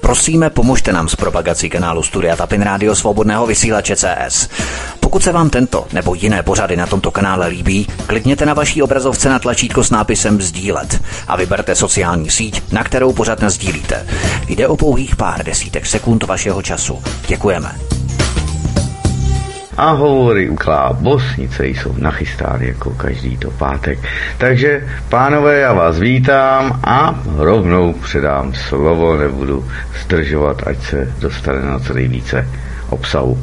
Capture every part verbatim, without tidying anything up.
Prosíme, pomožte nám s propagací kanálu Studia Tapin Rádio Svobodného vysílače C S. Pokud se vám tento nebo jiné pořady na tomto kanále líbí, klikněte na vaší obrazovce na tlačítko s nápisem sdílet a vyberte sociální síť, na kterou pořad nasdílíte. Jde o pouhých pár desítek sekund vašeho času. Děkujeme. A hovory u Klábosnice jsou nachystány jako každý to pátek. Takže, pánové, já vás vítám a rovnou předám slovo, nebudu zdržovat, ať se dostane na co nejvíce obsahu.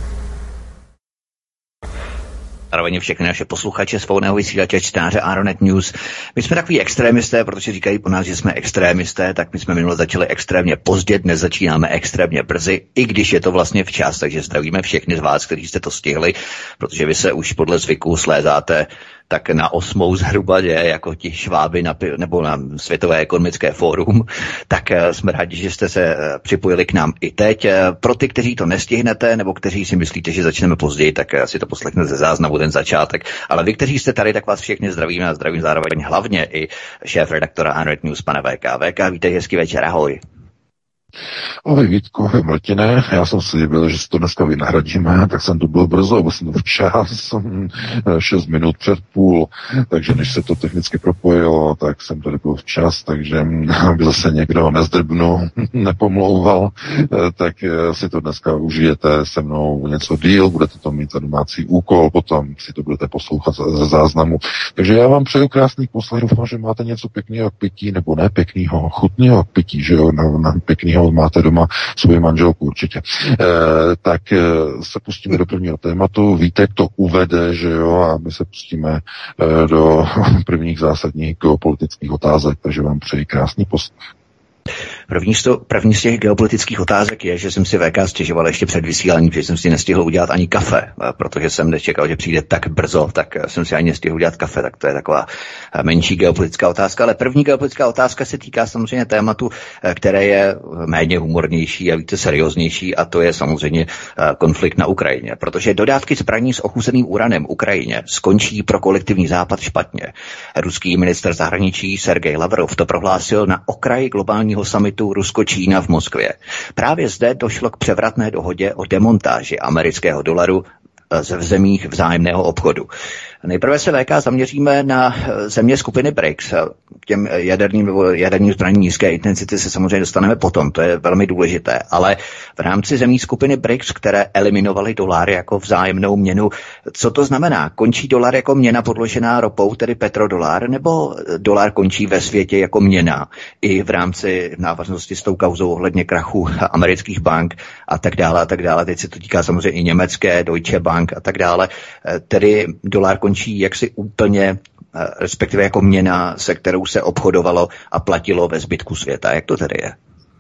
Zároveň všechny naše posluchače svobodného vysílače, čtenáře Aeronet News. My jsme takový extrémisté, protože říkají po nás, že jsme extrémisté, tak my jsme minule začali extrémně pozdě, dnes začínáme extrémně brzy, i když je to vlastně včas, takže zdravíme všechny z vás, kteří jste to stihli, protože vy se už podle zvyku slézáte tak na osmou zhruba, je, jako ti šváby na, nebo na Světové ekonomické fórum, tak jsme rádi, že jste se připojili k nám i teď. Pro ty, kteří to nestihnete, nebo kteří si myslíte, že začneme později, tak si to poslechněte ze záznamu ten začátek. Ale vy, kteří jste tady, tak vás všechny zdravíme a zdravím zároveň hlavně i šéf-redaktora Aeronet News, pana V K. V K, vítej, hezký večer, ahoj. Ahoj Vítku, Martine, já jsem si byl, že si to dneska vynahradíme, tak jsem tu byl brzo, byl jsem tu včas, šest minut před půl, takže než se to technicky propojilo, tak jsem tady byl včas, takže aby zase někdo nezdrbnu, nepomlouval, tak si to dneska užijete se mnou něco díl, budete to mít za domácí úkol, potom si to budete poslouchat ze záznamu. Takže já vám přeju krásný poslech, doufám, že máte něco pěkného k pití, nebo ne pěkného, chutného k pití, že jo, na, na pěkného máte doma svoji manželku určitě. E, tak e, se pustíme do prvního tématu. Vítek to uvede, že jo, a my se pustíme e, do prvních zásadních geopolitických otázek, takže vám přeji krásný poslech. První z, to, první z těch geopolitických otázek je, že jsem si V K stěžoval ještě před vysíláním, že jsem si nestihl udělat ani kafe, protože jsem nečekal, že přijde tak brzo, tak jsem si ani nestihl udělat kafe, tak to je taková menší geopolitická otázka. Ale první geopolitická otázka se týká samozřejmě tématu, které je méně humornější a více serióznější, a to je samozřejmě konflikt na Ukrajině, protože dodávky zbraní s ochuzeným uranem Ukrajině skončí pro kolektivní západ špatně. Ruský ministr zahraničí Sergej Lavrov to prohlásil na okraji globálního summitu Rusko-Čína v Moskvě. Právě zde došlo k převratné dohodě o demontáži amerického dolaru v zemích vzájemného obchodu. Nejprve se V K zaměříme na země skupiny B R I C S. K těm jaderným, jaderným zbraním nízké intenzity se samozřejmě dostaneme potom, to je velmi důležité. Ale v rámci zemí skupiny B R I C S, které eliminovaly dolar jako vzájemnou měnu, co to znamená? Končí dolar jako měna podložená ropou, tedy petrodolar, nebo dolar končí ve světě jako měna i v rámci návaznosti s tou kauzou ohledně krachu amerických bank a tak dále a tak dále. Teď se to týká samozřejmě i německé, Deutsche Bank a tak dále. Tedy dolar končí jaksi úplně, respektive jako měna, se kterou se obchodovalo a platilo ve zbytku světa. Jak to tedy je?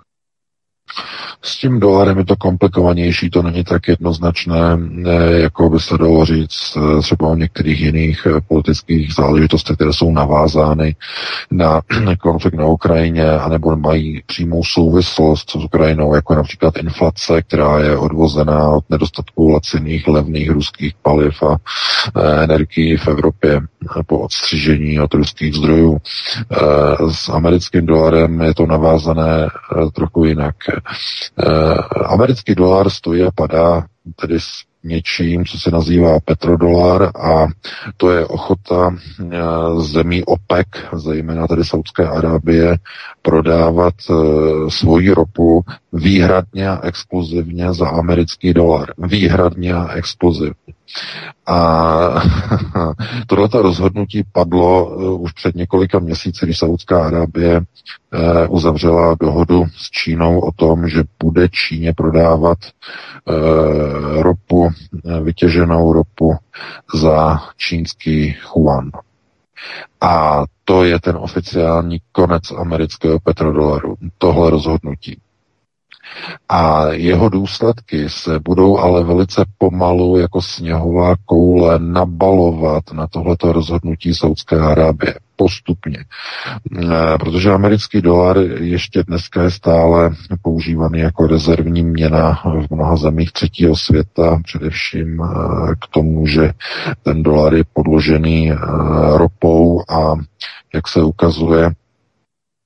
S tím dolarem je to komplikovanější, to není tak jednoznačné, jako by se dalo říct třeba o některých jiných politických záležitostech, které jsou navázány na konflikt na Ukrajině, anebo mají přímou souvislost s Ukrajinou, jako například inflace, která je odvozená od nedostatku laciných, levných ruských paliv a energií v Evropě po odstřižení od ruských zdrojů. S americkým dolarem je to navázané trochu jinak. Americký dolar stojí a padá tedy s něčím, co se nazývá petrodolar, a to je ochota zemí OPEC, zejména tedy Saúdské Arábie, prodávat svoji ropu výhradně a exkluzivně za americký dolar. Výhradně a exkluzivně. A tohleto rozhodnutí padlo už před několika měsíci, když Saúdská Arábie uzavřela dohodu s Čínou o tom, že bude Číně prodávat ropu, vytěženou ropu za čínský yuan. A to je ten oficiální konec amerického petrodolaru, tohle rozhodnutí. A jeho důsledky se budou ale velice pomalu jako sněhová koule nabalovat na tohleto rozhodnutí Saúdské Arábie postupně. Protože americký dolar ještě dneska je stále používaný jako rezervní měna v mnoha zemích třetího světa, především k tomu, že ten dolar je podložený ropou a jak se ukazuje,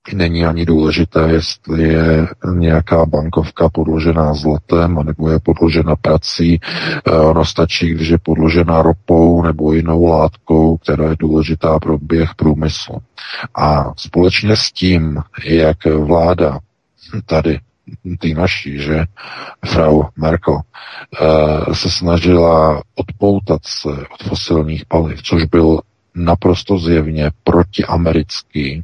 Není ani důležité, jestli je nějaká bankovka podložená zlatem, anebo je podložena prací. Ono stačí, když je podložena ropou nebo jinou látkou, která je důležitá pro běh průmyslu. A společně s tím, jak vláda tady, ty naší, že, frau Merkel, se snažila odpoutat se od fosilních paliv, což byl naprosto zjevně protiamerický,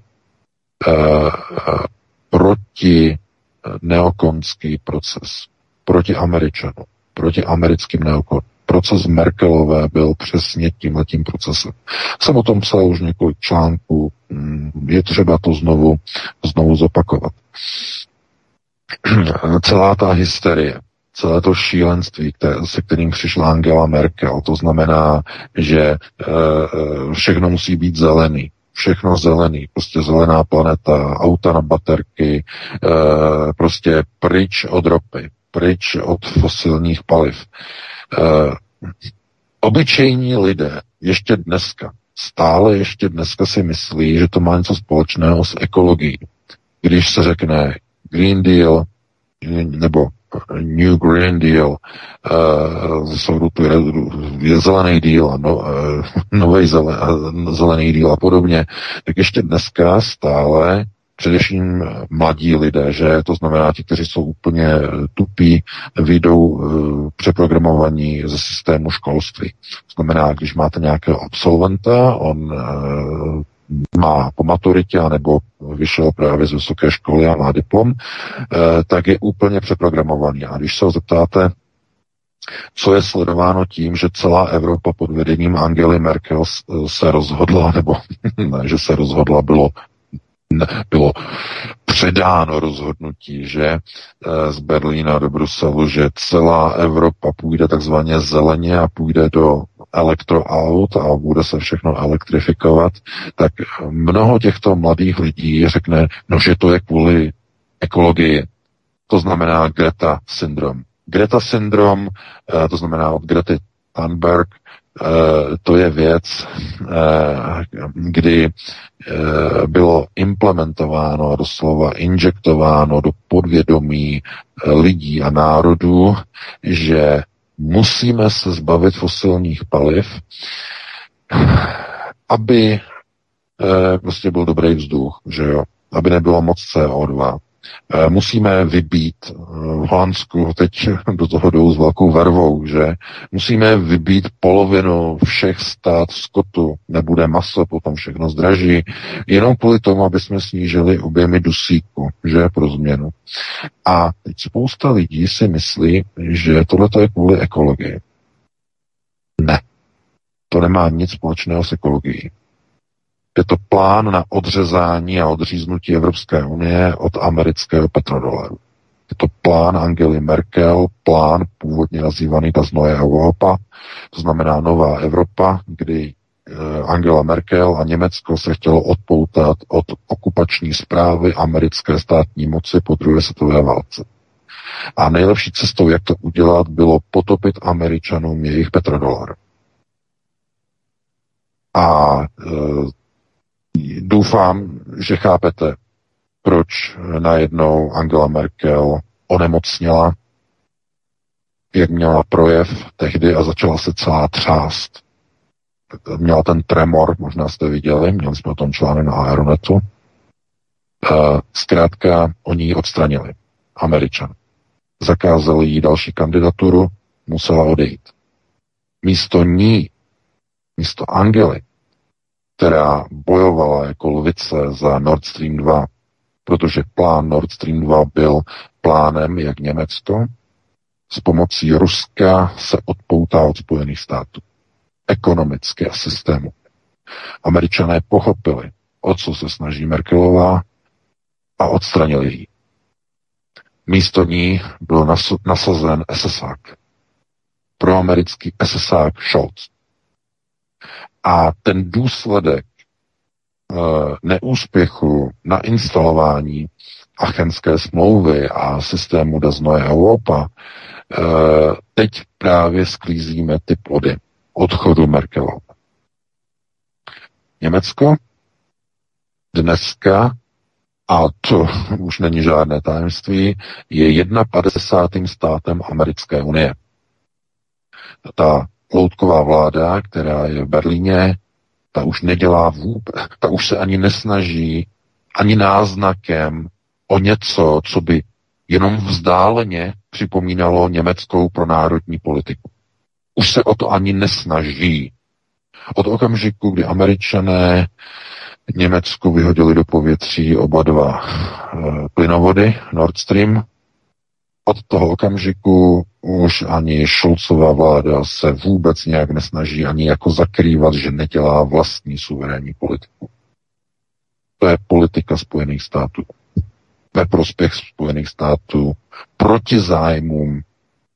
proti neokonský proces, proti Američanům, proti americkým neokon. Proces Merkelové byl přesně tímhletím procesem. Jsem o tom psal už několik článků, je třeba to znovu, znovu zopakovat. Celá ta hysterie, celé to šílenství, které, se kterým přišla Angela Merkel, to znamená, že e, všechno musí být zelený. Všechno zelený, prostě zelená planeta, auta na baterky, e, prostě pryč od ropy, pryč od fosilních paliv. E, obyčejní lidé ještě dneska, stále ještě dneska si myslí, že to má něco společného s ekologií. Když se řekne Green Deal nebo New Green Deal, uh, jsou tu je, je zelený díl, no, uh, nový zelen, zelený díl a podobně, tak ještě dneska stále především mladí lidé, že to znamená ti, kteří jsou úplně tupí, vyjdou uh, přeprogramovaní ze systému školství. To znamená, když máte nějakého absolventa, on uh, má po maturitě, nebo vyšel právě z vysoké školy a má diplom, tak je úplně přeprogramovaný. A když se ho zeptáte, co je sledováno tím, že celá Evropa pod vedením Angely Merkel se rozhodla, nebo ne, že se rozhodla, bylo, bylo předáno rozhodnutí, že z Berlína do Bruselu, že celá Evropa půjde takzvaně zeleně a půjde do elektroaut a bude se všechno elektrifikovat, tak mnoho těchto mladých lidí řekne, no, že to je kvůli ekologii. To znamená Greta syndrom. Greta syndrom, to znamená od Grety Thunberg, to je věc, kdy bylo implementováno, doslova injektováno do podvědomí lidí a národů, že musíme se zbavit fosilních paliv, aby prostě byl dobrý vzduch, že jo, aby nebylo moc C O dva. Musíme vybít v Holandsku, teď do toho jdou s velkou vervou, že musíme vybít polovinu všech stát skotu, nebude maso, potom všechno zdraží, jenom kvůli tomu, aby jsme snížili objemy dusíku, že pro změnu. A teď spousta lidí si myslí, že tohle je kvůli ekologii. Ne. To nemá nic společného s ekologií. Je to plán na odřezání a odříznutí Evropské unie od amerického petrodolaru. Je to plán Angely Merkel, plán původně nazývaný ta Neue Europa, to znamená Nová Evropa, kdy Angela Merkel a Německo se chtělo odpoutat od okupační správy americké státní moci po druhé světové válce. A nejlepší cestou, jak to udělat, bylo potopit Američanům jejich petrodolar. A e, doufám, že chápete, proč najednou Angela Merkel onemocněla, jak měla projev tehdy a začala se celá třást. Měla ten tremor, možná jste viděli, měli jsme o tom článek na Aeronetu. Zkrátka, oni ji odstranili, Američan. Zakázali jí další kandidaturu, musela odejít. Místo ní, místo Angely, která bojovala jako lvice za Nord Stream dva, protože plán Nord Stream dva byl plánem, jak Německo s pomocí Ruska se odpoutá od Spojených států. Ekonomicky a systému. Američané pochopili, o co se snaží Merkelová a odstranili ji. Místo ní byl nasazen esesák. Proamerický esesák Scholz. A ten důsledek e, neúspěchu na instalování Achenské smlouvy a systému Das Neue Europa, e, teď právě sklízíme ty plody odchodu Merkelova. Německo dneska a to už není žádné tajemství, je padesátým prvním státem Americké unie. Ta loutková vláda, která je v Berlíně, ta už nedělá vůbec, ta už se ani nesnaží ani náznakem o něco, co by jenom vzdáleně připomínalo německou pronárodní politiku. Už se o to ani nesnaží. Od okamžiku, kdy Američané Německu vyhodili do povětří oba dva e, plynovody Nord Stream, od toho okamžiku už ani Scholzova vláda se vůbec nějak nesnaží ani jako zakrývat, že nedělá vlastní suverénní politiku. To je politika Spojených států. Ve prospěch Spojených států proti zájmům e,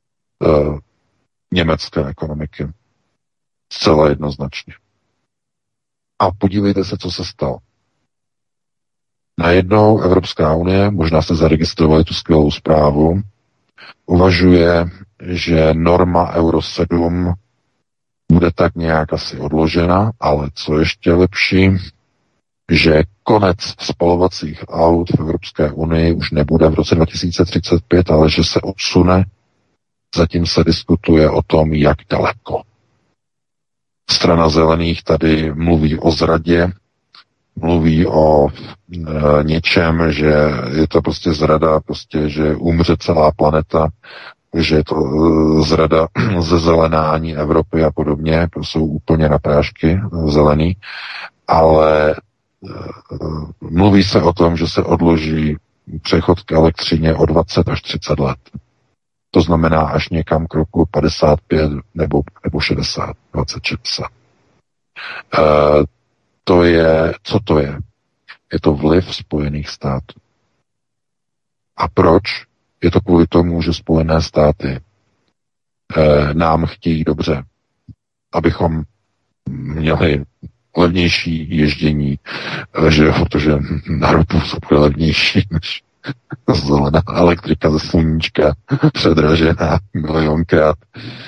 německé ekonomiky. Zcela jednoznačně. A podívejte se, co se stalo. Najednou Evropská unie, možná jste zaregistrovali tu skvělou zprávu, uvažuje, že norma Euro sedm bude tak nějak asi odložena, ale co ještě lepší, že konec spalovacích aut v Evropské unii už nebude v roce dva tisíce třicet pět, ale že se odsune. Zatím se diskutuje o tom, jak daleko. Strana zelených tady mluví o zradě, mluví o e, něčem, že je to prostě zrada, prostě, že umře celá planeta, že je to e, zrada ze zelenání Evropy a podobně, to jsou úplně na prášky zelený, ale e, mluví se o tom, že se odloží přechod k elektřině o dvacet až třicet let. To znamená až někam k roku padesát pět nebo, nebo šedesát, dvacet šedesát. E, to je, co to je? Je to vliv Spojených států. A proč? Je to kvůli tomu, že Spojené státy e, nám chtějí dobře, abychom měli levnější ježdění, e, že protože na ropu jsou levnější než zelená elektrika ze sluníčka, předražená milionkrát,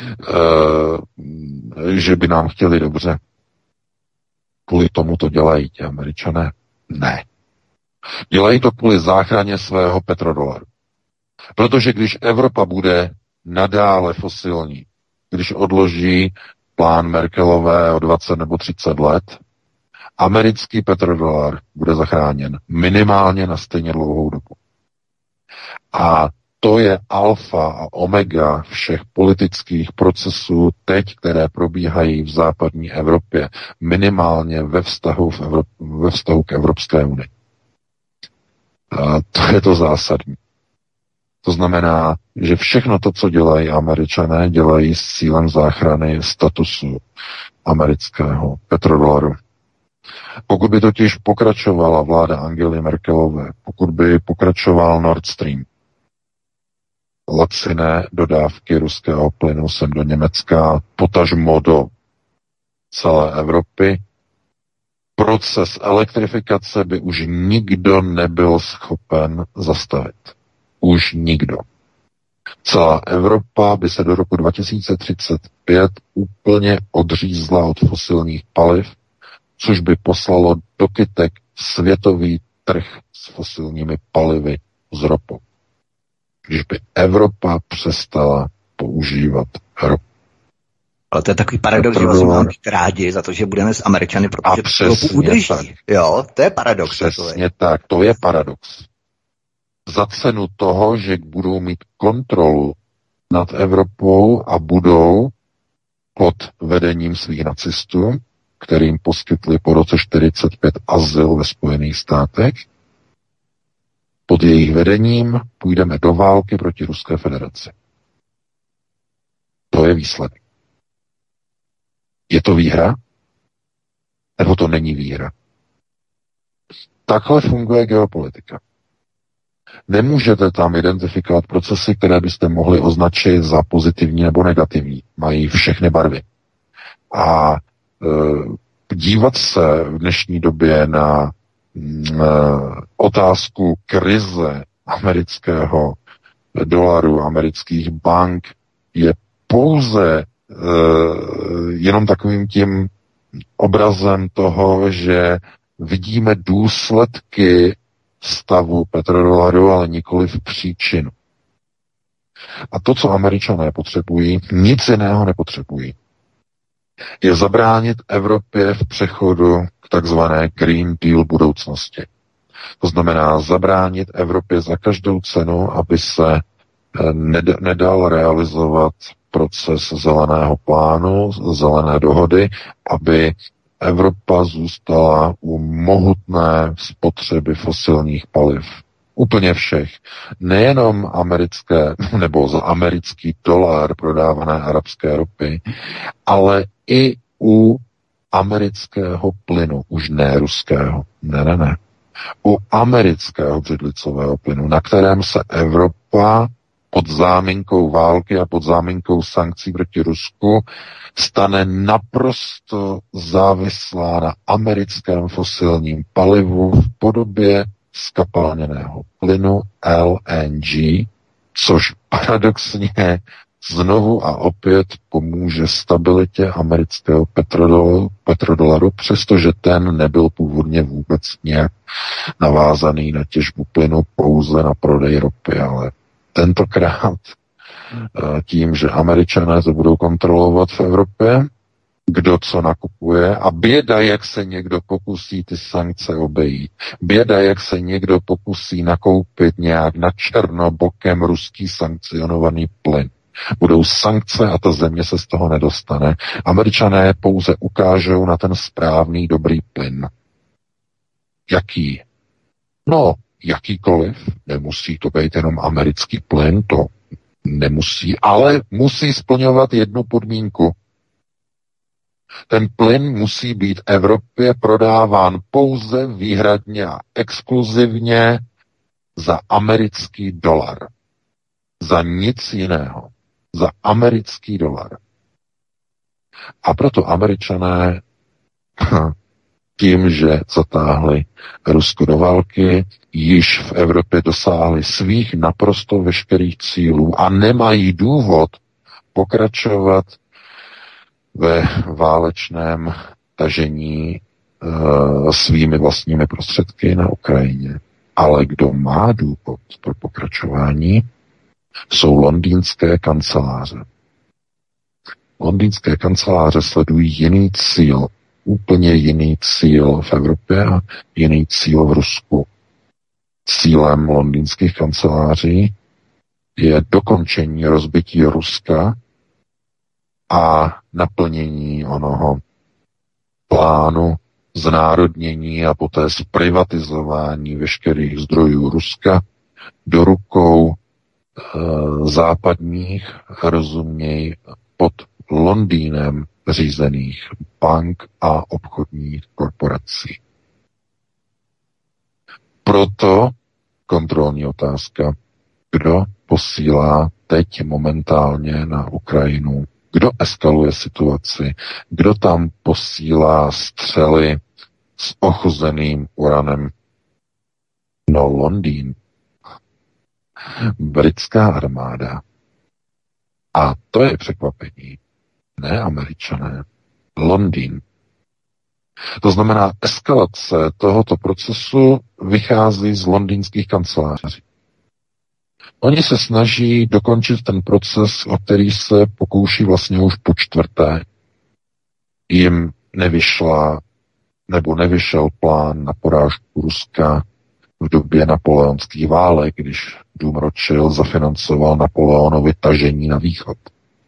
e, že by nám chtěli dobře. Kvůli tomu to dělají ti Američané? Ne. Dělají to kvůli záchraně svého petrodolaru. Protože když Evropa bude nadále fosilní, když odloží plán Merkelové o dvacet nebo třicet let, americký petrodolar bude zachráněn minimálně na stejně dlouhou dobu. A to je alfa a omega všech politických procesů teď, které probíhají v západní Evropě, minimálně ve vztahu, v Evrop- ve vztahu k Evropské unii. A to je to zásadní. To znamená, že všechno to, co dělají Američané, dělají s cílem záchrany statusu amerického petrodolaru. Pokud by totiž pokračovala vláda Angely Merkelové, pokud by pokračoval Nord Stream, laciné dodávky ruského plynu sem do Německa, potažmo do celé Evropy, proces elektrifikace by už nikdo nebyl schopen zastavit. Už nikdo. Celá Evropa by se do roku dva tisíce třicet pět úplně odřízla od fosilních paliv, což by poslalo do kytek světový trh s fosilními palivy z ropou. Když by Evropa přestala používat ropu. Ale to je takový paradox, že vlastně máme být rádi za to, že budeme s Američany, protože ropu udrží. Tak. Jo, to je paradox. Přesně tak, to je paradox. Za cenu toho, že budou mít kontrolu nad Evropou a budou pod vedením svých nacistů, kterým poskytli po roce čtyřicet pět azyl ve Spojených státech, pod jejich vedením půjdeme do války proti Ruské federaci. To je výsledek. Je to výhra? Nebo to není výhra? Takhle funguje geopolitika. Nemůžete tam identifikovat procesy, které byste mohli označit za pozitivní nebo negativní. Mají všechny barvy. A e, dívat se v dnešní době na e, otázku krize amerického dolaru, amerických bank je pouze e, jenom takovým tím obrazem toho, že vidíme důsledky stavu petrodolaru, ale nikoliv příčinu. A to, co Američané potřebují, nic jiného nepotřebují, je zabránit Evropě v přechodu k takzvané Green Deal budoucnosti. To znamená zabránit Evropě za každou cenu, aby se ned- nedal realizovat proces zeleného plánu, zelené dohody, aby Evropa zůstala u mohutné spotřeby fosilních paliv. Úplně všech. Nejenom americké, nebo za americký dolar prodávané arabské ropy, ale i u amerického plynu, už ne ruského. Ne, ne, ne. U amerického břidlicového plynu, na kterém se Evropa pod záminkou války a pod záminkou sankcí proti Rusku stane naprosto závislá na americkém fosilním palivu v podobě skapalněného plynu L N G, což paradoxně znovu a opět pomůže stabilitě amerického petrodolaru, petrodolaru, přestože ten nebyl původně vůbec nějak navázaný na těžbu plynu, pouze na prodej ropy, ale tentokrát tím, že Američané to budou kontrolovat v Evropě, kdo co nakupuje a běda, jak se někdo pokusí ty sankce obejít. Běda, jak se někdo pokusí nakoupit nějak na černo bokem ruský sankcionovaný plyn. Budou sankce a ta země se z toho nedostane. Američané pouze ukážou na ten správný dobrý plyn. Jaký? No, jakýkoliv. Nemusí to být jenom americký plyn, to nemusí, ale musí splňovat jednu podmínku. Ten plyn musí být Evropě prodáván pouze výhradně a exkluzivně za americký dolar. Za nic jiného. Za americký dolar. A proto Američané tím, že zatáhli Rusko do války, již v Evropě dosáhli svých naprosto veškerých cílů a nemají důvod pokračovat ve válečném tažení e, svými vlastními prostředky na Ukrajině. Ale kdo má důvod pro pokračování, jsou londýnské kanceláře. Londýnské kanceláře sledují jiný cíl, úplně jiný cíl v Evropě a jiný cíl v Rusku. Cílem londýnských kanceláří je dokončení rozbití Ruska a naplnění onoho plánu znárodnění a poté zprivatizování veškerých zdrojů Ruska do rukou e, západních, rozuměj, pod Londýnem řízených bank a obchodních korporací. Proto kontrolní otázka, kdo posílá teď momentálně na Ukrajinu, kdo eskaluje situaci, kdo tam posílá střely s ochuzeným uranem. No, Londýn. Britská armáda. A to je překvapení. Ne Američané. Londýn. To znamená, eskalace tohoto procesu vychází z londýnských kanceláří. Oni se snaží dokončit ten proces, o který se pokouší vlastně už po čtvrté. Jim nevyšla nebo nevyšel plán na porážku Ruska v době napoleonských válek, když dům Rothschild zafinancoval Napoleonovi tažení na východ.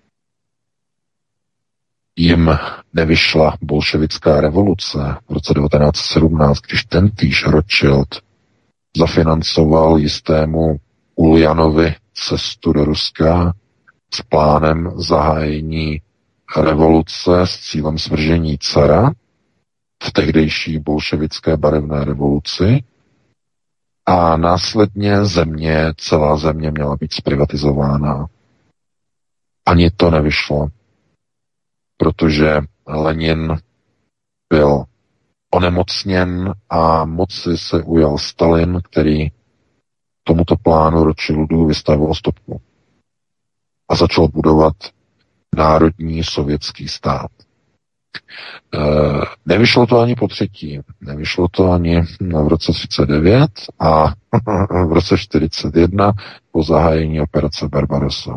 Jim nevyšla bolševická revoluce v roce devatenáct set sedmnáct, když tentýž Rothschild zafinancoval jistému Uljanovi cestu do Ruska s plánem zahájení revoluce s cílem svržení cara v tehdejší bolševické barevné revoluci a následně země, celá země měla být zprivatizována. Ani to nevyšlo, protože Lenin byl onemocněn a moci se ujal Stalin, který tomuto plánu Rothschildu vystavil stopku a začal budovat národní sovětský stát. Nevyšlo to ani po třetí, nevyšlo to ani v roce třicet devět a v roce čtyřicet jedna po zahájení operace Barbarossa,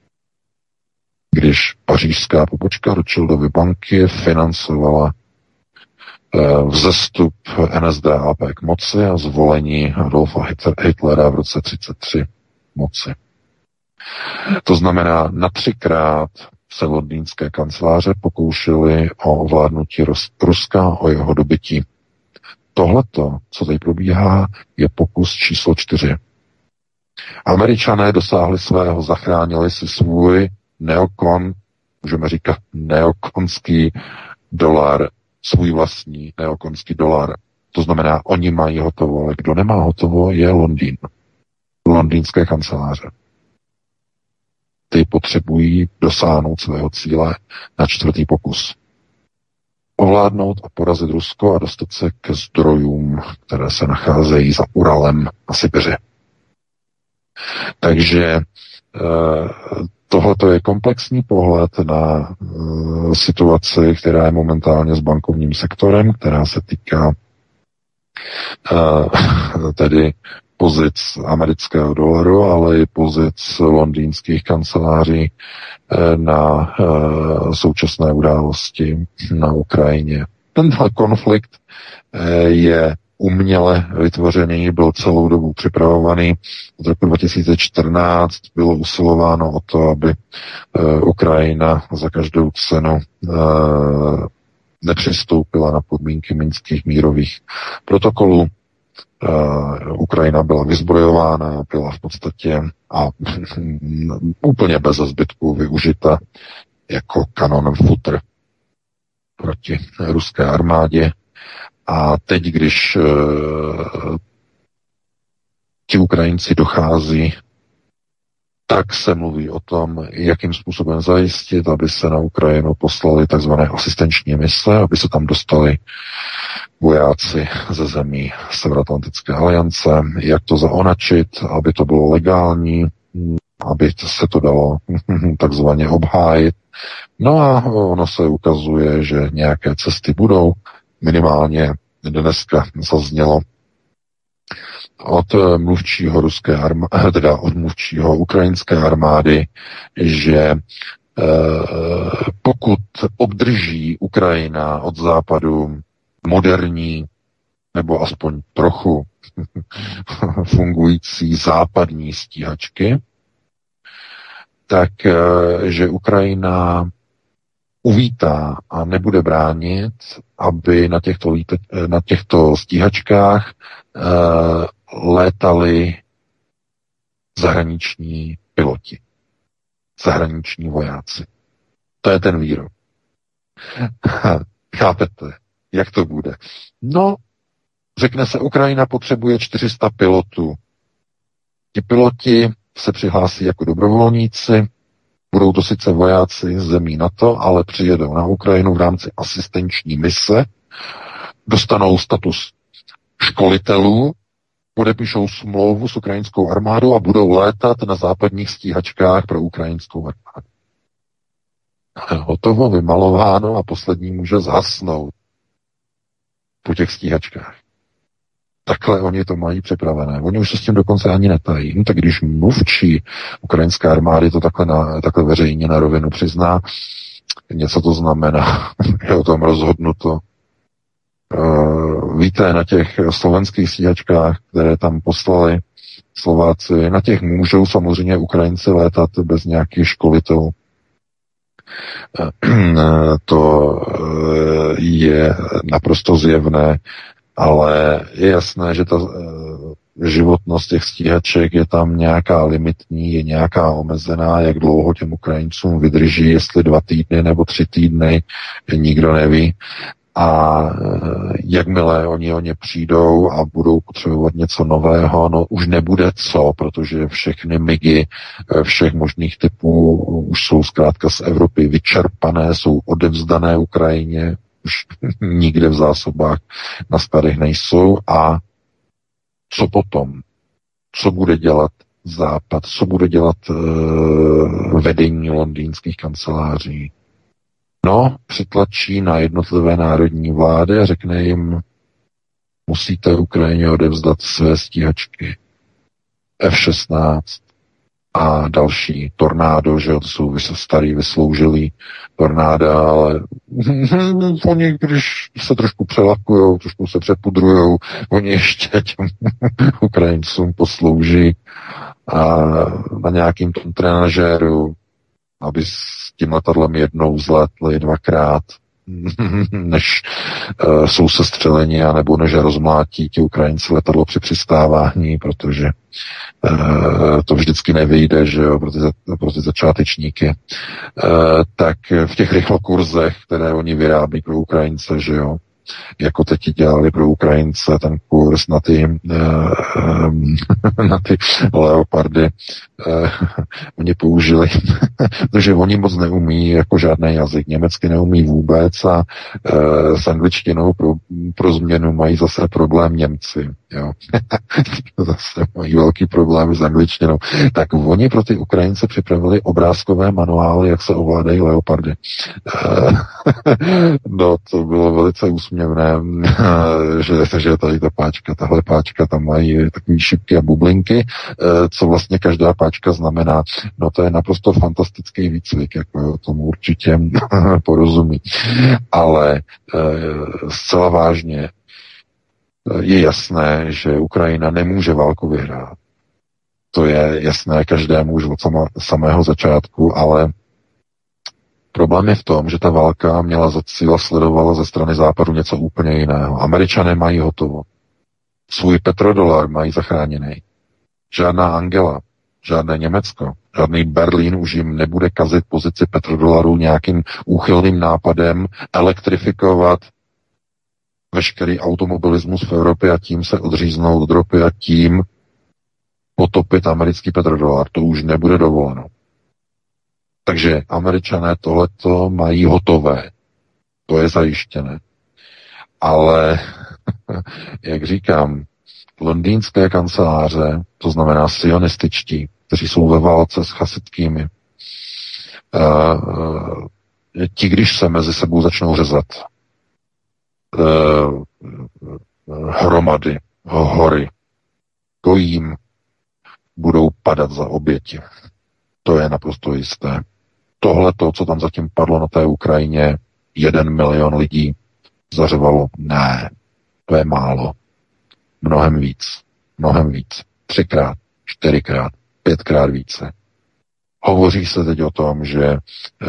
když pařížská pobočka Rothschildovy banky financovala vzestup N S D A P k moci a zvolení Adolfa Hitlera v roce třicet tři moci. To znamená, na třikrát se londýnské kanceláře pokoušely o ovládnutí Ruska, o jeho dobytí. Tohleto, co tady probíhá, je pokus číslo čtyři. Američané dosáhli svého, zachránili si svůj neokon, můžeme říkat neokonský dolar, svůj vlastní neokonský dolar. To znamená, oni mají hotovo, ale kdo nemá hotovo, je Londýn. Londýnské kanceláře. Ty potřebují dosáhnout svého cíle na čtvrtý pokus. Ovládnout a porazit Rusko a dostat se ke zdrojům, které se nacházejí za Uralem na Sibiři. Takže tohle je komplexní pohled na situaci, která je momentálně s bankovním sektorem, která se týká tedy pozic amerického dolaru, ale i pozic londýnských kanceláří na současné události na Ukrajině. Tento konflikt je uměle vytvořený, byl celou dobu připravovaný. Od roku dva tisíce čtrnáct bylo usilováno o to, aby Ukrajina za každou cenu nepřistoupila na podmínky minských mírových protokolů. Uh, Ukrajina byla vyzbrojována, byla v podstatě a úplně bez zbytku využita jako kanon futr proti ruské armádě. A teď, když uh, ti Ukrajinci dochází, tak se mluví o tom, jakým způsobem zajistit, aby se na Ukrajinu poslali takzvané asistenční mise, aby se tam dostali vojáci ze zemí Severoatlantické aliance, jak to zaonačit, aby to bylo legální, aby se to dalo takzvaně obhájit. No a ono se ukazuje, že nějaké cesty budou. Minimálně dneska zaznělo od mluvčího ruské armády, teda od mluvčího ukrajinské armády, že eh, pokud obdrží Ukrajina od západu moderní nebo aspoň trochu fungující západní stíhačky, tak že Ukrajina uvítá a nebude bránit, aby na těchto, líte, na těchto stíhačkách uh, létali zahraniční piloti, zahraniční vojáci. To je ten výrok. Chápete, jak to bude? No, řekne se, Ukrajina potřebuje čtyři sta pilotů. Ti piloti se přihlásí jako dobrovolníci, budou to sice vojáci z zemí NATO, ale přijedou na Ukrajinu v rámci asistenční mise, dostanou status školitelů, podepíšou smlouvu s ukrajinskou armádou a budou létat na západních stíhačkách pro ukrajinskou armádu. Hotovo, vymalováno a poslední může zhasnout po těch stíhačkách. Takhle oni to mají připravené. Oni už se s tím dokonce ani netají. No tak když mluvčí ukrajinské armády to takhle, na, takhle veřejně na rovinu přizná, něco to znamená. Je o tom rozhodnuto. Uh, víte, na těch slovenských stíhačkách, které tam poslali Slováci, na těch můžou samozřejmě Ukrajinci létat bez nějakých školitelů. Uh, to uh, je naprosto zjevné, ale je jasné, že ta uh, životnost těch stíhaček je tam nějaká limitní, je nějaká omezená, jak dlouho těm Ukrajincům vydrží, jestli dva týdny nebo tři týdny, nikdo neví. A jakmile oni o ně přijdou a budou potřebovat něco nového, no už nebude co, protože všechny migy všech možných typů už jsou zkrátka z Evropy vyčerpané, jsou odevzdané Ukrajině, už nikde v zásobách na skladech nejsou. A co potom? Co bude dělat Západ? Co bude dělat uh, vedení londýnských kanceláří? No, přitlačí na jednotlivé národní vlády a řekne jim, musíte Ukrajině odevzdat své stíhačky F šestnáct a další tornádo, že to jsou starý vysloužilý tornáda, ale oni, když se trošku přelakujou, trošku se přepudrujou, oni ještě těm Ukrajincům poslouží a na nějakým tom trenažéru, aby s tím letadlem jednou zletli dvakrát, než uh, jsou sestřeleni, anebo než rozmlátí ti Ukrajinci letadlo při přistávání, protože uh, to vždycky nevyjde, že jo, pro ty, pro ty začátečníky. Uh, tak v těch rychlokurzech, které oni vyrábí pro Ukrajince, že jo, jako teď dělali pro Ukrajince ten kurz na ty, uh, na ty leopardy. Uh, oni použili, protože oni moc neumí jako žádný jazyk. Německy neumí vůbec a uh, s angličtinou pro, pro změnu mají zase problém Němci. Jo. Zase mají velký problém s angličtinou. Tak oni pro ty Ukrajince připravili obrázkové manuály, jak se ovládají leopardy. Uh, no, to bylo velice úsměvné, že, že tady ta páčka, tahle páčka, tam mají takové šipky a bublinky, co vlastně každá páčka znamená. No to je naprosto fantastický výcvik, jako tomu určitě porozumí. Ale zcela vážně je jasné, že Ukrajina nemůže válku vyhrát. To je jasné každému už od sama, samého začátku, ale problém je v tom, že ta válka měla za cíl, sledovala ze strany západu něco úplně jiného. Američané mají hotovo. Svůj petrodolar mají zachráněný. Žádná Angela, žádné Německo, žádný Berlín už jim nebude kazit pozici petrodolaru nějakým úchylným nápadem elektrifikovat veškerý automobilismus v Evropě a tím se odříznout od ropy a tím potopit americký petrodolar. To už nebude dovoleno. Takže Američané tohleto mají hotové. To je zajištěné. Ale, jak říkám, londýnské kanceláře, to znamená sionističtí, kteří jsou ve válce s chasitkými, uh, ti, když se mezi sebou začnou řezat uh, hromady, hory, to jim budou padat za oběti. To je naprosto jisté. Tohle to, co tam zatím padlo na té Ukrajině, jeden milion lidí zařvalo, ne, to je málo. Mnohem víc. Mnohem víc. Třikrát, čtyřikrát, pětkrát více. Hovoří se teď o tom, že eh,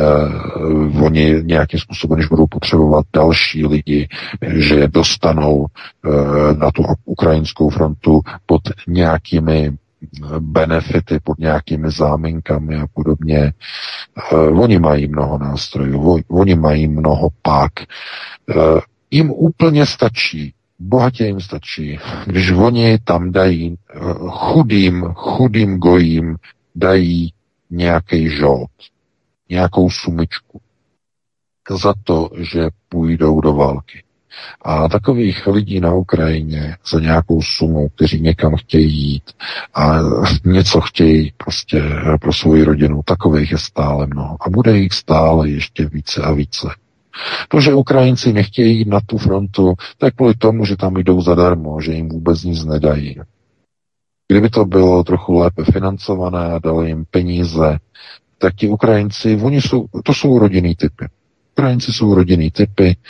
oni nějakým způsobem, když budou potřebovat další lidi, že je dostanou eh, na tu ukrajinskou frontu pod nějakými benefity, pod nějakými záminkami a podobně. Uh, oni mají mnoho nástrojů, oni mají mnoho pák. Uh, jim úplně stačí, bohatě jim stačí, když oni tam dají uh, chudým, chudým gojím dají nějaký žolt, nějakou sumičku za to, že půjdou do války. A takových lidí na Ukrajině za nějakou sumu, kteří někam chtějí jít a něco chtějí prostě pro svou rodinu, takových je stále mnoho. A bude jich stále ještě více a více. To, že Ukrajinci nechtějí jít na tu frontu, tak kvůli tomu, že tam jdou zadarmo, že jim vůbec nic nedají. Kdyby to bylo trochu lépe financované a dali jim peníze, tak ti Ukrajinci, oni jsou, to jsou rodinný typy. Ukrajinci jsou rodinný typy, e,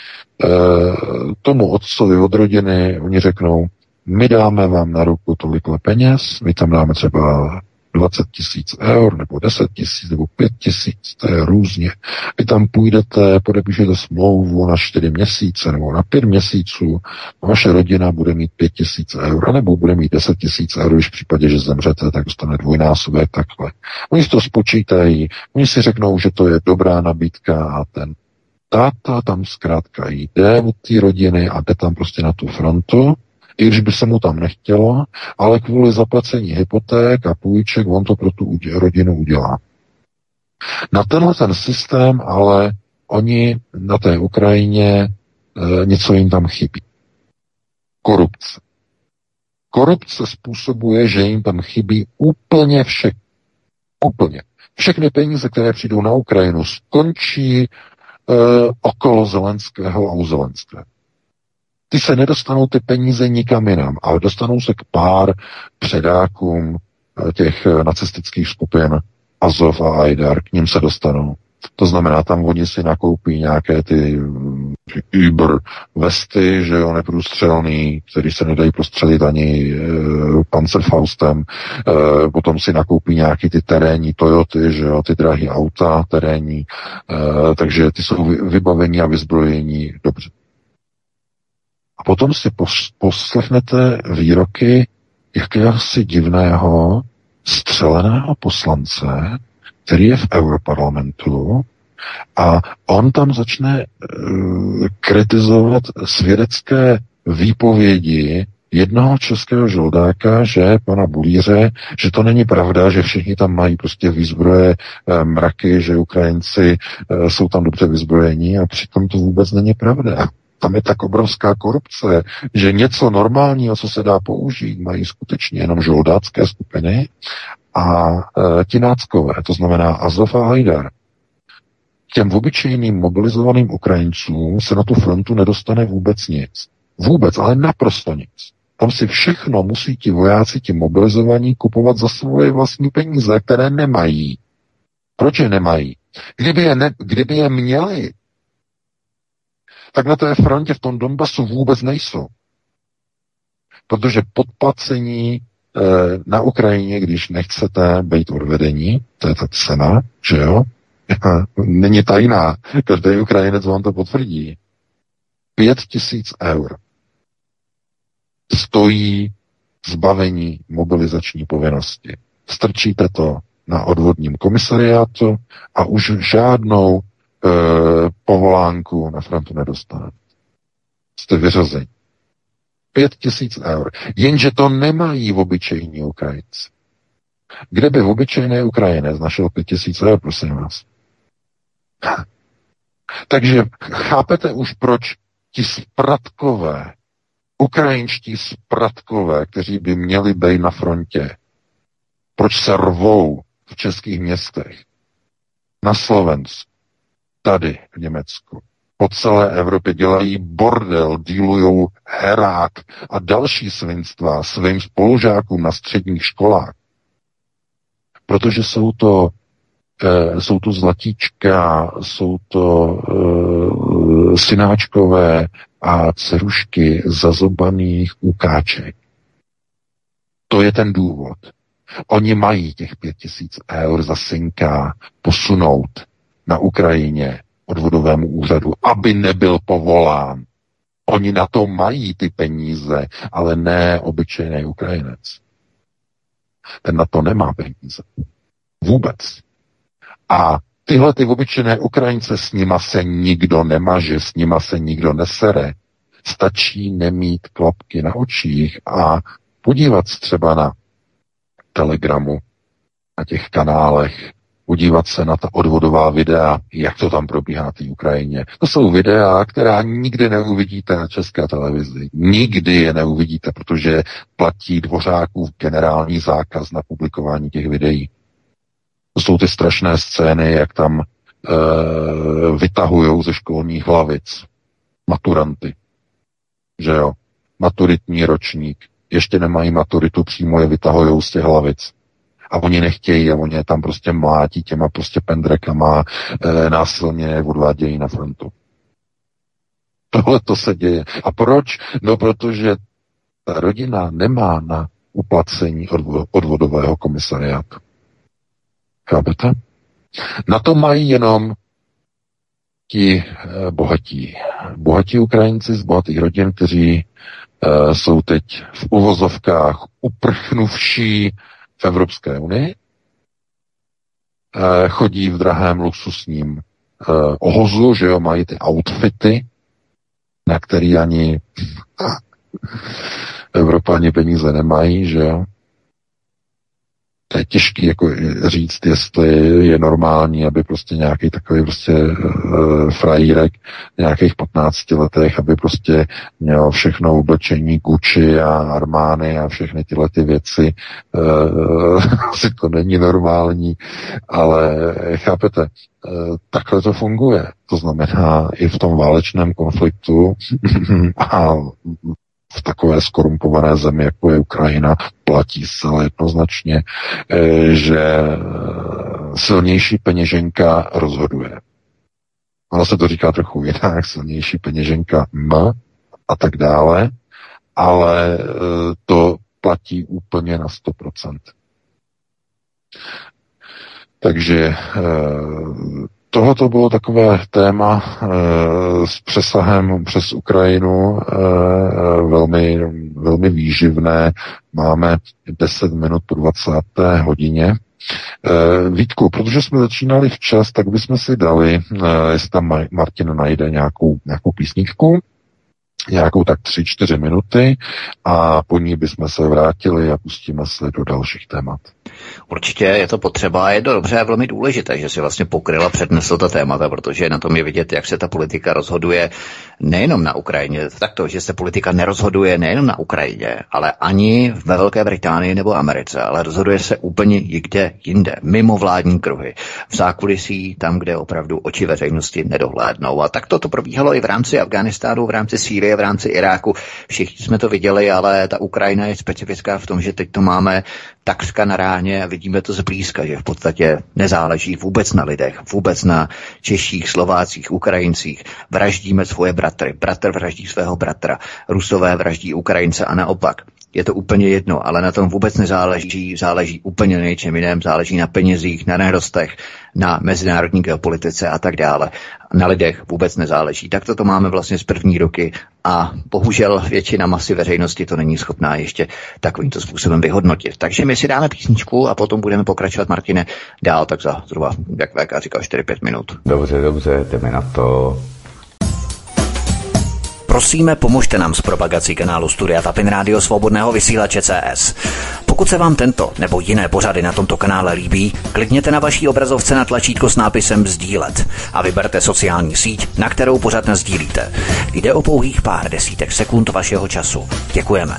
tomu otcovi od rodiny oni řeknou, my dáme vám na ruku tolikle peněz, my tam dáme třeba dvacet tisíc eur, nebo deset tisíc, nebo pět tisíc, to je různě. Vy tam půjdete, podepíšete smlouvu na čtyři měsíce, nebo na pět měsíců, a vaše rodina bude mít pět tisíc eur, nebo bude mít deset tisíc eur, když v případě, že zemřete, tak dostane dvojnásobek, takhle. Oni si to spočítají, oni si řeknou, že to je dobrá nabídka a ten táta tam zkrátka jde od té rodiny a jde tam prostě na tu frontu, i když by se mu tam nechtělo, ale kvůli zaplacení hypoték a půjček on to pro tu rodinu udělá. Na tenhle ten systém ale oni na té Ukrajině e, něco jim tam chybí. Korupce. Korupce způsobuje, že jim tam chybí úplně všechno. Úplně. Všechny peníze, které přijdou na Ukrajinu, skončí okolo Zelenského a u Zelenského. Ty se nedostanou ty peníze nikam jinam, ale dostanou se k pár předákům těch nacistických skupin Azov a Aidar, k ním se dostanou. To znamená, tam oni si nakoupí nějaké ty Uber vesty, že jo, neprůstřelný, který se nedají prostřelit ani e, Panzerfaustem, e, potom si nakoupí nějaký ty terénní Toyoty, že jo, ty drahé auta terénní, e, takže ty jsou vybavení a vyzbrojení dobře. A potom si pos, poslechnete výroky jakéhosi divného střeleného poslance, který je v Europarlamentu a on tam začne uh, kritizovat svědecké výpovědi jednoho českého žoldáka, že pana Bulíře, že to není pravda, že všichni tam mají prostě výzbroje e, mraky, že Ukrajinci e, jsou tam dobře vyzbrojení a přitom to vůbec není pravda. Tam je tak obrovská korupce, že něco normálního, co se dá použít, mají skutečně jenom žoldácké skupiny a e, ti náckové, to znamená Azov a Haidar. Těm obyčejným mobilizovaným Ukrajincům se na tu frontu nedostane vůbec nic. Vůbec, ale naprosto nic. Tam si všechno musí ti vojáci, ti mobilizovaní kupovat za svoje vlastní peníze, které nemají. Proč je nemají? Kdyby je, ne, kdyby je měli, tak na té frontě v tom Donbasu vůbec nejsou. Protože podplacení e, na Ukrajině, když nechcete být odvedení, to je ta cena, že jo, není tajná, každý Ukrajinec vám to potvrdí. Pět tisíc eur stojí zbavení mobilizační povinnosti. Strčíte to na odvodním komisariátu a už žádnou e, povolánku na frontu nedostanete. Jste vyřazeni. Pět tisíc eur. Jenže to nemají v obyčejní Ukrajinci. Kde by v obyčejné Ukrajinec našel pět tisíc eur, prosím vás? Takže chápete už, proč ti spratkové, ukrajinští spratkové, kteří by měli být na frontě, proč se rvou v českých městech, na Slovensku, tady v Německu, po celé Evropě dělají bordel, dílujou herák a další svinstva svým spolužákům na středních školách. Protože jsou to e, jsou to zlatíčka, jsou to e, synáčkové a dcerušky zazobaných ukáček. To je ten důvod. Oni mají těch pět tisíc eur za synka posunout na Ukrajině odvodovému úřadu, aby nebyl povolán. Oni na to mají ty peníze, ale ne obyčejný Ukrajinec. Ten na to nemá peníze. Vůbec. A tyhle ty obyčejné Ukrajince, s nima se nikdo nemaže, s nima se nikdo nesere. Stačí nemít klapky na očích a podívat se třeba na Telegramu, na těch kanálech, podívat se na ta odvodová videa, jak to tam probíhá na té Ukrajině. To jsou videa, která nikdy neuvidíte na české televizi. Nikdy je neuvidíte, protože platí Dvořákův generální zákaz na publikování těch videí. To jsou ty strašné scény, jak tam e, vytahujou ze školních lavic maturanty. Že jo? Maturitní ročník. Ještě nemají maturitu, přímo je vytahujou z těch lavic. A oni nechtějí a oni je tam prostě mlátí těma prostě pendrekama, e, násilně odvádějí na frontu. Tohle to se děje. A proč? No protože ta rodina nemá na uplacení odvo- odvodového komisariátu. Chápete? Na to mají jenom ti e, bohatí. Bohatí Ukrajinci z bohatých rodin, kteří e, jsou teď v uvozovkách uprchnuvší v Evropské unii, e, chodí v drahém luxusním e, ohozu, že jo, mají ty outfity, na který ani ah, Evropa ani peníze nemají, že jo. to je těžký jako říct, jestli je normální, aby prostě nějaký takový prostě uh, frajírek v nějakých patnácti letech, aby prostě měl všechno oblečení Gucci a Armani a všechny tyhle ty věci. Uh, asi to není normální, ale chápete, uh, takhle to funguje. To znamená i v tom válečném konfliktu a v takové skorumpované zemi, jako je Ukrajina, platí zcela jednoznačně, že silnější peněženka rozhoduje. Ono se to říká trochu jinak, silnější peněženka M a tak dále, ale to platí úplně na sto procent. Takže tohoto bylo takové téma e, s přesahem přes Ukrajinu, e, velmi, velmi výživné. Máme deset minut po dvacáté hodině. E, Vítku, protože jsme začínali včas, tak bychom si dali, e, jestli tam Martin najde nějakou, nějakou písničku, nějakou tak tři, čtyři minuty a po ní bychom se vrátili a pustíme se do dalších témat. Určitě je to potřeba a je to dobře a velmi důležité, že si vlastně pokryl a přednesl ta témata, protože na tom je vidět, jak se ta politika rozhoduje nejenom na Ukrajině, takto, že se politika nerozhoduje nejenom na Ukrajině, ale ani ve Velké Británii nebo Americe, ale rozhoduje se úplně jinde, jinde, mimo vládní kruhy, v zákulisí, tam, kde opravdu oči veřejnosti nedohlédnou. A takto to probíhalo i v rámci Afghánistánu, v rámci Sýrie, v rámci Iráku. Všichni jsme to viděli, ale ta Ukrajina je specifická v tom, že teď to máme takřka na ráně a vidíme to zblízka, že v podstatě nezáleží vůbec na lidech, vůbec na Češích, Slovácích, Ukrajincích. Vraždíme svoje bratry, bratr vraždí svého bratra, Rusové vraždí Ukrajince a naopak. Je to úplně jedno, ale na tom vůbec nezáleží, záleží úplně na něčem jiném, záleží na penězích, na nerostech, na mezinárodní geopolitice a tak dále. Na lidech vůbec nezáleží. Tak to máme vlastně z první roky a bohužel většina masy veřejnosti to není schopná ještě takovýmto způsobem vyhodnotit. Takže my si dáme písničku a potom budeme pokračovat, Martine, dál tak za zhruba, jak V K říkal, čtyři pět minut. Dobře, dobře, jdeme na to. Prosíme, pomožte nám s propagací kanálu Studia Tapin Rádio Svobodného vysílače C S. Pokud se vám tento nebo jiné pořady na tomto kanále líbí, klikněte na vaší obrazovce na tlačítko s nápisem sdílet a vyberte sociální síť, na kterou pořad nasdílíte. Jde o pouhých pár desítek sekund vašeho času. Děkujeme.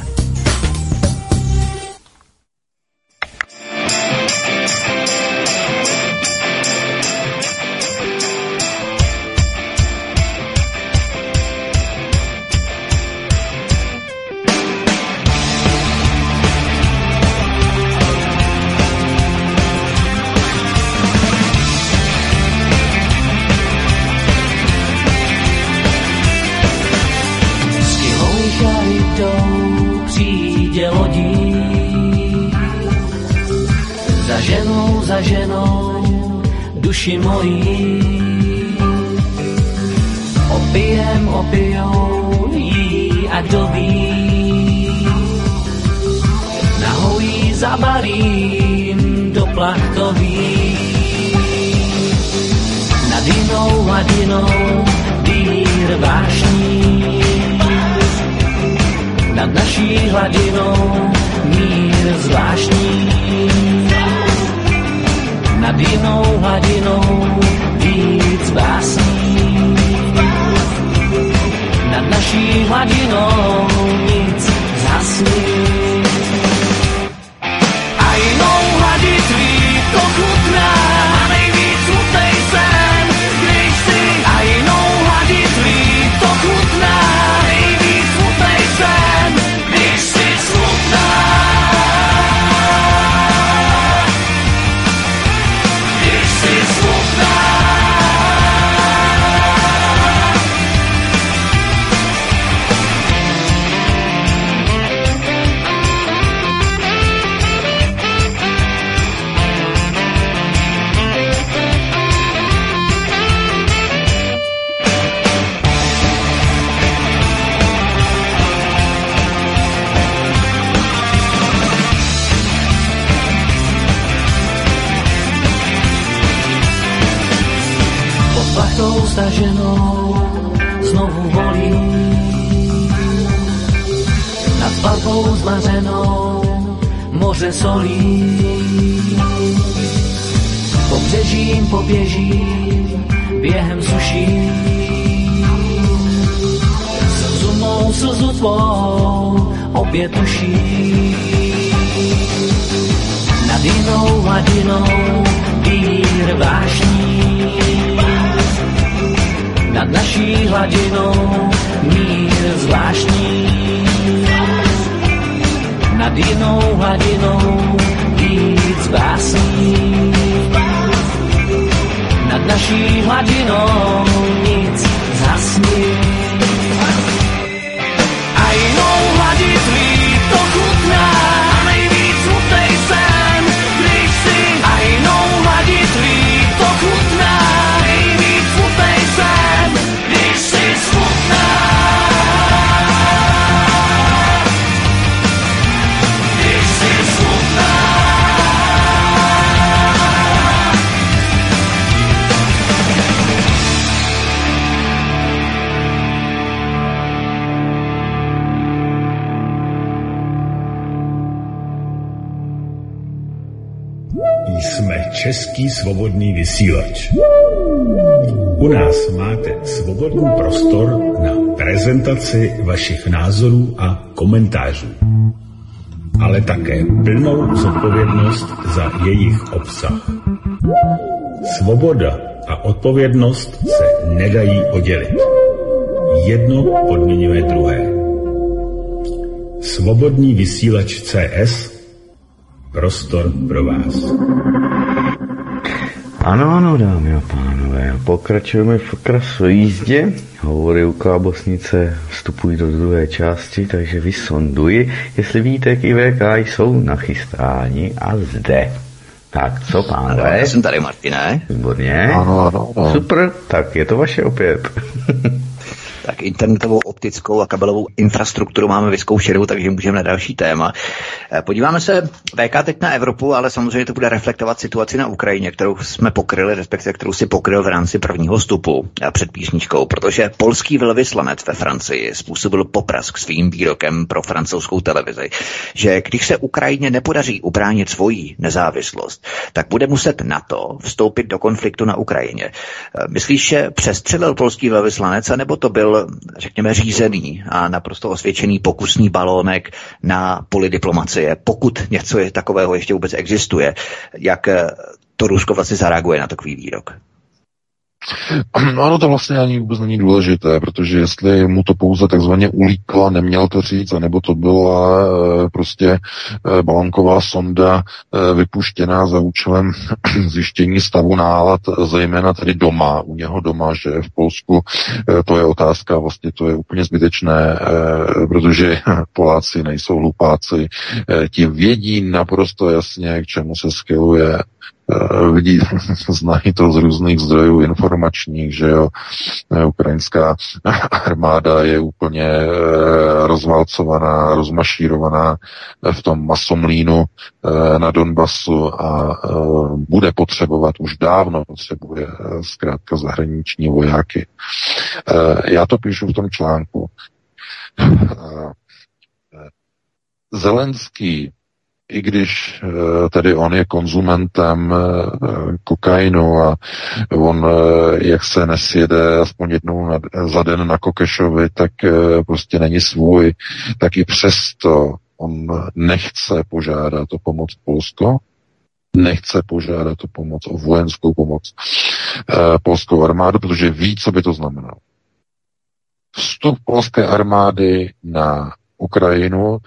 Za ženou duši mojí, opijem opijou jí a kdo ví, nahou jí zabalím do plachtový, nad jinou hladinou vír vášní, nad naší hladinou mír zvláštní. Nad jinou hladinou víc básní, nad naší hladinou nic zhasní. A jinou hladitví to chutná, a nejvíc smutnej sen, když si. A jinou hladitví to chutná, nejvíc smutnej sen, když si smutná. Staženou znovu volí, nad palbou zmařenou moře solí. Pobřežím poběžím během suší. Slzu mou, slzu tvou opět tuší. Nad jinou hladinou vír vášní. Nad naší hladinou mír zvláštní. Nad jinou hladinou víc básní. Nad naší hladinou nic zhasní. A jinou hladitví to chutná. A nejvíc smutnej sen, když si. A jinou hladitví to chutná. Nejvíc smutnej sen, když si smutná. Když si smutná. Jsme Český svobodný vysílač. U nás máte svobodný prostor na prezentaci vašich názorů a komentářů, ale také plnou zodpovědnost za jejich obsah. Svoboda a odpovědnost se nedají oddělit. Jedno podmiňuje druhé. Svobodný vysílač C S, prostor pro vás. Ano, ano, dámy a pánové, pokračujeme v krasové jízdě. Hovory u Bosnice vstupují do druhé části, takže vysonduji, jestli Vítek i V K jsou nachystáni a zde. Tak, co pánové? Ano, já jsem tady, Martine. Výborně. Ano, ano, ano. Super, tak je to vaše opět. Tak internetovou, optickou a kabelovou infrastrukturu máme vyzkoušenou, takže můžeme na další téma. Podíváme se V K teď na Evropu, ale samozřejmě to bude reflektovat situaci na Ukrajině, kterou jsme pokryli, respektive kterou si pokryl v rámci prvního vstupu před písničkou, protože polský velvyslanec ve Francii způsobil poprask svým výrokem pro francouzskou televizi, že když se Ukrajině nepodaří ubránit svoji nezávislost, tak bude muset NATO vstoupit do konfliktu na Ukrajině. Myslíš, že přestřelil polský velvyslanec, nebo to byl, řekněme, řízený a naprosto osvědčený pokusný balónek na poli diplomacie, pokud něco je takového ještě vůbec existuje? Jak to Rusko vlastně zareaguje na takový výrok? Ano, to vlastně ani vůbec není důležité, protože jestli mu to pouze takzvaně ulíkla, neměl to říct, anebo to byla e, prostě e, balonková sonda e, vypuštěná za účelem zjištění stavu nálad, zejména tedy doma, u něho doma, že v Polsku, e, to je otázka, vlastně to je úplně zbytečné, e, protože Poláci nejsou hlupáci, e, ti vědí naprosto jasně, k čemu se schyluje. Vidí, znají to z různých zdrojů informačních, že jo, ukrajinská armáda je úplně rozválcovaná, rozmašírovaná v tom masomlínu na Donbasu a bude potřebovat, už dávno potřebuje zkrátka zahraniční vojáky. Já to píšu v tom článku. Zelenský, i když tedy on je konzumentem kokainu a on, jak se nesjede aspoň jednou na, za den na Kokešovi, tak prostě není svůj, tak i přesto on nechce požádat o pomoc Polsko, nechce požádat o pomoc, o vojenskou pomoc polskou armádu, protože ví, co by to znamenalo. Vstup polské armády na Ukrajinu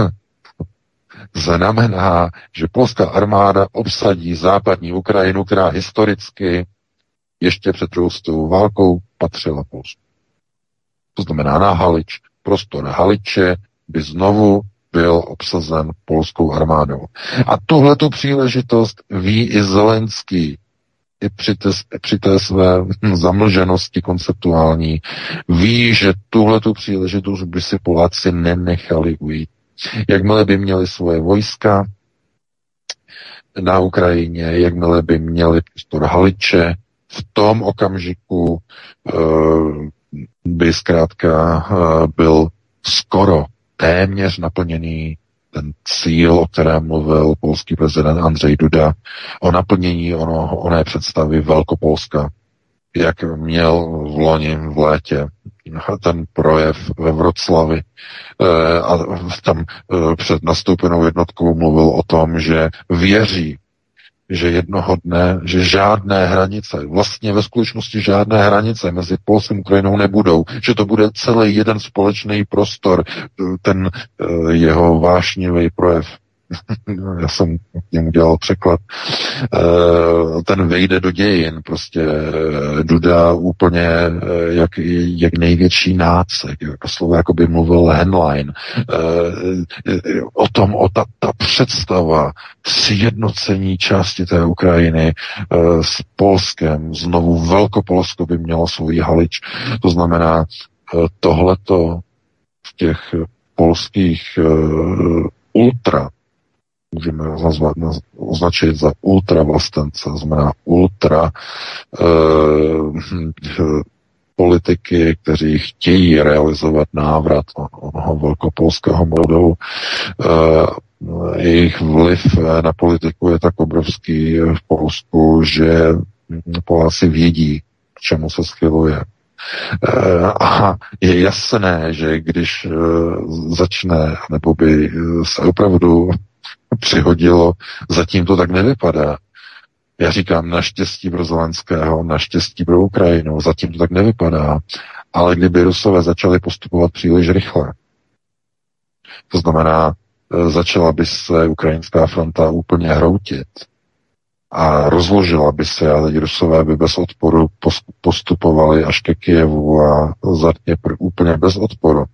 znamená, že polská armáda obsadí západní Ukrajinu, která historicky ještě před druhou světovou válkou patřila Polsku. To znamená na Halič, prostor Haliče by znovu byl obsazen polskou armádou. A tuhletu příležitost ví i Zelenský, i při té, při té své zamlženosti konceptuální, ví, že tuhletu příležitost by si Poláci nenechali ujít. Jakmile by měli svoje vojska na Ukrajině, jakmile by měli prostor Haliče, v tom okamžiku uh, by zkrátka uh, byl skoro téměř naplněný ten cíl, o kterém mluvil polský prezident Andrzej Duda, o naplnění ono, oné představy Velkopolska, jak měl v loni v létě ten projev ve Vroclavi a tam před nastoupenou jednotkou mluvil o tom, že věří, že jednoho dne, že žádné hranice, vlastně ve skutečnosti žádné hranice mezi Polskem a Ukrajinou nebudou, že to bude celý jeden společný prostor, ten jeho vášnivý projev. Já jsem k němu dělal překlad. Ten vejde do dějin. Prostě Duda úplně jak, jak největší nácek. Jako slovo jako by mluvil Henlein. O tom, o ta, ta představa sjednocení části té Ukrajiny s Polskem. Znovu Velkopolsko by mělo svůj halič. To znamená, tohleto v těch polských ultra můžeme nazvat, označit za ultravlastence, znamená ultra eh, politiky, kteří chtějí realizovat návrat onoho velkopolského modelu. Eh, jejich vliv na politiku je tak obrovský v Polsku, že Poláci vědí, k čemu se schyluje. A je jasné, že když začne, nebo by se opravdu přihodilo, zatím to tak nevypadá. Já říkám naštěstí pro Zelenského, naštěstí pro Ukrajinu, zatím to tak nevypadá, ale kdyby Rusové začali postupovat příliš rychle, to znamená, začala by se ukrajinská fronta úplně hroutit a rozložila by se a teď Rusové by bez odporu postupovali až ke Kyjevu a zatím úplně bez odporu,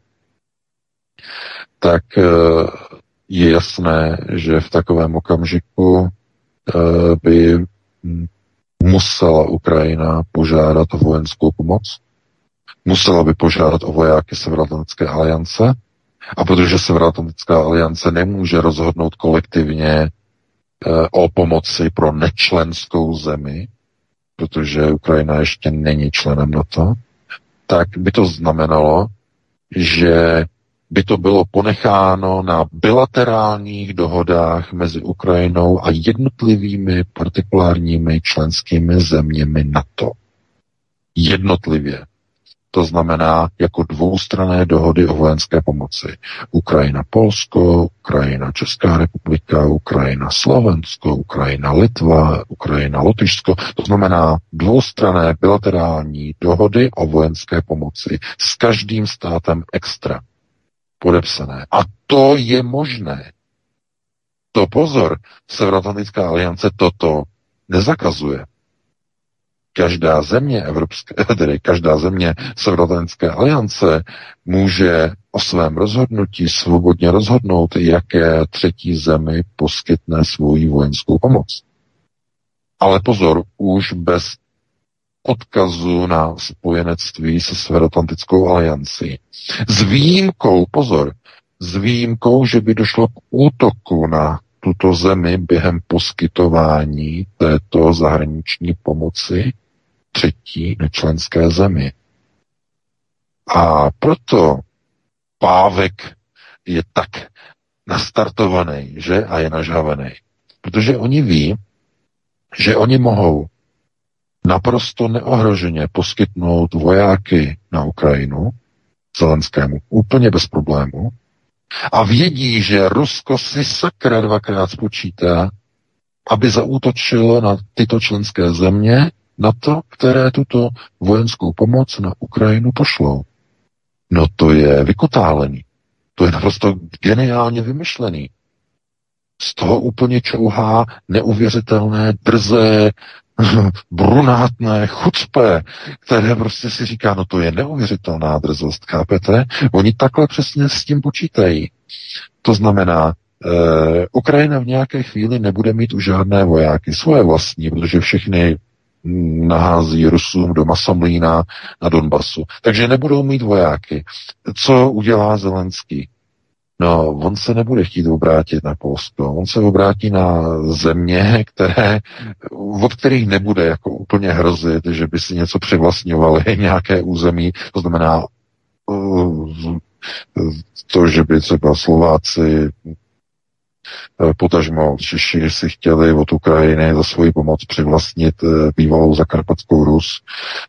tak je jasné, že v takovém okamžiku by musela Ukrajina požádat o vojenskou pomoc, musela by požádat o vojáky Severoatlantické aliance, a protože Severoatlantická aliance nemůže rozhodnout kolektivně o pomoci pro nečlenskou zemi, protože Ukrajina ještě není členem NATO, tak by to znamenalo, že by to bylo ponecháno na bilaterálních dohodách mezi Ukrajinou a jednotlivými partikulárními členskými zeměmi NATO. Jednotlivě. To znamená jako dvoustranné dohody o vojenské pomoci. Ukrajina-Polsko, Ukrajina-Česká republika, Ukrajina-Slovensko, Ukrajina-Litva, Ukrajina-Lotyšsko. To znamená dvoustranné bilaterální dohody o vojenské pomoci s každým státem extra podepsané. A to je možné. To pozor, Severoatlantická aliance toto nezakazuje. Každá země evropské, tedy každá země Severoatlantické aliance může o svém rozhodnutí svobodně rozhodnout, jaké třetí zemi poskytne svou vojenskou pomoc. Ale pozor, už bez odkazu na spojenectví se Severoatlantickou aliancí. S výjimkou, pozor, s výjimkou, že by došlo k útoku na tuto zemi během poskytování této zahraniční pomoci třetí nečlenské zemi. A proto Pávek je tak nastartovaný, že? A je nažhavený. Protože oni ví, že oni mohou naprosto neohroženě poskytnout vojáky na Ukrajinu Zelenskému úplně bez problému a vědí, že Rusko si sakra dvakrát spočítá, aby zaútočilo na tyto členské země, na to, které tuto vojenskou pomoc na Ukrajinu pošlou. No to je vykotálený. To je naprosto geniálně vymyšlený. Z toho úplně čouhá neuvěřitelné, drzé, brunátné chucpe, které prostě si říká, no to je neuvěřitelná drzost, chápete? Oni takhle přesně s tím počítají. To znamená, eh, Ukrajina v nějaké chvíli nebude mít už žádné vojáky, svoje vlastní, protože všechny nahází Rusům do Masomlína na Donbasu. Takže nebudou mít vojáky. Co udělá Zelenský? No, on se nebude chtít obrátit na Polsko. On se obrátí na země, které, od kterých nebude jako úplně hrozit, že by si něco přivlastňovali, nějaké území. To znamená to, že by třeba Slováci Potažmo Češi si chtěli od Ukrajiny za svoji pomoc přivlastnit bývalou Zakarpatskou Rus.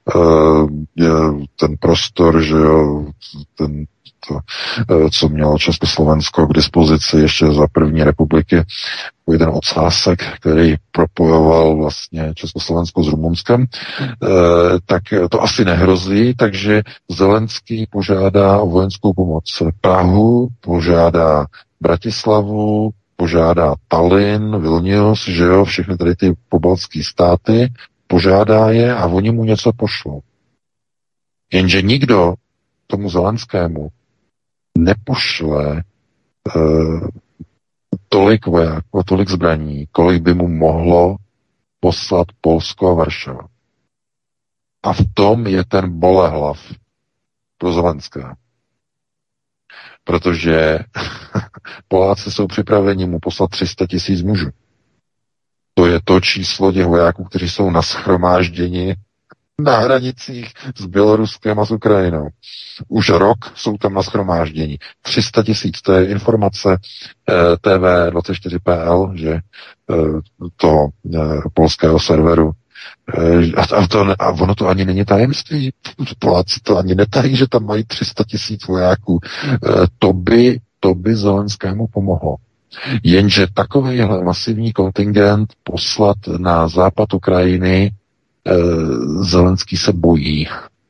Ten prostor, že jo, ten, to, co mělo Československo k dispozici ještě za první republiky, ten ocásek, který propojoval vlastně Československo s Rumunskem, tak to asi nehrozí, takže Zelenský požádá o vojenskou pomoc Prahu, požádá Bratislavu, požádá Tallinn, Vilnius, že jo, všechny tady ty pobaltské státy, požádá je a oni mu něco pošlou. Jenže nikdo tomu Zelenskému nepošle uh, tolik vojáků, tolik zbraní, kolik by mu mohlo poslat Polsko a Varšava. A v tom je ten bolehlav pro Zelenské. Protože Poláci jsou připraveni mu poslat tři sta tisíc mužů. To je to číslo těch vojáků, kteří jsou nashromážděni na hranicích s Běloruskem a s Ukrajinou. Už rok jsou tam nashromážděni. tři sta tisíc, to je informace eh, T V dvacet čtyři P L, že eh, toho eh, polského serveru. Eh, a, a, to, a ono to ani není tajemství. Poláci to ani netají, že tam mají tři sta tisíc vojáků. Eh, to by, to by Zelenskému pomohlo. Jenže takovýhle masivní kontingent poslat na západ Ukrajiny Zelenský se bojí,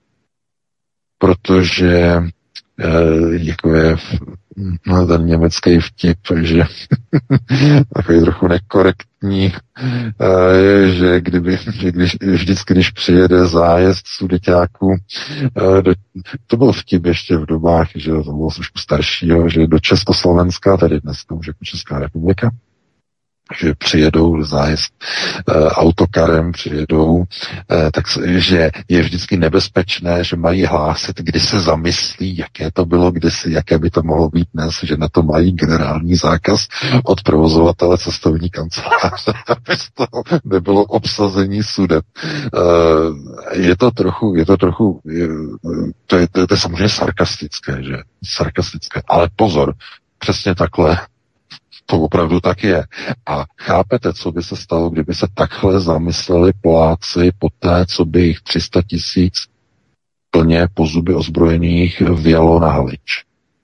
protože jako je no, ten německý vtip, že takový trochu nekorektní, že kdyby, že když, vždycky, když přijede zájezd sudeťáků, to byl vtip ještě v dobách, že to bylo trošku staršího, že do Československa, tady dneska už jako Česká republika, že přijedou zájezd e, autokarem, přijedou, e, takže je vždycky nebezpečné, že mají hlásit, kdy se zamyslí, jaké to bylo kdysi, jaké by to mohlo být dnes, že na to mají generální zákaz od provozovatele cestovní kanceláře, aby z toho nebylo obsazení sudeb. E, je to trochu, je to trochu, je, to, je, to, je, to je samozřejmě sarkastické, že? Sarkastické, ale pozor, přesně takhle to opravdu tak je. A chápete, co by se stalo, kdyby se takhle zamysleli Poláci po té, co by jich tři sta tisíc plně po zuby ozbrojených vjelo na Halič.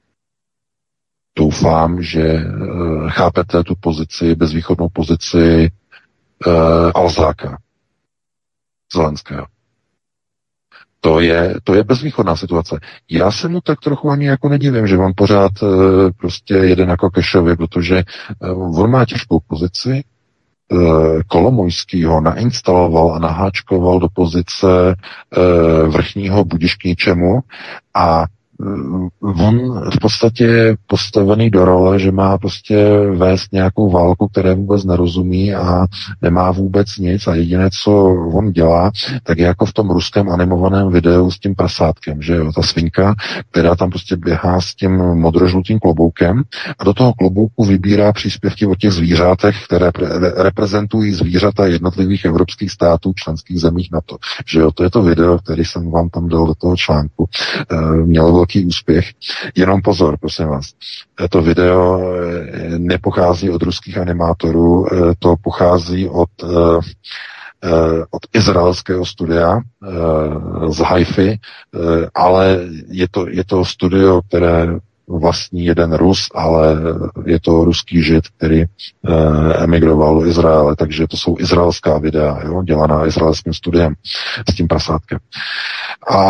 Doufám, že uh, chápete tu pozici, bezvýchodnou pozici uh, Alzáka Zelenského. To je, to je bezvýchodná situace. Já se mu tak trochu ani jako nedivím, že on pořád e, prostě jede na Kokešovi, protože e, on má těžkou pozici. E, Kolomojský ho nainstaloval a naháčkoval do pozice e, vrchního budiš k ničemu a on v podstatě je postavený do role, že má prostě vést nějakou válku, které vůbec nerozumí a nemá vůbec nic a jediné, co on dělá, tak je jako v tom ruském animovaném videu s tím prasátkem, že jo, ta svinka, která tam prostě běhá s tím modrožlutým kloboukem a do toho klobouku vybírá příspěvky o těch zvířátech, které pre- reprezentují zvířata jednotlivých evropských států, členských zemích NATO. Že jo, to je to video, který jsem vám tam dal do toho článku. E, mělo velký úspěch. Jenom pozor, prosím vás. To video nepochází od ruských animátorů, to pochází od, od izraelského studia z Haify, ale je to, je to studio, které vlastní jeden Rus, ale je to ruský žid, který emigroval do Izraele, takže to jsou izraelská videa, jo, dělaná izraelským studiem s tím prasátkem. A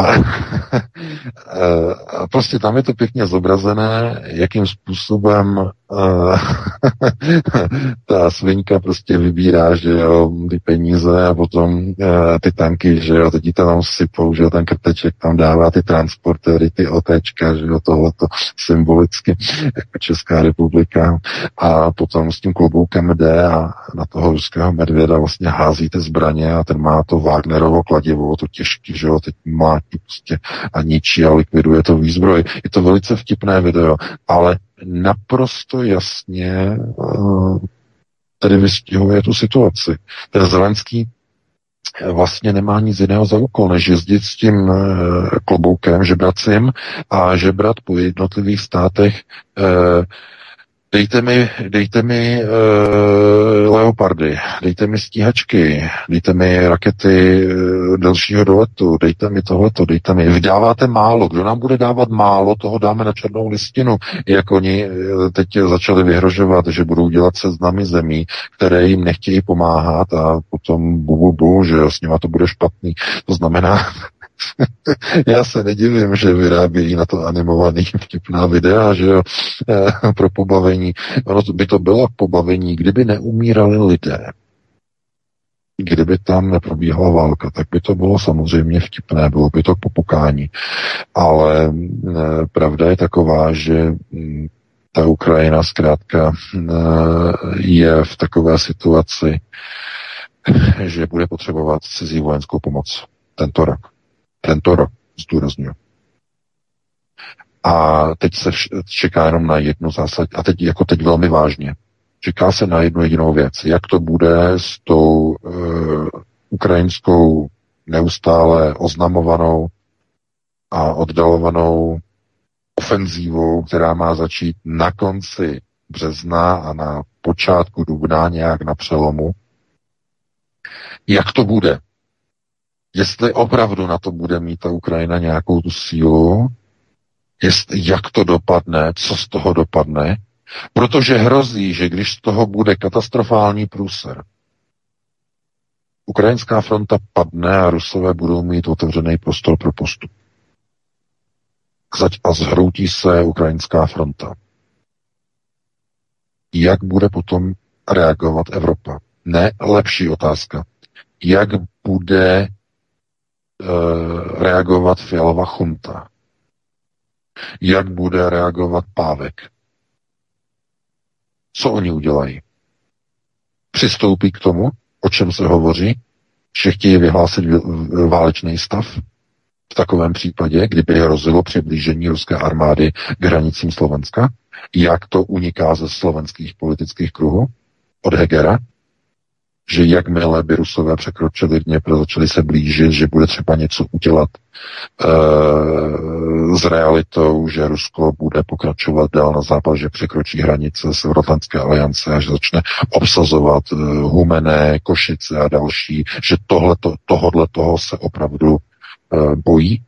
prostě tam je to pěkně zobrazené, jakým způsobem uh, ta svinka prostě vybírá, že jo, ty peníze a potom uh, ty tanky, že jo, teď to tam sypou, že jo, ten krteček tam dává ty transportéry, ty otéčka, že jo, tohleto symbolicky, jako Česká republika a potom s tím kloboukem jde a na toho ruského medvěda vlastně hází ty zbraně a ten má to Wagnerovo kladivo, to těžký, že jo, teď mlátí prostě a ničí a likviduje to výzbroj. Je to velice vtipné video, ale naprosto jasně uh, tady vystihuje tu situaci. Ten Zelenský vlastně nemá nic jiného za úkol, než jezdit s tím uh, kloboukem žebracím a žebrat po jednotlivých státech uh, Dejte mi, dejte mi uh, leopardy, dejte mi stíhačky, dejte mi rakety uh, delšího doletu, dejte mi tohleto, dejte mi. Vy dáváte málo, kdo nám bude dávat málo, toho dáme na černou listinu. Jak oni uh, teď začali vyhrožovat, že budou dělat seznamy zemí, které jim nechtějí pomáhat a potom bu, bu, bu, že s nima to bude špatný. To znamená, já se nedivím, že vyrábějí na to animovaný vtipná videa, že jo, e, pro pobavení. Ono by to bylo k pobavení, kdyby neumírali lidé. Kdyby tam neprobíhala válka, tak by to bylo samozřejmě vtipné, bylo by to k popukání. Ale e, pravda je taková, že m, ta Ukrajina zkrátka e, je v takové situaci, že bude potřebovat cizí vojenskou pomoc tento rok. Tento rok, zdůrazňuji. A teď se vš- čeká jenom na jednu zásad, a teď jako teď velmi vážně. Čeká se na jednu jedinou věc. Jak to bude s tou uh, ukrajinskou neustále oznamovanou a oddalovanou ofenzívou, která má začít na konci března a na počátku dubna, nějak na přelomu. Jak to bude? Jestli opravdu na to bude mít ta Ukrajina nějakou tu sílu, jestli, jak to dopadne, co z toho dopadne, protože hrozí, že když z toho bude katastrofální průser, ukrajinská fronta padne a Rusové budou mít otevřený prostor pro postup. A zhroutí se ukrajinská fronta. Jak bude potom reagovat Evropa? Ne, lepší otázka. Jak bude reagovat Fialova chunta? Jak bude reagovat Pávek? Co oni udělají? Přistoupí k tomu, o čem se hovoří, že chtějí vyhlásit válečný stav? V takovém případě, kdyby hrozilo přiblížení ruské armády k hranicím Slovenska, jak to uniká ze slovenských politických kruhů od Hegera, že jakmile by Rusové překročili Dněpr, začali se blížit, že bude třeba něco udělat e, s realitou, že Rusko bude pokračovat dál na západ, že překročí hranice Severoatlantické aliance a že začne obsazovat e, Humenné, Košice a další, že tohleto, tohodle toho se opravdu e, bojí.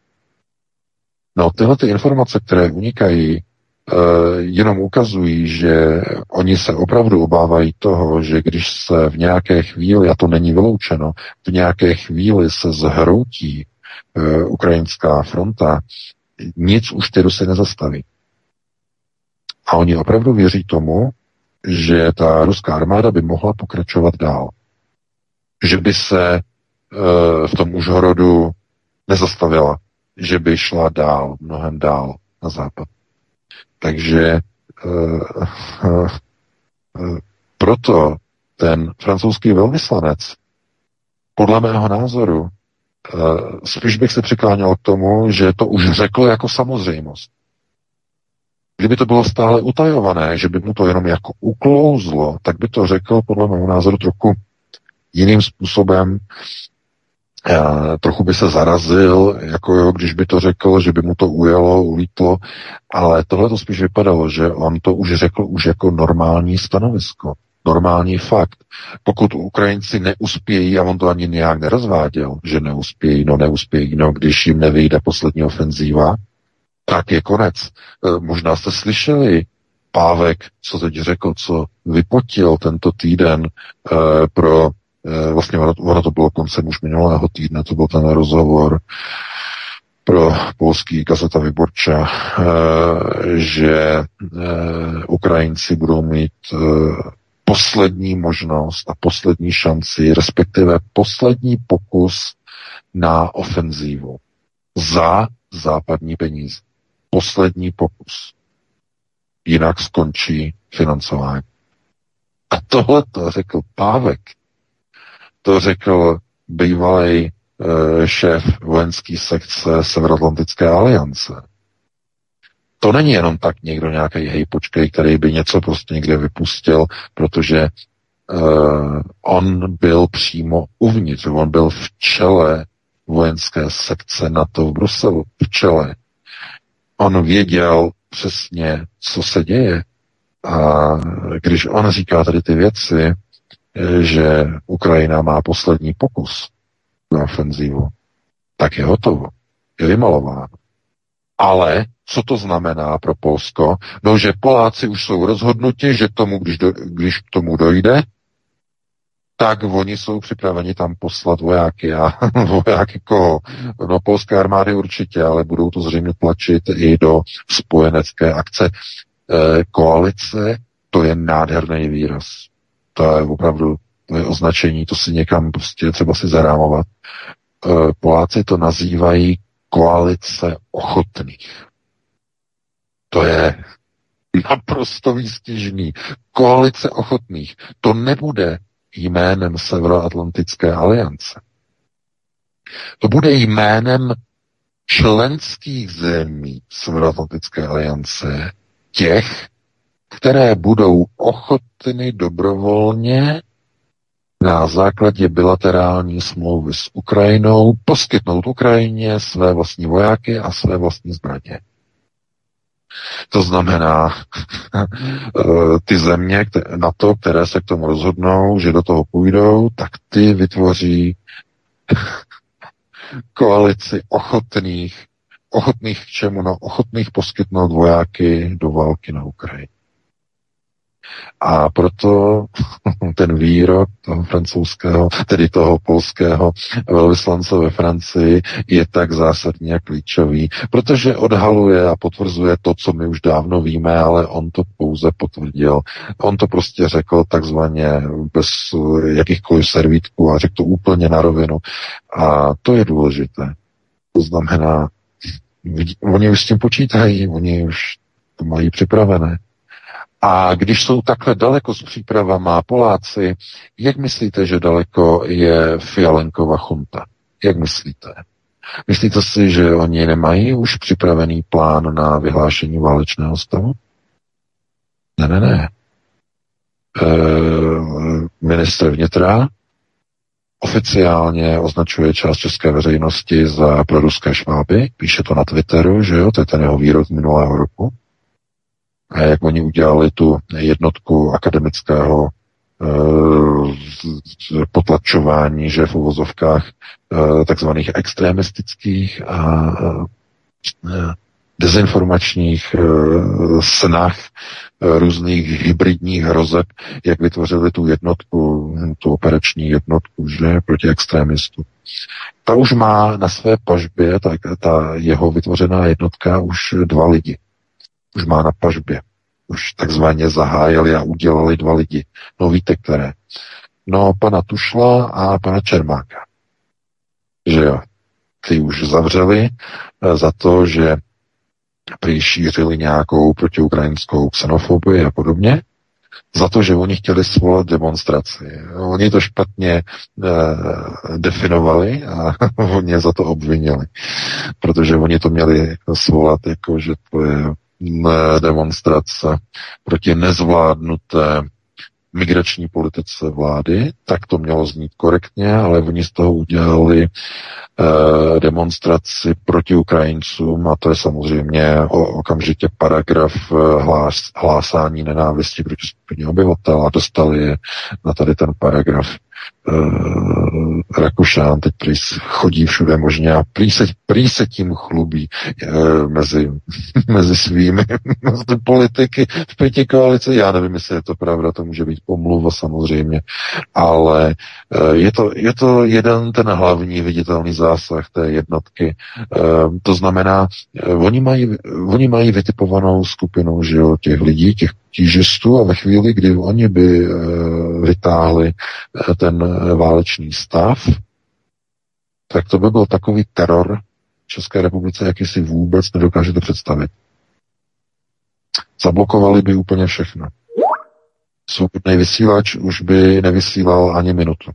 No tyhle ty informace, které unikají, jenom ukazují, že oni se opravdu obávají toho, že když se v nějaké chvíli, a to není vyloučeno, v nějaké chvíli se zhroutí uh, ukrajinská fronta, nic už ty Rusy nezastaví. A oni opravdu věří tomu, že ta ruská armáda by mohla pokračovat dál. Že by se uh, v tom Užhorodu nezastavila, že by šla dál, mnohem dál na západ. Takže uh, uh, uh, proto ten francouzský velvyslanec, podle mého názoru, uh, spíš bych se přikláněl k tomu, že to už řekl jako samozřejmost. Kdyby to bylo stále utajované, že by mu to jenom jako uklouzlo, tak by to řekl podle mého názoru trochu jiným způsobem. Uh, trochu by se zarazil, jako jo, když by to řekl, že by mu to ujelo, ulítlo, ale tohle to spíš vypadalo, že on to už řekl už jako normální stanovisko, normální fakt. Pokud Ukrajinci neuspějí, a on to ani nějak nerozváděl, že neuspějí, no neuspějí, no když jim nevyjde poslední ofenzíva, tak je konec. Uh, možná jste slyšeli Pávek, co teď řekl, co vypotil tento týden uh, pro Vlastně ono to bylo koncem už minulého týdne, to byl ten rozhovor pro polský Gazeta Wyborcza, že Ukrajinci budou mít poslední možnost a poslední šanci, respektive poslední pokus na ofenzívu za západní peníze. Poslední pokus. Jinak skončí financování. A tohle to řekl Pávek. To řekl bývalý e, šéf vojenský sekce Severoatlantické aliance. To není jenom tak někdo nějaký hej počkej, který by něco prostě někde vypustil, protože e, on byl přímo uvnitř, on byl v čele vojenské sekce NATO v Bruselu, v čele. On věděl přesně, co se děje. A když on říká tady ty věci, že Ukrajina má poslední pokus na ofenzívu, tak je hotovo. Je vymalováno. Ale co to znamená pro Polsko? No, že Poláci už jsou rozhodnuti, že k tomu, když, do, když k tomu dojde, tak oni jsou připraveni tam poslat vojáky. A vojáky koho? No, polské armády určitě, ale budou to zřejmě tlačit i do spojenecké akce. E, koalice, to je nádherný výraz. To je opravdu to je označení, to si někam prostě třeba si zarámovat. E, Poláci to nazývají koalice ochotných. To je naprosto výstižný. Koalice ochotných. To nebude jménem Severoatlantické aliance. To bude jménem členských zemí Severoatlantické aliance, těch, které budou ochotny dobrovolně na základě bilaterální smlouvy s Ukrajinou poskytnout Ukrajině své vlastní vojáky a své vlastní zbraně. To znamená, ty země na to, které se k tomu rozhodnou, že do toho půjdou, tak ty vytvoří koalici ochotných, ochotných k čemu? No, ochotných poskytnout vojáky do války na Ukrajině. A proto ten výrok toho francouzského, tedy toho polského velvyslance ve Francii je tak zásadní a klíčový, protože odhaluje a potvrzuje to, co my už dávno víme, ale on to pouze potvrdil. On to prostě řekl takzvaně bez jakýchkoliv servítků a řekl to úplně na rovinu. A to je důležité. To znamená, oni už s tím počítají, oni už to mají připravené. A když jsou takhle daleko s přípravama Poláci, jak myslíte, že daleko je Fialenkova chunta? Jak myslíte? Myslíte si, že oni nemají už připravený plán na vyhlášení válečného stavu? Ne, ne, ne. E, ministr vnitra oficiálně označuje část české veřejnosti za proruské šváby, píše to na Twitteru, že jo, to je ten jeho výrok minulého roku. A jak oni udělali tu jednotku akademického e, potlačování, že v uvozovkách e, takzvaných extremistických a e, dezinformačních e, snah e, různých hybridních hrozeb, jak vytvořili tu jednotku, tu operační jednotku, že, proti extremistům. Ta už má na své pažbě, ta, ta jeho vytvořená jednotka, už dva lidi. Už má na pažbě. Už takzvaně zahájili a udělali dva lidi. No víte, které? No, pana Tušla a pana Čermáka. Že jo. Ty už zavřeli za to, že prý šířili nějakou protiukrajinskou xenofobii a podobně. Za to, že oni chtěli svolat demonstraci. Oni to špatně e, definovali a oni za to obvinili. Protože oni to měli svolat jako, že to je demonstrace proti nezvládnuté migrační politice vlády, tak to mělo znít korektně, ale oni z toho udělali eh, demonstraci proti Ukrajincům a to je samozřejmě o, okamžitě paragraf eh, hlás, hlásání nenávisti proti skupině obyvatel a dostali je na tady ten paragraf. Uh, Rakušan teď prý chodí všude možně a prý se, prý se tím chlubí uh, mezi, mezi svými mezi politiky v pěti koalici. Já nevím, jestli je to pravda, to může být pomluva samozřejmě, ale uh, je, to, je to jeden ten hlavní viditelný zásah té jednotky. Uh, to znamená, uh, oni, mají, oni mají vytipovanou skupinu, že jo, těch lidí, těch tížistů a ve chvíli, kdy oni by uh, vytáhli uh, ten válečný stav, tak to by byl takový teror v České republice, jaký si vůbec nedokážete představit. Zablokovali by úplně všechno. Svobodný vysílač už by nevysílal ani minutu.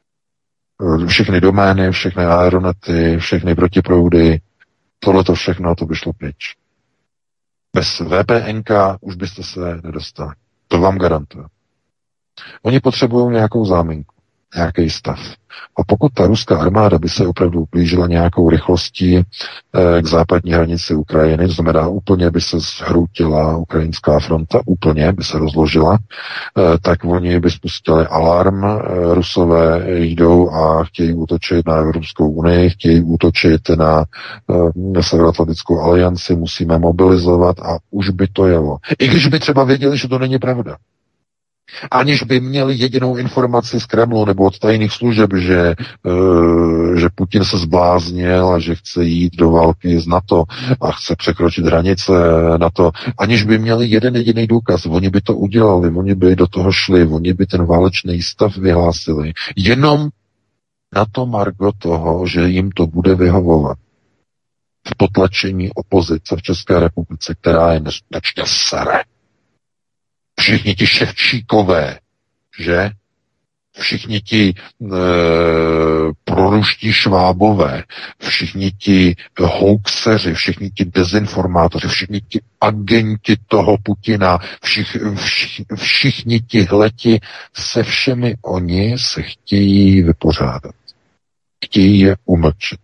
Všechny domény, všechny aeronety, všechny protiproudy, tohleto všechno, to by šlo pryč. Bez V P N ka už byste se nedostali. To vám garantuju. Oni potřebují nějakou záminku. nějaký stav. A pokud ta ruská armáda by se opravdu blížila nějakou rychlostí eh, k západní hranici Ukrajiny, to znamená úplně by se zhroutila ukrajinská fronta, úplně by se rozložila, eh, tak oni by spustili alarm, eh, Rusové jdou a chtějí útočit na Evropskou unii, chtějí útočit na eh, Severoatlantickou alianci, musíme mobilizovat a už by to jelo. I když by třeba věděli, že to není pravda. Aniž by měli jedinou informaci z Kremlu nebo od tajných služeb, že, uh, že Putin se zbláznil a že chce jít do války z NATO a chce překročit hranice NATO, aniž by měli jeden jediný důkaz, oni by to udělali, oni by do toho šli, oni by ten válečný stav vyhlásili. Jenom na to margo toho, že jim to bude vyhovovat. V potlačení opozice v České republice, která je neskutečně sere. Všichni ti Ševčíkové, že? Všichni ti e, proruští Švábové, všichni ti hoaxeři, všichni ti dezinformátoři, všichni ti agenti toho Putina, všich, všich, všichni tihleti, se všemi oni se chtějí vypořádat. Chtějí je umlčet.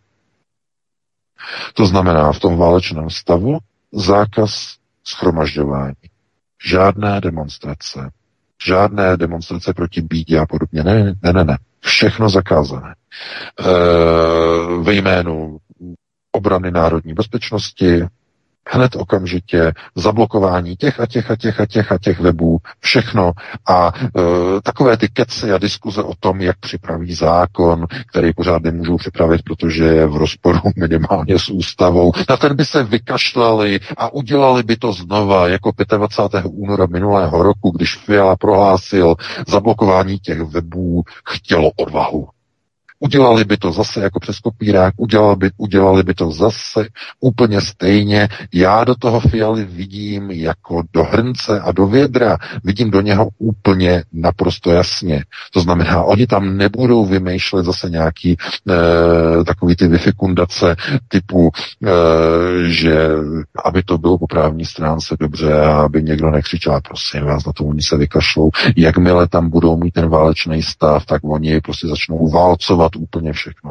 To znamená v tom válečném stavu zákaz shromažďování. Žádné demonstrace, žádné demonstrace proti bídě a podobně. Ne, ne, ne, ne. Všechno zakázané. E, ve jménu obrany národní bezpečnosti, hned okamžitě zablokování těch a těch a těch a těch a těch webů, všechno a e, takové ty keci a diskuze o tom, jak připraví zákon, který pořád nemůžou připravit, protože je v rozporu minimálně s ústavou. Na ten by se vykašlali a udělali by to znova jako dvacátého pátého února minulého roku, když Fiala prohlásil zablokování těch webů chtělo odvahu. Udělali by to zase jako přes kopírák, udělali by, udělali by to zase úplně stejně. Já do toho Fialy vidím jako do hrnce a do vědra. Vidím do něho úplně naprosto jasně. To znamená, oni tam nebudou vymýšlet zase nějaký e, takový ty vyfikundace typu, e, že aby to bylo po právní stránce dobře a aby někdo nekřičel, prosím vás, na to oni se vykašlou. Jakmile tam budou mít ten válečný stav, tak oni prostě začnou válcovat úplně všechno.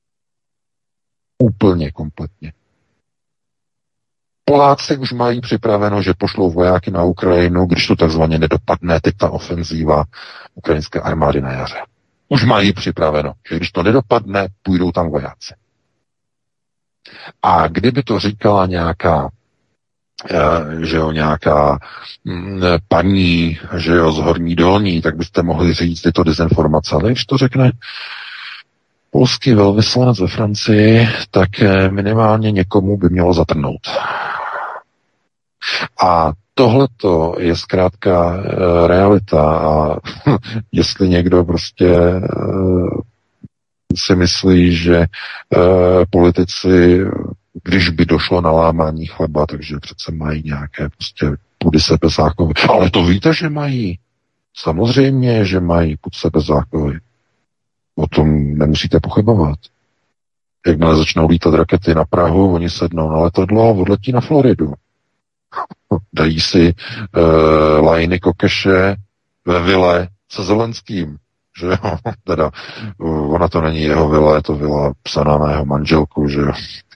Úplně kompletně. Poláci už mají připraveno, že pošlou vojáky na Ukrajinu, když to takzvaně nedopadne, teď ta ofenzíva ukrajinské armády na jaře. Už mají připraveno, že když to nedopadne, půjdou tam vojáci. A kdyby to říkala nějaká že jo, nějaká paní, že jo, z Horní Dolní, tak byste mohli říct tyto dezinformace, ale když to řekne polský velvyslanec ve Francii, tak minimálně někomu by mělo zatrnout. A tohleto je zkrátka realita a jestli někdo prostě si myslí, že politici, když by došlo na lámání chleba, takže přece mají nějaké prostě pudy sebezáchovy. Ale to víte, že mají. Samozřejmě, že mají pud sebezáchovy. O tom nemusíte pochybovat. Jakmile začnou lítat rakety na Prahu, oni sednou na letadlo a odletí na Floridu. Dají si uh, lajny kokeše ve vile se Zelenským. Že jo? Teda, uh, ona to není jeho vila, je to vila psaná na jeho manželku, že jo?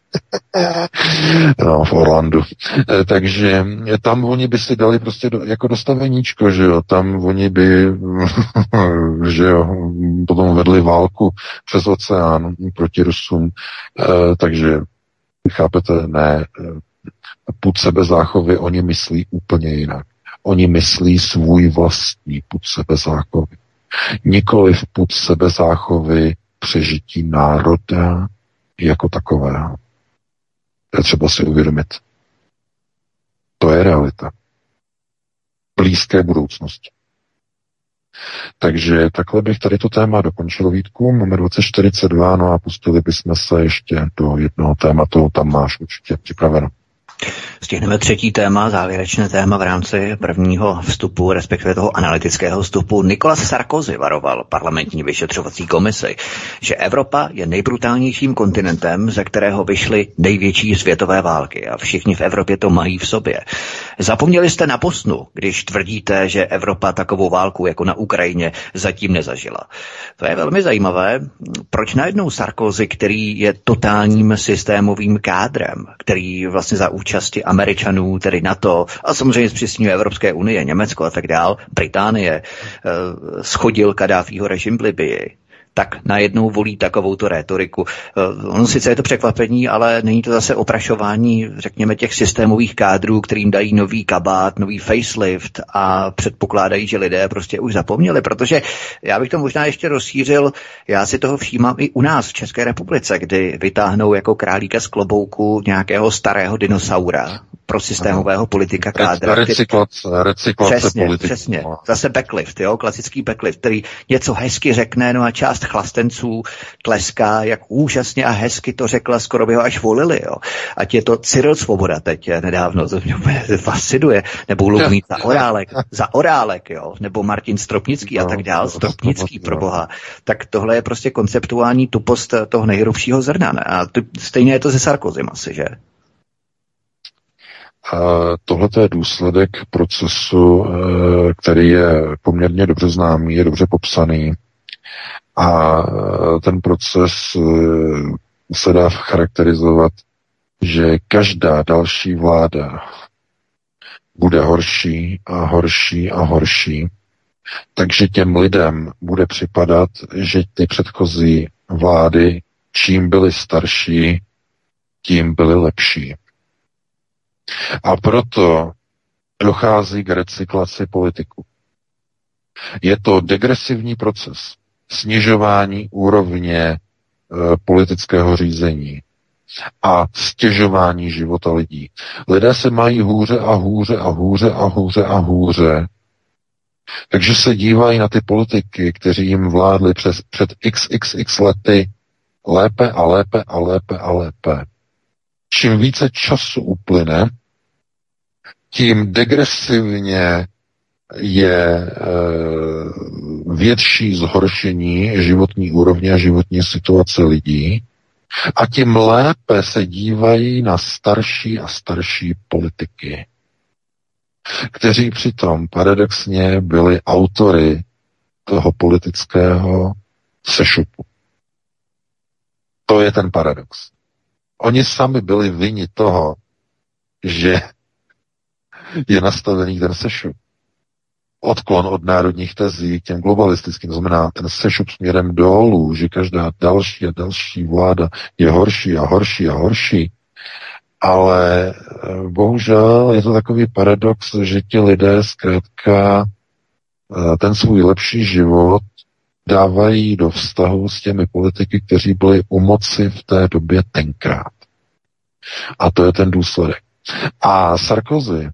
No, v Orlandu. E, takže tam oni by si dali prostě do, jako dostaveníčko, že jo, tam oni by že jo, potom vedli válku přes oceán proti Rusům, e, takže chápete, ne, pud sebezáchovy oni myslí úplně jinak. Oni myslí svůj vlastní pud sebezáchovy. Nikoliv pud sebezáchovy přežití národa jako takového. Je třeba si uvědomit. To je realita. Blízké budoucnosti. Takže takhle bych tady to téma dokončil, Vítku. Máme dvacet čtyřicet dva, no a pustili bychom se ještě do jednoho tématu. Tam máš určitě připraveno. Stihneme třetí téma, závěrečné téma v rámci prvního vstupu, respektive toho analytického vstupu. Nicolas Sarkozy varoval parlamentní vyšetřovací komisi, že Evropa je nejbrutálnějším kontinentem, ze kterého vyšly největší světové války a všichni v Evropě to mají v sobě. Zapomněli jste na Bosnu, když tvrdíte, že Evropa takovou válku jako na Ukrajině zatím nezažila. To je velmi zajímavé. Proč najednou Sarkozy, který je totálním systémovým kádrem, který vlastně za účasti Američanů, tedy NATO a samozřejmě zpřísňuje Evropské unie, Německo a tak dál, Británie, schodil Kaddáfího režim v Libyi, tak najednou volí takovouto rétoriku. Ono sice je to překvapení, ale není to zase oprašování, řekněme, těch systémových kádrů, kterým dají nový kabát, nový facelift a předpokládají, že lidé prostě už zapomněli, protože já bych to možná ještě rozšířil, já si toho všímám i u nás v České republice, kdy vytáhnou jako králíka z klobouku nějakého starého dinosaura, pro systémového politika kádra. Recyklace, recyklace přesně, politiků. Přesně, zase backlift, jo, klasický backlift, který něco hezky řekne, no a část chlastenců tleská, jak úžasně a hezky to řekla, skoro by ho až volili, jo. Ať je to Cyril Svoboda teď nedávno, to mě úplně fascinuje, nebo Lubomír Zaorálek, Zaorálek, jo, nebo Martin Stropnický a tak dál, Stropnický pro boha. Tak tohle je prostě konceptuální tupost toho nejhrubšího zrna, ne? A to, stejně je to se Sarkozym asi, že? Tohle je důsledek procesu, který je poměrně dobře známý, je dobře popsaný a ten proces se dá charakterizovat, že každá další vláda bude horší a horší a horší, takže těm lidem bude připadat, že ty předchozí vlády, čím byly starší, tím byly lepší. A proto dochází k recyklaci politiků. Je to degresivní proces, snižování úrovně e, politického řízení a stěžování života lidí. Lidé se mají hůře a hůře a hůře a hůře a hůře, takže se dívají na ty politiky, kteří jim vládli přes, před x x x lety lépe a lépe a lépe a lépe. Čím více času uplyne, tím degresivně je e, větší zhoršení životní úrovně a životní situace lidí a tím lépe se dívají na starší a starší politiky, kteří přitom paradoxně byli autory toho politického sešupu. To je ten paradox. Oni sami byli vinni toho, že je nastavený ten sešup. Odklon od národních tezí k těm globalistickým, znamená ten sešup směrem dolů, že každá další a další vláda je horší a horší a horší. Ale bohužel je to takový paradox, že ti lidé zkrátka ten svůj lepší život dávají do vztahu s těmi politiky, kteří byli u moci v té době tenkrát. A to je ten důsledek. A Sarkozy,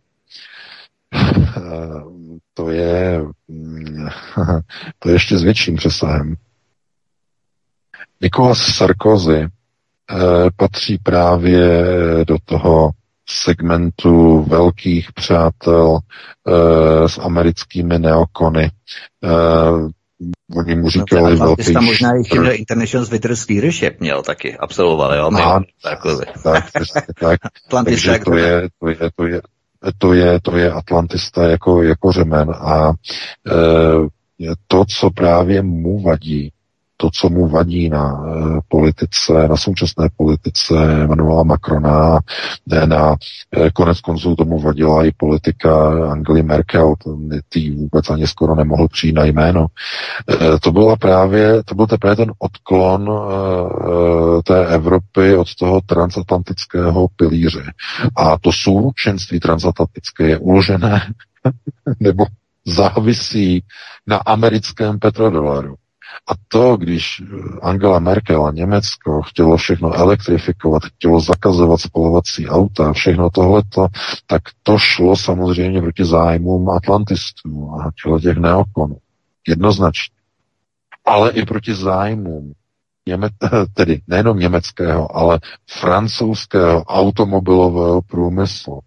to je, to je ještě s větším přesahem. Nicolas Sarkozy patří právě do toho segmentu velkých přátel s americkými neokony. Oni mu říkali no, velký... Tam možná ještě International Writers Leadership měl taky, absolvoval, jo? No, tak, tak, tak. Takže to je, to je, to je, to je, to je atlantista jako, jako řemen a e, to, co právě mu vadí, to, co mu vadí na e, politice, na současné politice Emmanuela Macrona, ne, na e, konec konců tomu vadila i politika Angely Merkel, ty vůbec ani skoro nemohl přijít na jméno. E, to byla právě, to byl teprve ten odklon e, té Evropy od toho transatlantického pilíře. A to souručenství transatlantické je uložené nebo závisí na americkém petrodolaru. A to, když Angela Merkel a Německo chtělo všechno elektrifikovat, chtělo zakazovat spalovací auta, všechno tohleto, tak to šlo samozřejmě proti zájmům atlantistů a těch neokonů. Jednoznačně. Ale i proti zájmům Něme, tedy nejenom německého, ale francouzského automobilového průmyslu.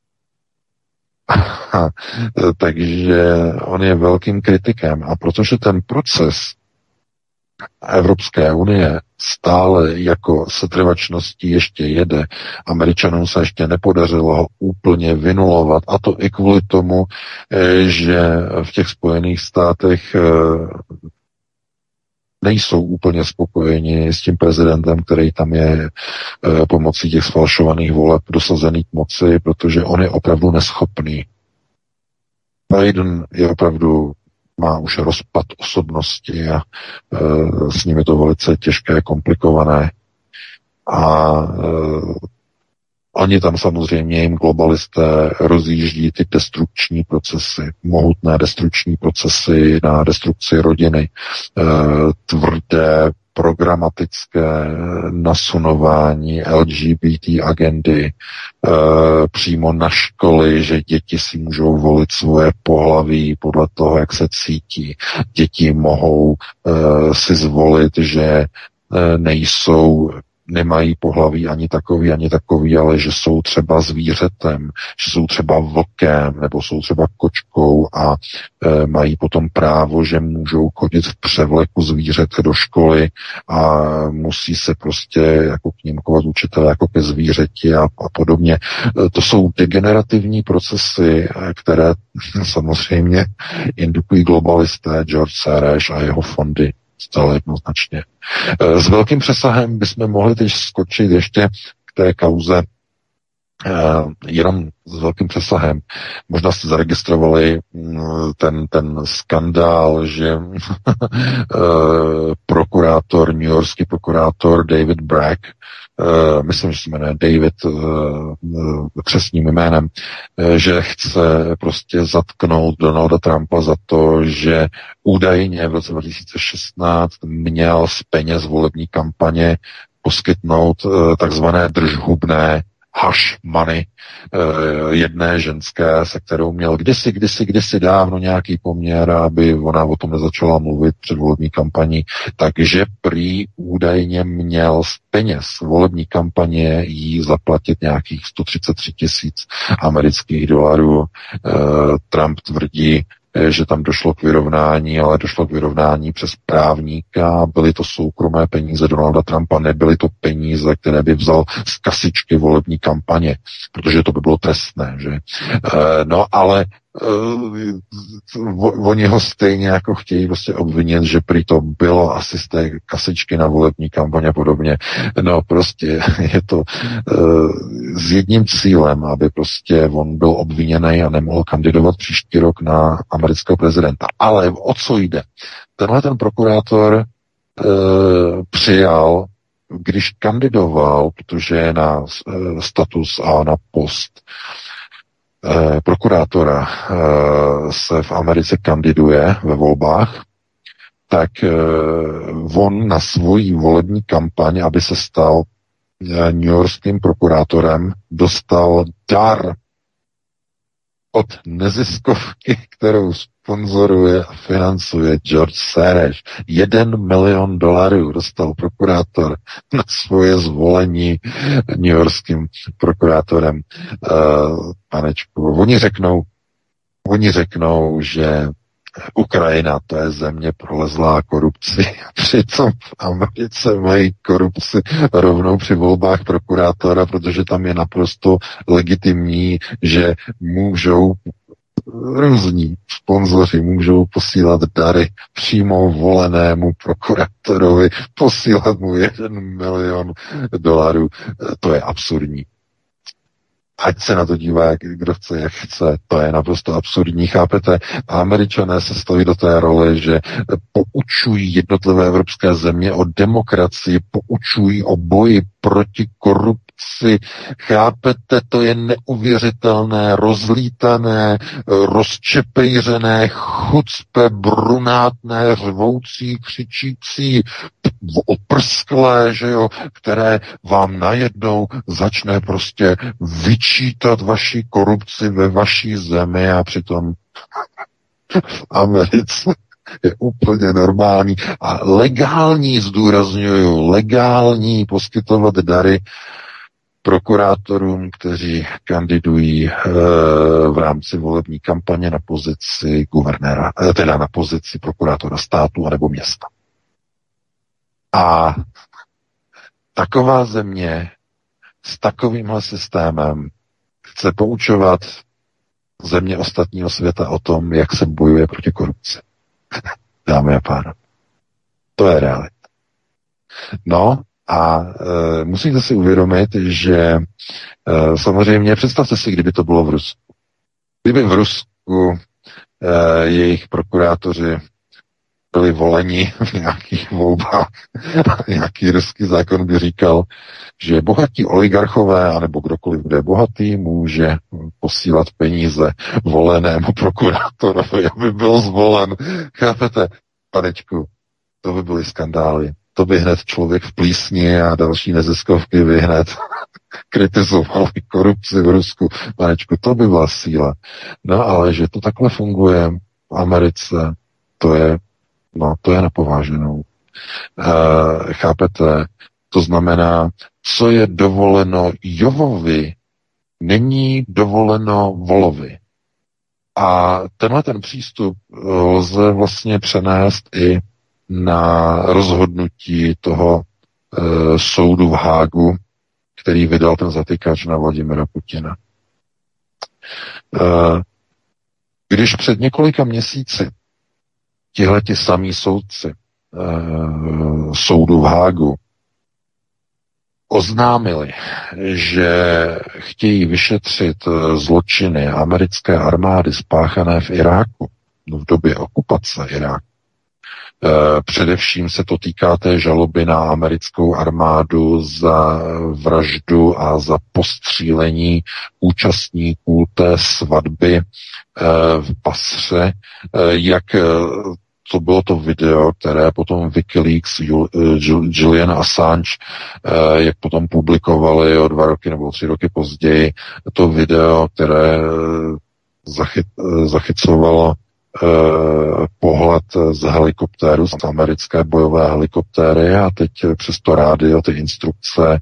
Takže on je velkým kritikem. A protože ten proces Evropské unie stále jako setrvačností ještě jede, Američanům se ještě nepodařilo ho úplně vynulovat, a to i kvůli tomu, že v těch Spojených státech nejsou úplně spokojeni s tím prezidentem, který tam je pomocí těch sfalšovaných voleb dosazený k moci, protože on je opravdu neschopný. Biden je opravdu, má už rozpad osobnosti a e, s ním je to velice těžké, komplikované. A e, oni tam samozřejmě jim globalisté rozjíždí ty destrukční procesy, mohutné destrukční procesy na destrukci rodiny, e, tvrdé programatické nasunování L G B T agendy e, přímo na školy, že děti si můžou volit svoje pohlaví podle toho, jak se cítí. Děti mohou e, si zvolit, že e, nejsou nemají pohlaví ani takový, ani takový, ale že jsou třeba zvířetem, že jsou třeba vlkem, nebo jsou třeba kočkou a e, mají potom právo, že můžou chodit v převleku zvířete do školy a musí se prostě jako k ním chovat učitel jako ke zvířeti a, a podobně. E, to jsou degenerativní procesy, které samozřejmě indukují globalisté George Soros a jeho fondy. Stále jednoznačně. S velkým přesahem bychom mohli teď skočit ještě k té kauze jenom s velkým přesahem. Možná jste zaregistrovali ten, ten skandál, že prokurátor, newyorský prokurátor David Bragg, myslím, že se jmenuje David křestním jménem, že chce prostě zatknout Donalda Trumpa za to, že údajně v roce dva tisíce šestnáct měl z peněz volební kampaně poskytnout takzvané držhubné hush money jedné ženské, se kterou měl kdysi, kdysi, kdysi dávno nějaký poměr, aby ona o tom nezačala mluvit před volební kampaní, takže prý údajně měl z peněz volební kampaně jí zaplatit nějakých sto třicet tři tisíc amerických dolarů. Trump tvrdí, že tam došlo k vyrovnání, ale došlo k vyrovnání přes právníka. Byly to soukromé peníze Donalda Trumpa, nebyly to peníze, které by vzal z kasičky volební kampaně, protože to by bylo trestné, že? No ale uh, oni ho stejně jako chtějí prostě obvinit, že prý to bylo asi z té kasičky na volební kampaně a podobně. No prostě je to uh, s jedním cílem, aby prostě on byl obviněný a nemohl kandidovat příští rok na amerického prezidenta. Ale o co jde? Tenhle ten prokurátor uh, přijal, když kandidoval, protože je na uh, status a na post uh, prokurátora uh, se v Americe kandiduje ve volbách, tak uh, on na svoji volební kampaň, aby se stal uh, newyorským prokurátorem, dostal dar od neziskovky, kterou sponzoruje a financuje George Soros. Jeden milion dolarů dostal prokurátor na svoje zvolení newyorským prokurátorem. Uh, panečku, oni řeknou, oni řeknou, že Ukrajina, to je země prolezlá korupci. Přitom v Americe mají korupci rovnou při volbách prokurátora, protože tam je naprosto legitimní, že můžou různí sponzoři můžou posílat dary přímo volenému prokurátorovi, posílat mu jeden milion dolarů. To je absurdní. Ať se na to dívá, kdo chce, jak chce. To je naprosto absurdní, chápete? A Američané se staví do té role, že poučují jednotlivé evropské země o demokracii, poučují o boji proti korupci. Chápete? To je neuvěřitelné, rozlítané, rozčepejřené, chucpe, brunátné, řvoucí, křičící, oprsklé, že jo, které vám najednou začne prostě vyčítat vaši korupci ve vaší zemi a přitom v Americe Je úplně normální a legální, zdůrazňuju, legální poskytovat dary prokurátorům, kteří kandidují e, v rámci volební kampaně na pozici guvernéra, e, teda na pozici prokurátora státu anebo města. A taková země s takovýmhle systémem chce poučovat země ostatního světa o tom, jak se bojuje proti korupci. Dámy a pánové. To je realita. No a e, musíte si uvědomit, že e, samozřejmě představte si, kdyby to bylo v Rusku. Kdyby v Rusku e, jejich prokurátoři byli voleni v nějakých volbách. Nějaký ruský zákon by říkal, že bohatí oligarchové, anebo kdokoliv, kdo je bohatý, může posílat peníze volenému prokurátorovi, aby byl zvolen. Chápete, panečku, to by byly skandály. To by hned člověk v Plísni a další neziskovky by hned kritizovali korupci v Rusku. Panečku, to by byla síla. No ale že to takhle funguje v Americe, to je No, to je napováženou. E, chápete? To znamená, co je dovoleno Jovovi, není dovoleno Volovi. A tenhle ten přístup lze vlastně přenést i na rozhodnutí toho e, soudu v Hágu, který vydal ten zatykač na Vladimira Putina. E, když před několika měsíci tihleti samí soudci e, soudu v Hágu oznámili, že chtějí vyšetřit zločiny americké armády spáchané v Iráku v době okupace Iráku. E, především se to týká té žaloby na americkou armádu za vraždu a za postřílení účastníků té svatby e, v Basře, e, jak to bylo to video, které potom Wikileaks, Julian Assange, jak potom publikovali o dva roky nebo tři roky později, to video, které zachyt, zachycovalo pohled z helikoptéru, z americké bojové helikoptéry a teď přes to rádio ty instrukce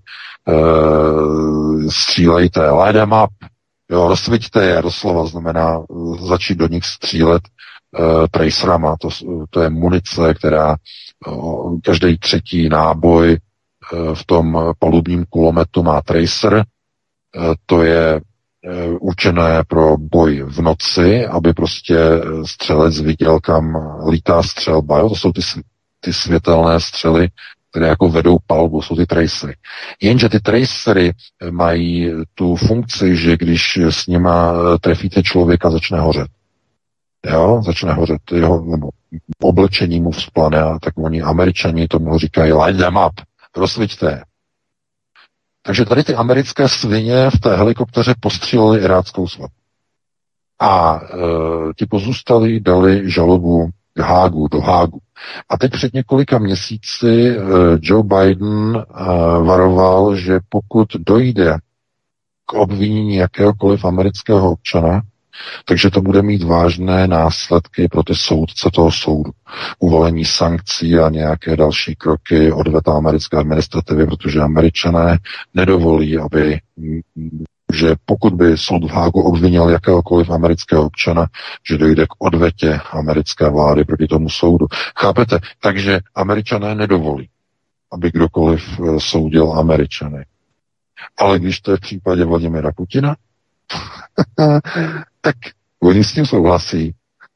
střílejte, light them up, jo, rozsviťte je, doslova znamená začít do nich střílet Uh, tracerama, to, to je munice, která uh, každý třetí náboj uh, v tom palubním kulometu má tracer, uh, to je uh, určené pro boj v noci, aby prostě střelec viděl, kam lítá střelba, jo? To jsou ty, ty světelné střely, které jako vedou palbu, jsou ty tracery. Jenže ty tracery mají tu funkci, že když s nima trefíte člověka, začne hořet. Jo, začne hořet jeho, nebo oblečení mu vzplane, a tak oni Američani tomu říkají light them up, rozsviťte. Takže tady ty americké svině v té helikopteře postříleli iráckou svatbu. A e, ti pozůstalí dali žalobu k Hágu, do Hágu. A teď před několika měsíci e, Joe Biden e, varoval, že pokud dojde k obvinění jakéhokoliv amerického občana, takže to bude mít vážné následky pro ty soudce toho soudu. Uvolení sankcí a nějaké další kroky od veta americké administrativy, protože Američané nedovolí, aby, že pokud by soud v Hágu obvinil jakéhokoliv amerického občana, že dojde k odvetě americké vlády proti tomu soudu. Chápete? Takže Američané nedovolí, aby kdokoliv soudil Američany. Ale když to je v případě Vladimira Putina, tak oni s tím souhlasí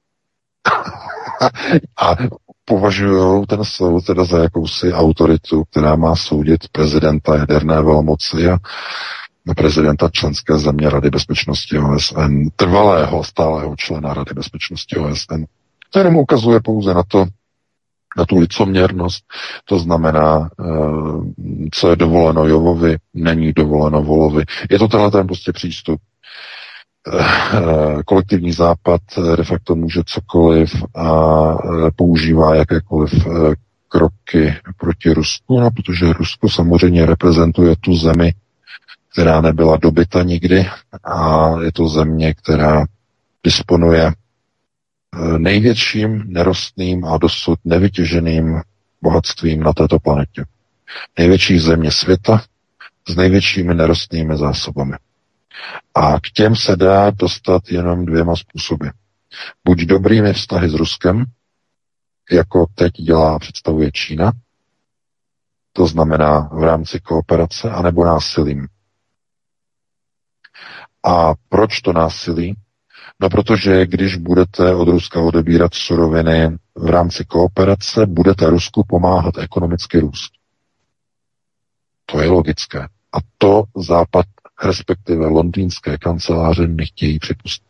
a považují ten soud teda za jakousi autoritu, která má soudit prezidenta jaderné velmoci a prezidenta členské země Rady bezpečnosti O S N, trvalého stálého člena Rady bezpečnosti O S N. To jenom ukazuje pouze na to, na tu licoměrnost, to znamená, co je dovoleno Jovovi, není dovoleno Volovi. Je to tenhle ten prostě přístup. Kolektivní západ de facto může cokoliv a používá jakékoliv kroky proti Rusku, no, protože Rusko samozřejmě reprezentuje tu zemi, která nebyla dobyta nikdy a je to země, která disponuje největším nerostným a dosud nevytěženým bohatstvím na této planetě. Největší země světa s největšími nerostnými zásobami. A k těm se dá dostat jenom dvěma způsoby. Buď dobrými vztahy s Ruskem, jako teď dělá, představuje Čína, to znamená v rámci kooperace, anebo násilím. A proč to násilí? No protože když budete od Ruska odebírat suroviny v rámci kooperace, budete Rusku pomáhat ekonomicky růst. To je logické. A to Západ, respektive londýnské kanceláře, nechtějí připustit.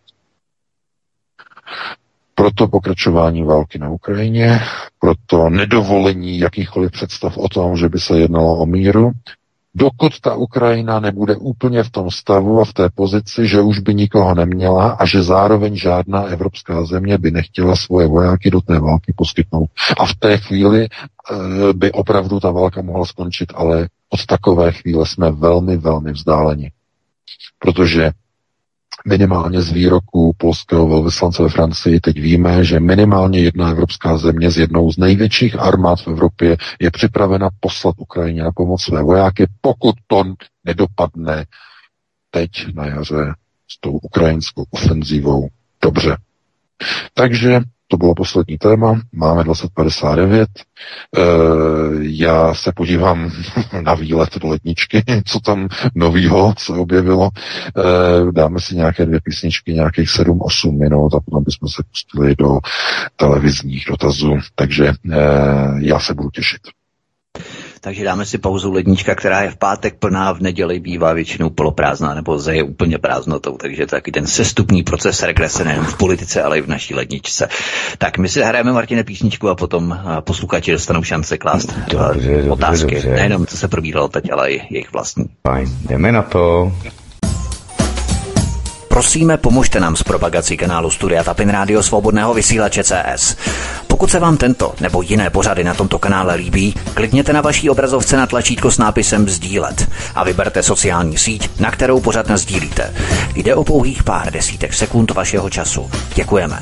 Proto pokračování války na Ukrajině, proto nedovolení jakýchkoliv představ o tom, že by se jednalo o míru, dokud ta Ukrajina nebude úplně v tom stavu a v té pozici, že už by nikoho neměla a že zároveň žádná evropská země by nechtěla svoje vojáky do té války poskytnout. A v té chvíli e, by opravdu ta válka mohla skončit, ale od takové chvíle jsme velmi, velmi vzdáleni. Protože minimálně z výroku polského velvyslance ve Francii teď víme, že minimálně jedna evropská země s jednou z největších armád v Evropě je připravena poslat Ukrajině na pomoc své vojáky, pokud to nedopadne teď na jaře s tou ukrajinskou ofenzívou dobře. Takže to bylo poslední téma, máme dvacet padesát devět, e, já se podívám na výlet do ledničky, co tam novýho se objevilo, e, dáme si nějaké dvě písničky, nějakých sedm osm minut a potom bychom se pustili do televizních dotazů, takže e, já se budu těšit. Takže dáme si pauzu lednička, která je v pátek plná, v neděli bývá většinou poloprázdná nebo je úplně prázdnotou, takže taky ten sestupný proces regrese nejen v politice, ale i v naší ledničce. Tak my si hrajeme, Martine, písničku a potom posluchači dostanou šance klást dobře, otázky. Dobře, dobře. Nejenom co se probíralo teď, ale i jejich vlastní. Fajn, jdeme na to. Prosíme, pomožte nám s propagací kanálu Studia Tapin Rádio Svobodného vysílače C S. Pokud se vám tento nebo jiné pořady na tomto kanále líbí, klikněte na vaší obrazovce na tlačítko s nápisem sdílet a vyberte sociální síť, na kterou pořad nasdílíte. Jde o pouhých pár desítek sekund vašeho času. Děkujeme.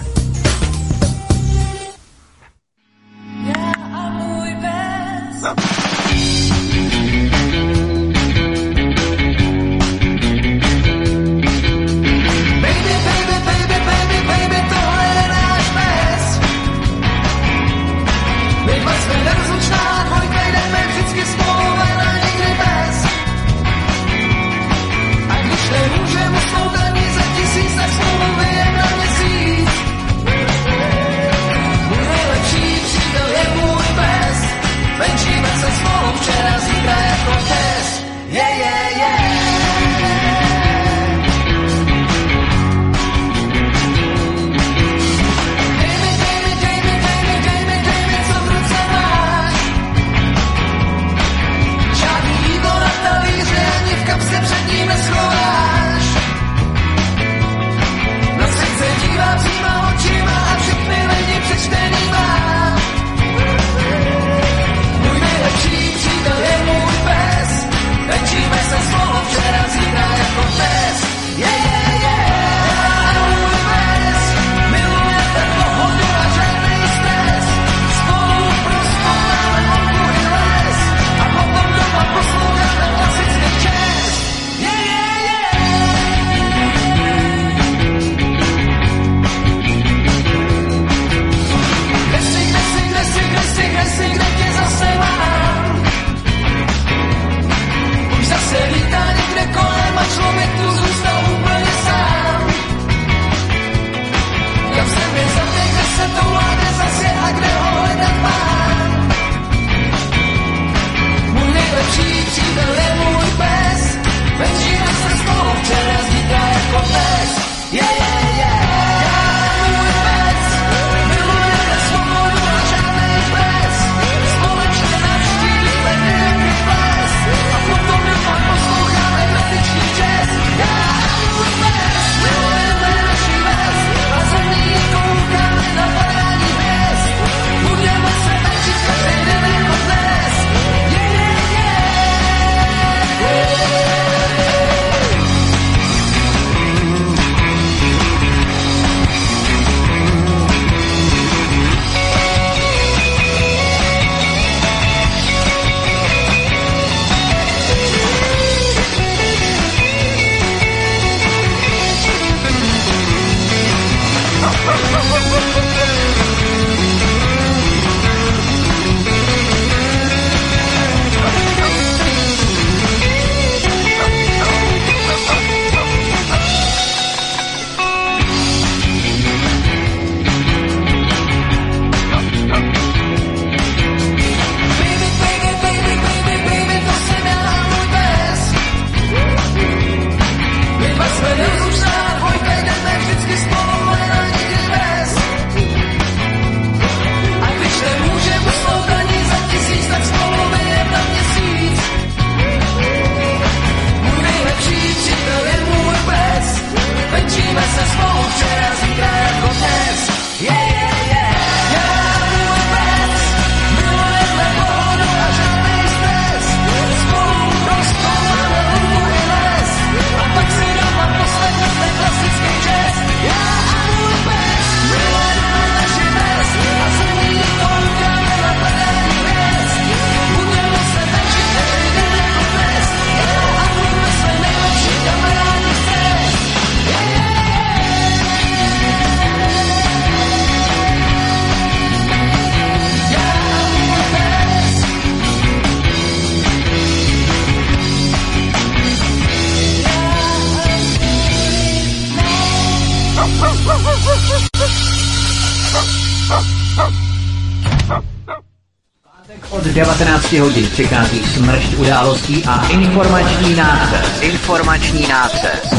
devatenáct hodin přichází smršť událostí a informační nácest. Informační nácest.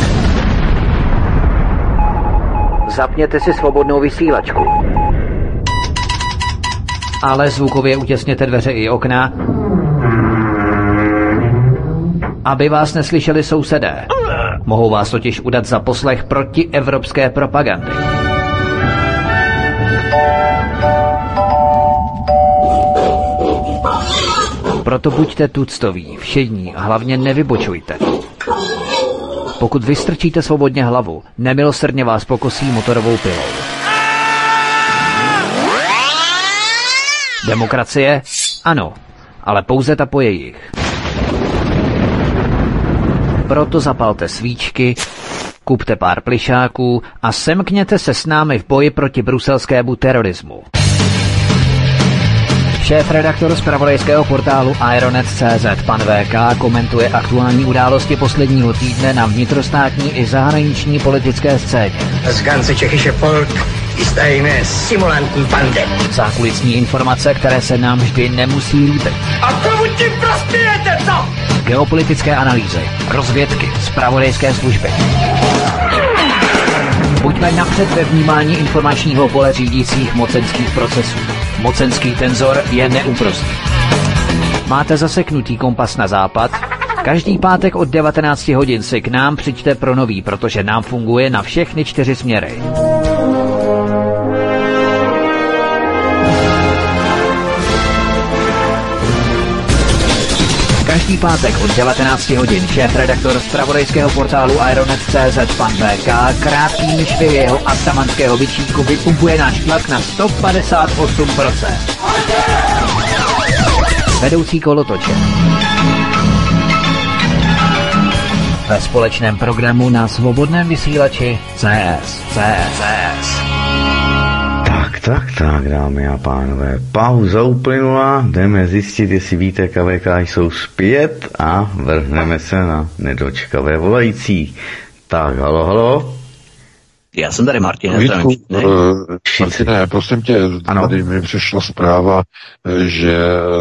Zapněte si svobodnou vysílačku. Ale zvukově utěsněte dveře i okna, aby vás neslyšeli sousedé. Mohou vás totiž udat za poslech protievropské propagandy. Proto buďte tuctoví, všední a hlavně nevybočujte. Pokud vystrčíte svobodně hlavu, nemilosrdně vás pokosí motorovou pilou. Demokracie? Ano, ale pouze ta po jejich. Proto zapalte svíčky, kupte pár plišáků a semkněte se s námi v boji proti bruselskému terorismu. Šéf-redaktor zpravodajského portálu Ironet tečka cé zet pan V K komentuje aktuální události posledního týdne na vnitrostátní i zahraniční politické scéně. Das ganze tschechische Volk ist eine simulantní bande. Zákulisní informace, které se nám vždy nemusí líbit. A komu tím prospějete, co? Geopolitické analýzy, rozvědky, zpravodajské služby. Buďme napřed ve vnímání informačního pole řídících mocenských procesů. Mocenský tenzor je neúprostný. Máte zaseknutý kompas na západ? Každý pátek od devatenáct hodin si k nám přijďte pro nový, protože nám funguje na všechny čtyři směry. Každý pátek od devatenáct hodin šéf-redaktor zpravodajského portálu Ironet tečka cé zet pan V K krátkými švy jeho atamanského bičíku vypumpuje náš tlak na sto padesát osm procent. Vedoucí kolotoče. Ve společném programu na svobodném vysílači C S. C S. Tak, tak, tak, dámy a pánové, pauza uplynula, jdeme zjistit, jestli Vítek a V K jsou zpět a vrhneme se na nedočkavé volající. Tak, halo, halo. Já jsem tady, Martin. Vítku, uh, Martine, prosím tě, ano. Tady mi přišla zpráva, že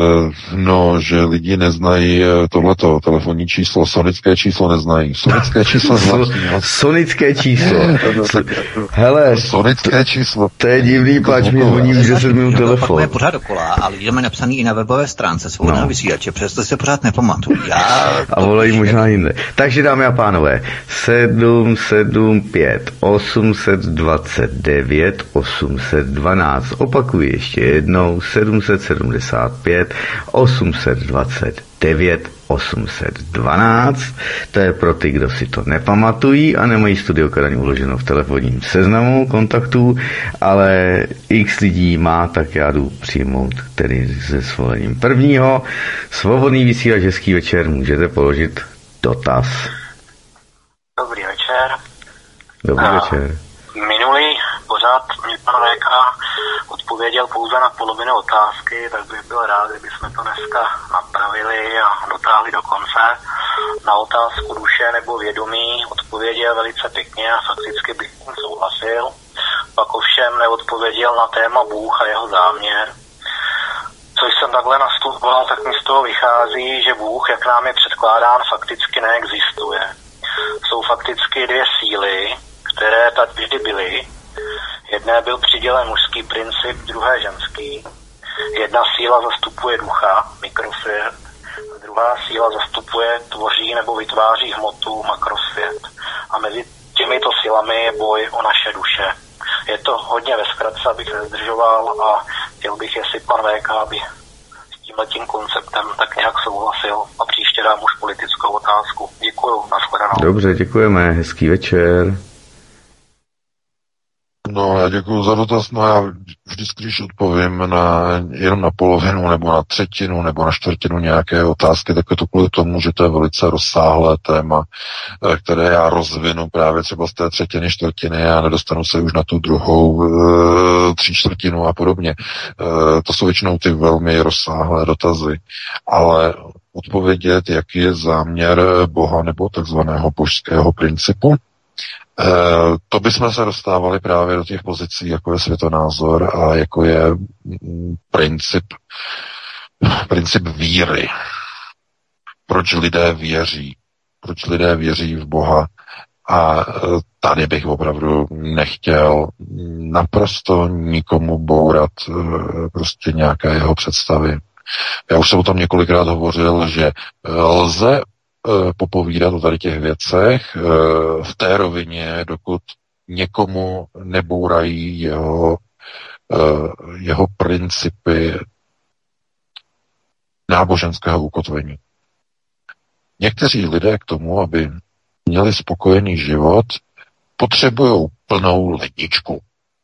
no, že lidi neznají tohleto telefonní číslo, sonické číslo neznají. Sonické číslo neznají. Sonické číslo. Hele, sonické číslo. To je divný, páč mi zvoní už deset minut telefon. Je pořád dokola, ale lidi mají napsaný i na webové stránce svobodného no. vysílače, přesto se pořád nepamatuju. Já... A volají možná jinde. Takže, dámy a pánové, sedm sedm pět osm set dvacet devět osm set dvanáct. Opakuji ještě jednou, sedm set sedmdesát pět osm set dvacet devět osm set dvanáct. To je pro ty, kdo si to nepamatují a nemají Studio Kadaň uloženo v telefonním seznamu kontaktů, ale x lidí má, tak já jdu přijmout tedy se svolením prvního. Svobodný vysílač, hezký večer, můžete položit dotaz. Dobrý večer. Dobrý a večer. Minulý pořád mě pan V K odpověděl pouze na polovinu otázky, tak bych byl rád, kdybychom to dneska napravili a dotáhli do konce. Na otázku duše nebo vědomí odpověděl velice pěkně a fakticky bych s tím souhlasil. Pak ovšem neodpověděl na téma Bůh a jeho záměr. Což jsem takhle nastupoval, tak mi z toho vychází, že Bůh, jak nám je předkládán, fakticky neexistuje. Jsou fakticky dvě síly, které tak vždy byly. Jedné byl přidělen mužský princip, druhé ženský. Jedna síla zastupuje ducha, mikrosvět, druhá síla zastupuje, tvoří nebo vytváří hmotu, makrosvět. A mezi těmito silami je boj o naše duše. Je to hodně ve zkratce, abych nezdržoval a chtěl bych, jestli pan V K by s tímhletím konceptem tak nějak souhlasil a příště dám už politickou otázku. Děkuju, nashledanou. Dobře, děkujeme, hezký večer. No, já děkuji za dotaz. No, já vždycky, když odpovím na, jenom na polovinu, nebo na třetinu, nebo na čtvrtinu nějaké otázky, tak je to kvůli tomu, že to je velice rozsáhlé téma, které já rozvinu právě třeba z té třetiny, čtvrtiny a nedostanu se už na tu druhou e, tři čtvrtinu a podobně. E, to jsou většinou ty velmi rozsáhlé dotazy. Ale odpovědět, jaký je záměr Boha nebo takzvaného božského principu, E, to bychom se dostávali právě do těch pozicí, jako je světonázor a jako je m, princip princip víry. Proč lidé věří? Proč lidé věří v Boha? A tady bych opravdu nechtěl naprosto nikomu bourat prostě nějaké jeho představy. Já už jsem o tom několikrát hovořil, že lze popovídat o tady těch věcech v té rovině, dokud někomu nebourají jeho, jeho principy náboženského ukotvení. Někteří lidé k tomu, aby měli spokojený život, potřebují plnou ledničku.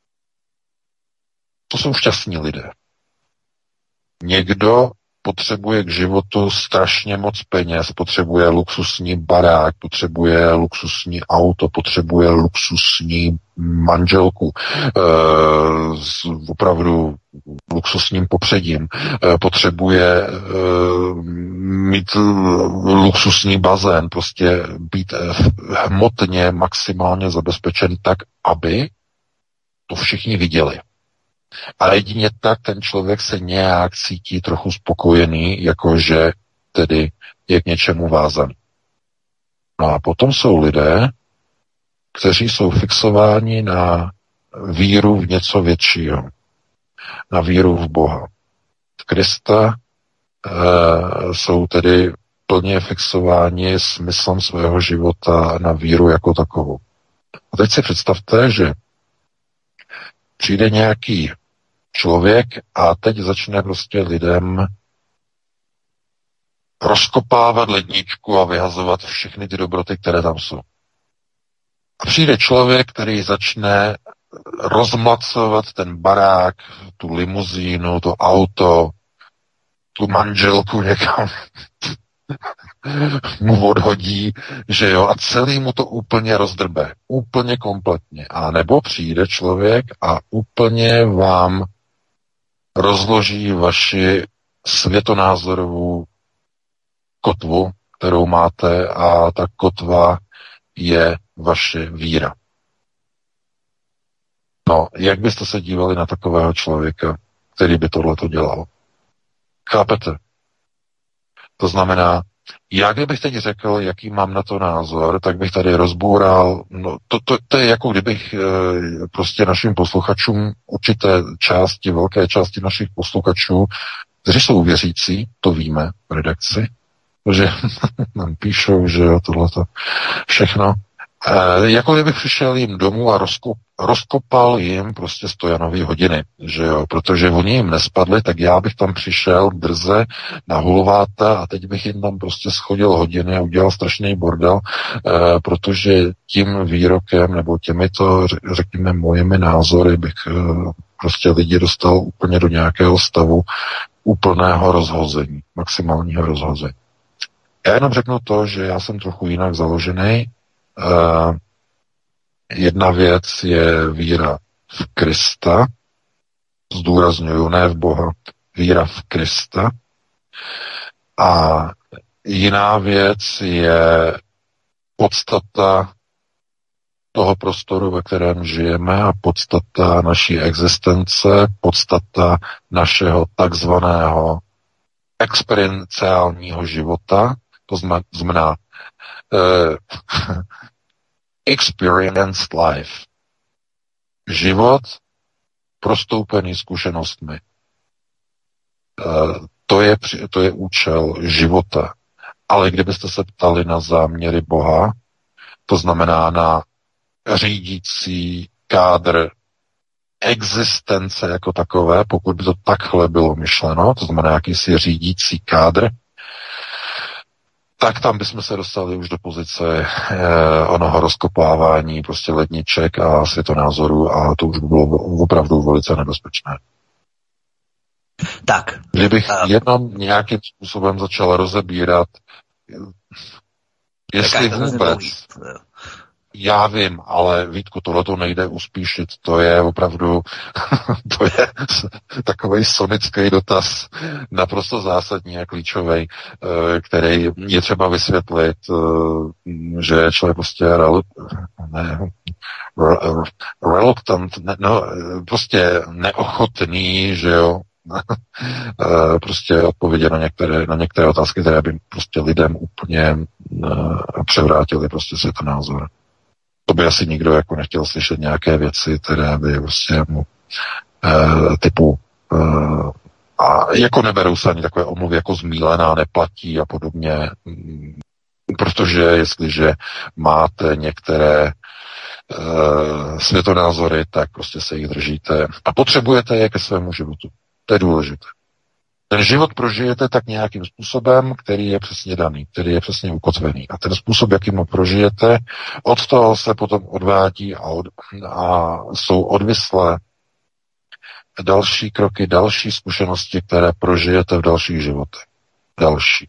To jsou šťastní lidé. Někdo potřebuje k životu strašně moc peněz, potřebuje luxusní barák, potřebuje luxusní auto, potřebuje luxusní manželku e, s opravdu luxusním popředím, e, potřebuje e, mít luxusní bazén, prostě být hmotně maximálně zabezpečen tak, aby to všichni viděli. A jedině tak ten člověk se nějak cítí trochu spokojený, jakože tedy je k něčemu vázaný. No a potom jsou lidé, kteří jsou fixováni na víru v něco většího. Na víru v Boha. V Krista e, jsou tedy plně fixováni smyslem svého života na víru jako takovou. A teď si představte, že přijde nějaký člověk a teď začne prostě lidem rozkopávat ledničku a vyhazovat všechny ty dobroty, které tam jsou. A přijde člověk, který začne rozmlacovat ten barák, tu limuzínu, to auto, tu manželku někam mu odhodí, že jo, a celý mu to úplně rozdrbe. Úplně kompletně. A nebo přijde člověk a úplně vám rozloží vaši světonázorovou kotvu, kterou máte, a ta kotva je vaše víra. No, jak byste se dívali na takového člověka, který by tohleto dělal? Chápete? To znamená, já kdybych teď řekl, jaký mám na to názor, tak bych tady rozboural, no to, to, to je jako kdybych e, prostě našim posluchačům, určité části, velké části našich posluchačů, kteří jsou věřící, to víme v redakci, protože nám píšou, že jo, tohleto všechno, e, jako kdybych přišel jim domů a rozkop, rozkopal jim prostě stojanové hodiny, že jo, protože oni jim nespadli, tak já bych tam přišel drze na hulváta a teď bych jim tam prostě schodil hodiny a udělal strašný bordel, e, protože tím výrokem nebo těmito, řekněme, mojimi názory bych e, prostě lidi dostal úplně do nějakého stavu úplného rozhození, maximálního rozhození. Já jenom řeknu to, že já jsem trochu jinak založený. E, Jedna věc je víra v Krista, zdůrazňuju, ne v Boha, víra v Krista. A jiná věc je podstata toho prostoru, ve kterém žijeme, a podstata naší existence, podstata našeho takzvaného experienciálního života, to znamená eh, experienced life. Život prostoupený zkušenostmi. E, to, je, to je účel života. Ale kdybyste se ptali na záměry Boha, to znamená na řídící kádr existence jako takové, pokud by to takhle bylo myšleno, to znamená jakýsi řídící kádr, tak tam bychom se dostali už do pozice eh, onoho rozkopávání prostě ledniček a světonázoru, a to už by bylo opravdu velice nebezpečné. Tak. Kdybych uh, jenom nějakým způsobem začal rozebírat, jestli vůbec, já vím, ale Vítku, tohleto nejde uspíšit, to je opravdu, to je takovej sonický dotaz, naprosto zásadní a klíčový, který je třeba vysvětlit, že člověk prostě rel, ne, reluctant, ne, no, prostě neochotný, že jo, prostě odpovědi na některé, na některé otázky, které by prostě lidem úplně převrátily prostě světonázor. To by asi nikdo jako nechtěl slyšet nějaké věci, které by prostě mu typu a jako neberou se ani takové omluvy jako zmílená, neplatí a podobně, protože jestliže máte některé e, světonázory, tak prostě se jich držíte a potřebujete je ke svému životu. To je důležité. Ten život prožijete tak nějakým způsobem, který je přesně daný, který je přesně ukotvený. A ten způsob, jakým ho prožijete, od toho se potom odvádí a, od, a jsou odvislé další kroky, další zkušenosti, které prožijete v dalších životech. Další.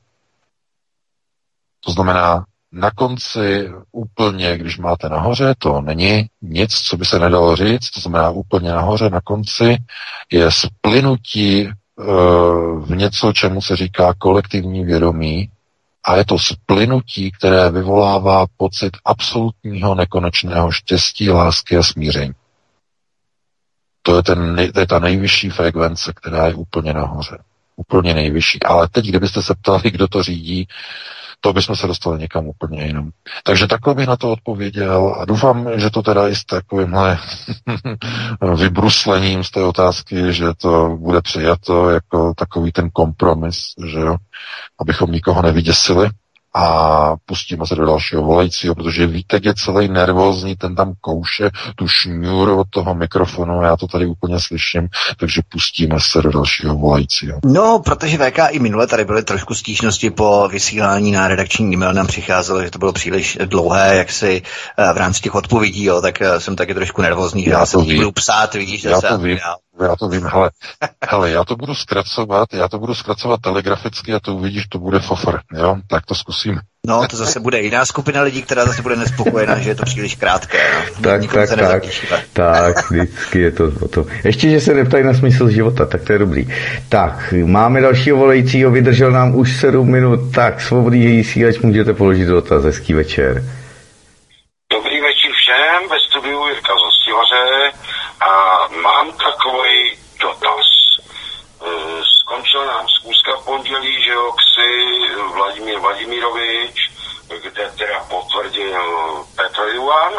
To znamená, na konci úplně, když máte nahoře, to není nic, co by se nedalo říct, to znamená úplně nahoře, na konci je splynutí e, v něco, čemu se říká kolektivní vědomí a je to splynutí, které vyvolává pocit absolutního nekonečného štěstí, lásky a smíření. To je, ten, to je ta nejvyšší frekvence, která je úplně nahoře. Úplně nejvyšší. Ale teď, kdybyste se ptali, kdo to řídí, to bychom se dostali někam úplně jinam. Takže takhle bych na to odpověděl a doufám, že to teda i s takovýmhle vybruslením z té otázky, že to bude přijato jako takový ten kompromis, že jo, abychom nikoho nevyděsili. A pustíme se do dalšího volajícího, protože Vítek je celý nervózní, ten tam kouše tu šňůru od toho mikrofonu, já to tady úplně slyším, takže pustíme se do dalšího volajícího. No, protože V K i minule tady byly trošku stížnosti po vysílání na redakční e-mail, nám přicházelo, že to bylo příliš dlouhé, jak si v rámci těch odpovědí, jo, tak jsem taky trošku nervózní, že já, já se budu psát, vidíš, já to vím. Já to vím, hele, hele, já to budu zkracovat, já to budu zkracovat telegraficky a to uvidíš, to bude fofr, jo, tak to zkusím. No, to zase bude jiná skupina lidí, která zase bude nespokojená, že je to příliš krátké, no. Tak, tak, tak, tak, vždycky je to o to. Ještě, že se neptají na smysl života, tak to je dobrý. Tak, máme dalšího volajícího, vydržel nám už sedm minut, tak, svobodný vysílač, můžete položit dotaz, hezký večer. Dobrý večer všem, ve studiu Jirka z Hostivaře. A mám takový dotaz. Skončila nám zkouška v pondělí, že jo, ksi Vladimír Vladimirovič, kde teda potvrdil Petr Juan.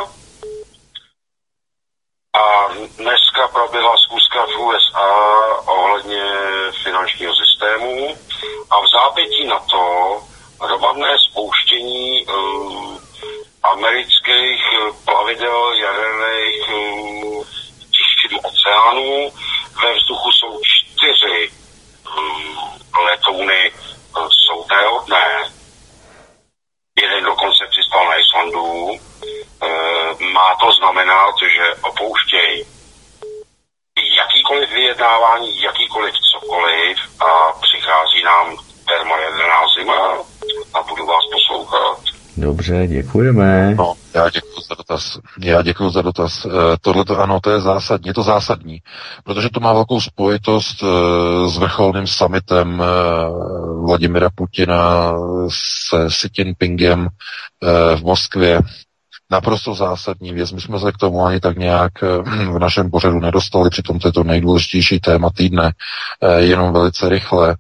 A dneska proběhla zkouška v U S A ohledně finančního systému a v zápětí na to hromadné spouštění uh, amerických plavidel jaderných uh, oceánů. Ve vzduchu jsou čtyři um, letouny, uh, jsou téhodné. Jeden dokonce přistál na Islandu. Uh, má to znamenat, že opouštějí jakýkoliv vyjednávání, jakýkoliv cokoliv a přichází nám termojaderná zima a budu vás poslouchat. Dobře, děkujeme. No, já děkuji za dotaz. Já děkuji za dotaz. Tohle to ano, to je zásadní, je to zásadní, protože to má velkou spojitost s vrcholným summitem Vladimira Putina se Xi Jinpingem v Moskvě. Naprosto zásadní věc. My jsme se k tomu ani tak nějak v našem pořadu nedostali, přitom to je to nejdůležitější téma týdne, jenom velice rychle.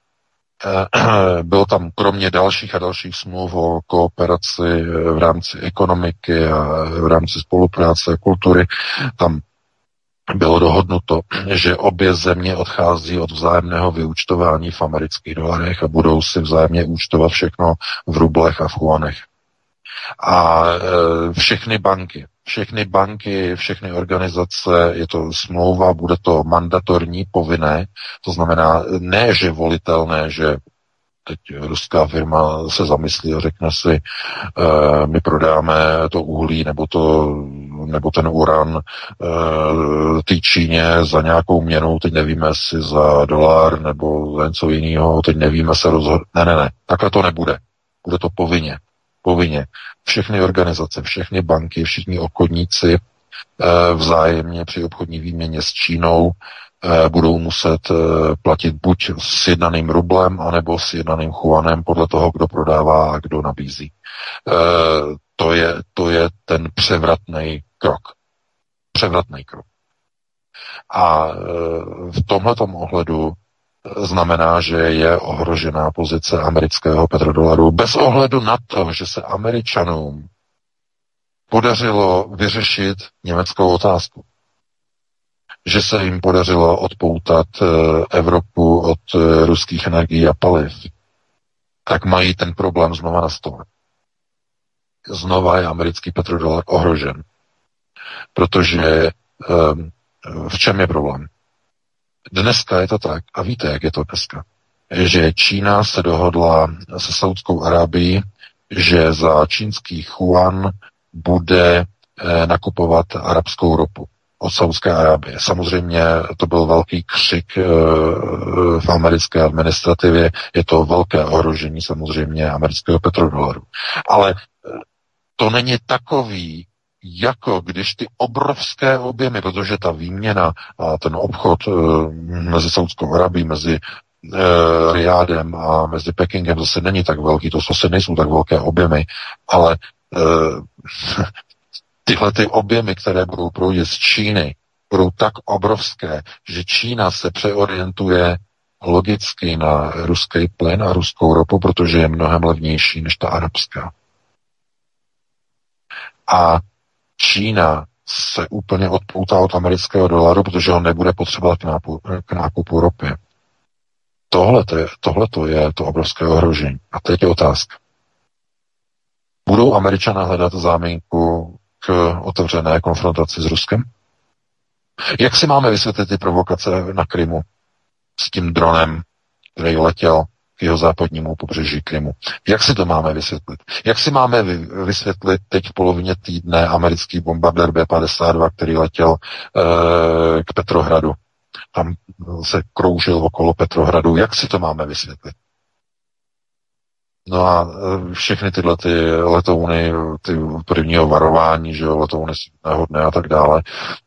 Bylo tam kromě dalších a dalších smluv o kooperaci v rámci ekonomiky a v rámci spolupráce a kultury, tam bylo dohodnuto, že obě země odchází od vzájemného vyúčtování v amerických dolarech a budou si vzájemně účtovat všechno v rublech a v juanech. A všechny banky, všechny banky, všechny organizace, je to smlouva, bude to mandatorní, povinné, to znamená ne, že volitelné, že teď ruská firma se zamyslí a řekne si, e, my prodáme to uhlí nebo, to, nebo ten uran e, té Číně za nějakou měnu, teď nevíme, jestli za dolar nebo za něco jiného, teď nevíme se rozhodnout. Ne, ne, ne, takhle to nebude. Bude to povinně. Povinně. Všechny organizace, všechny banky, všichni obchodníci e, vzájemně při obchodní výměně s Čínou e, budou muset e, platit buď s jednaným rublem, anebo s jednaným juanem podle toho, kdo prodává a kdo nabízí. E, to, je, to je ten převratný krok. Převratný krok. A v tomhletom ohledu znamená, že je ohrožená pozice amerického petrodolaru bez ohledu na to, že se Američanům podařilo vyřešit německou otázku. Že se jim podařilo odpoutat Evropu od ruských energií a paliv, tak mají ten problém znova na stole. Znova je americký petrodolar ohrožen. Protože v čem je problém? Dneska je to tak, a víte, jak je to dneska, že Čína se dohodla se Saudskou Arábií, že za čínský juan bude nakupovat arabskou ropu od Saudské Arábie. Samozřejmě to byl velký křik v americké administrativě, je to velké ohrožení samozřejmě amerického petrodolaru. Ale to není takový, jako když ty obrovské objemy, protože ta výměna a ten obchod mezi Saudskou Arabií, mezi Riádem a mezi Pekingem zase není tak velký, to zase nejsou tak velké objemy, ale tyhle ty objemy, které budou proudit z Číny, budou tak obrovské, že Čína se přeorientuje logicky na ruský plyn a ruskou ropu, protože je mnohem levnější než ta arabská. A Čína se úplně odpoutá od amerického dolaru, protože ho nebude potřebovat k, nápu, k nákupu ropy. Tohle to je to obrovské ohrožení. A teď je otázka. Budou Američané hledat záminku k otevřené konfrontaci s Ruskem? Jak si máme vysvětlit ty provokace na Krymu s tím dronem, který letěl k jeho západnímu pobřeží Krymu? Jak si to máme vysvětlit? Jak si máme vysvětlit teď v polovině týdne americký bombardér bé padesát dva, který letěl e, k Petrohradu? Tam se kroužil okolo Petrohradu. Jak si to máme vysvětlit? No a všechny tyhle ty letouny, ty prvního varování, že jo, letouny nehodné a tak dále,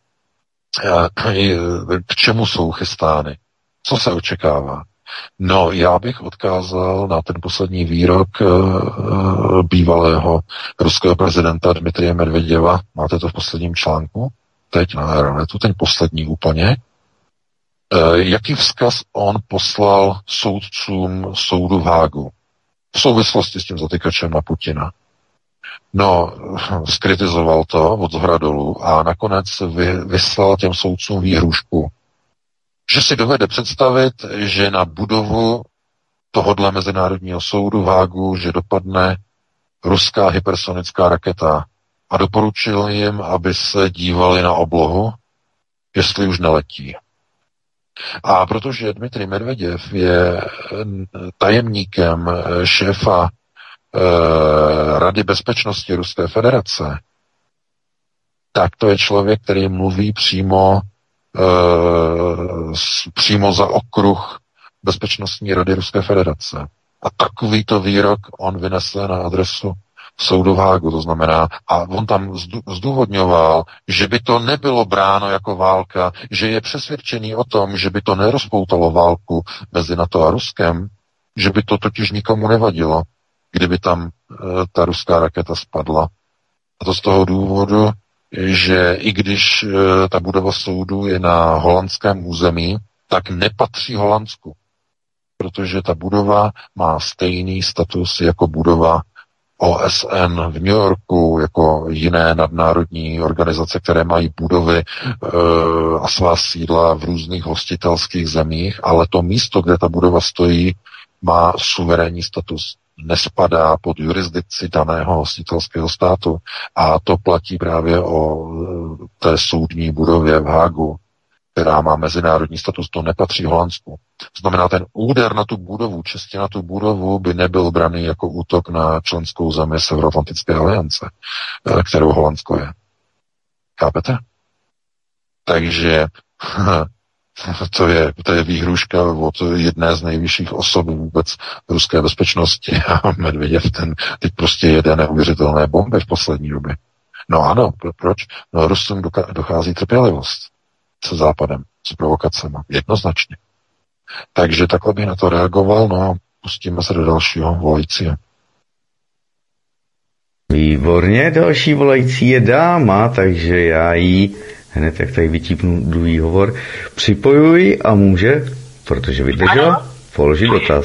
k čemu jsou chystány? Co se očekává? No, já bych odkázal na ten poslední výrok uh, bývalého ruského prezidenta Dmitrije Medveděva. Máte to v posledním článku? Teď na Aeronetu, ten poslední úplně. Uh, jaký vzkaz on poslal soudcům soudu v Hágu v souvislosti s tím zatykačem na Putina? No, skritizoval to od zhora dolů a nakonec vy, vyslal těm soudcům výhrůžku, že si dovede představit, že na budovu tohodle mezinárodního soudu v Hágu, že dopadne ruská hypersonická raketa a doporučil jim, aby se dívali na oblohu, jestli už neletí. A protože Dmitrij Medveděv je tajemníkem šéfa eh, Rady bezpečnosti Ruské federace, tak to je člověk, který mluví přímo Uh, přímo za okruh Bezpečnostní rady Ruské federace. A takovýto výrok on vynesl na adresu soudu v Hágu, to znamená, a on tam zdůvodňoval, že by to nebylo bráno jako válka, že je přesvědčený o tom, že by to nerozpoutalo válku mezi NATO a Ruskem, že by to totiž nikomu nevadilo, kdyby tam uh, ta ruská raketa spadla. A to z toho důvodu, že i když e, ta budova soudu je na holandském území, tak nepatří Holandsku, protože ta budova má stejný status jako budova O S N v New Yorku, jako jiné nadnárodní organizace, které mají budovy e, a svá sídla v různých hostitelských zemích, ale to místo, kde ta budova stojí, má suverénní status. Nespadá pod jurisdikci daného hostitelského státu. A to platí právě o té soudní budově v Hágu, která má mezinárodní status, to nepatří Holandsku. To znamená, ten úder na tu budovu, čistě na tu budovu, by nebyl braný jako útok na členskou zemi Severoatlantické aliance, kterou Holandsko je. Chápete? Takže To je, to je výhruška od jedné z nejvyšších osob vůbec ruské bezpečnosti a Medveděv ten teď prostě jede neuvěřitelné bomby v poslední době. No ano, proč? No Rusům dochází trpělivost se Západem, s provokacemi, jednoznačně. Takže takhle bych na to reagoval, no a pustíme se do dalšího volajícího. Výborně, další volající je dáma, takže já jí hned jak tady vytípnu druhý hovor, připojuji a může, protože vydržela, položit dotaz.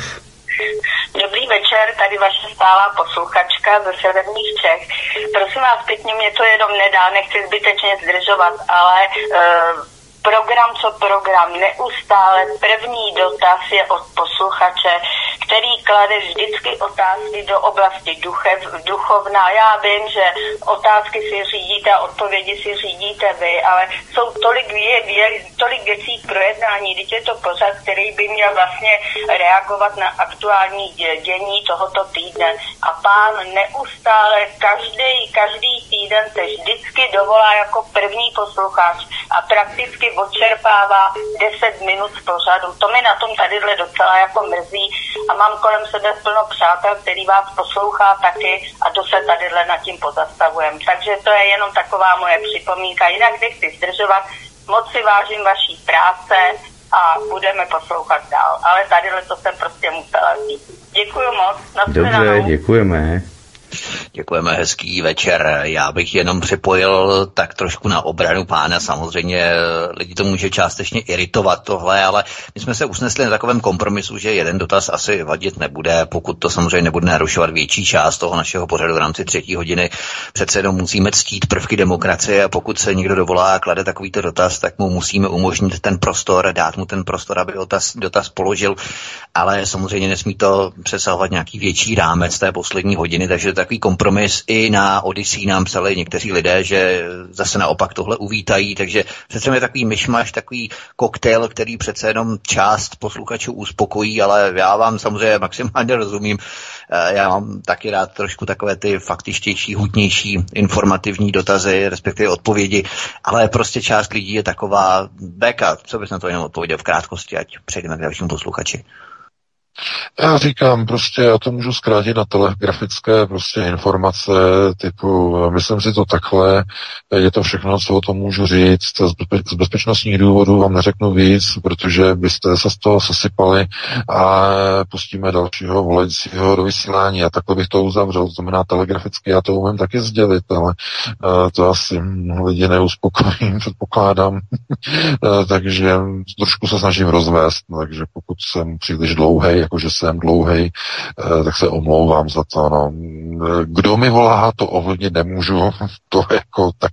Dobrý večer, tady vaše stálá posluchačka ze severních Čech. Prosím vás, pěkně mě to jenom nedá, nechci zbytečně zdržovat, ale e, program co program, neustále první dotaz je od posluchače, který klade vždycky otázky do oblasti duchev, duchovna. Já vím, že otázky si řídíte a odpovědi si řídíte vy, ale jsou tolik, je, je, tolik věcí k projednání, když je to pořad, který by měl vlastně reagovat na aktuální dění tohoto týdne. A pán neustále, každý, každý týden se vždycky dovolá jako první posluchač a prakticky odčerpává deset minut z pořadu. To mi na tom tadyhle docela jako mrzí a mám kolem sebe plno přátel, který vás poslouchá taky a to se tadyhle nad tím pozastavujeme. Takže to je jenom taková moje připomínka. Jinak nechci zdržovat, moc si vážím vaší práce a budeme poslouchat dál. Ale tadyhle to jsem prostě musela říct. Děkuju moc. Dobře, děkujeme. Děkujeme, hezký večer. Já bych jenom připojil tak trošku na obranu pána. Samozřejmě lidi to může částečně iritovat tohle, ale my jsme se usnesli na takovém kompromisu, že jeden dotaz asi vadit nebude, pokud to samozřejmě nebude narušovat větší část toho našeho pořadu v rámci třetí hodiny. Přece jenom musíme ctít prvky demokracie a pokud se někdo dovolá a klade takovýto dotaz, tak mu musíme umožnit ten prostor, dát mu ten prostor, aby dotaz, dotaz položil, ale samozřejmě nesmí to přesahovat nějaký větší rámec té poslední hodiny, takže takový kompromis i na Odyssey nám psali někteří lidé, že zase naopak tohle uvítají, takže přece je takový myšmaš, takový koktejl, který přece jenom část posluchačů uspokojí, ale já vám samozřejmě maximálně rozumím. Já mám taky rád trošku takové ty faktičtější, hutnější, informativní dotazy, respektive odpovědi, ale prostě část lidí je taková beka, co bys na to jenom odpověděl v krátkosti, ať přejdeme k dalšímu posluchači. Já říkám, prostě já to můžu zkrátit na telegrafické prostě informace typu, myslím si to takhle, je to všechno, co o tom můžu říct, z, bezpe- z bezpečnostních důvodů vám neřeknu víc, protože byste se z toho sesypali a pustíme dalšího volajícího do vysílání a takhle bych to uzavřel, to znamená telegraficky, já to umím taky sdělit, ale uh, to asi lidi neuspokojí, předpokládám, uh, takže trošku se snažím rozvést, takže pokud jsem příliš dlouhej, jakože jsem dlouhej, tak se omlouvám za to. No. Kdo mi volá, to ovlivnit nemůžu, to jako tak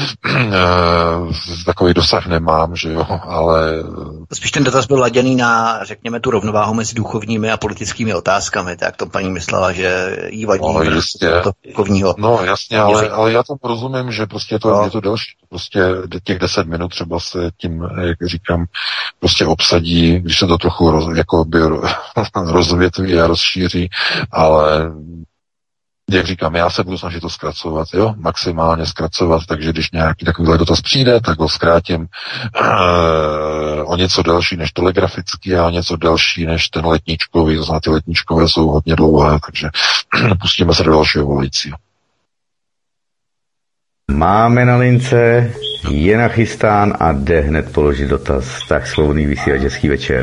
takový dosah nemám, že jo, ale... Spíš ten dotaz byl laděný na, řekněme, tu rovnováhu mezi duchovními a politickými otázkami, tak to paní myslela, že jí vadí no, jistě. To duchovního. No jasně, ale, ale já to rozumím, že prostě to no. je to delší, prostě těch deset minut třeba se tím, jak říkám, prostě obsadí, když se to trochu roz, jako by rozvětví a rozšíří, ale jak říkám, já se budu snažit to zkracovat, jo, maximálně zkracovat, takže když nějaký takovýhle dotaz přijde, tak ho zkrátím uh, o něco delší než telegrafický a o něco delší než ten letničkový, to znamená, ty letničkové jsou hodně dlouhé, takže pustíme se do dalšího volajícího. Máme na lince, je nachystán a jde hned položit dotaz. Tak svobodný vysílač, hezký večer.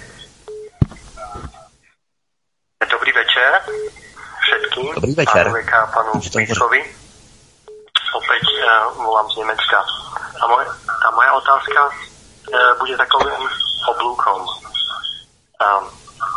Dobrý večer všetkým. Dobrý večer. Pánu Veka, panu Písovi. Opäť uh, volám z Německa. A, moje, a moja otázka uh, bude takovým oblúkom. Um,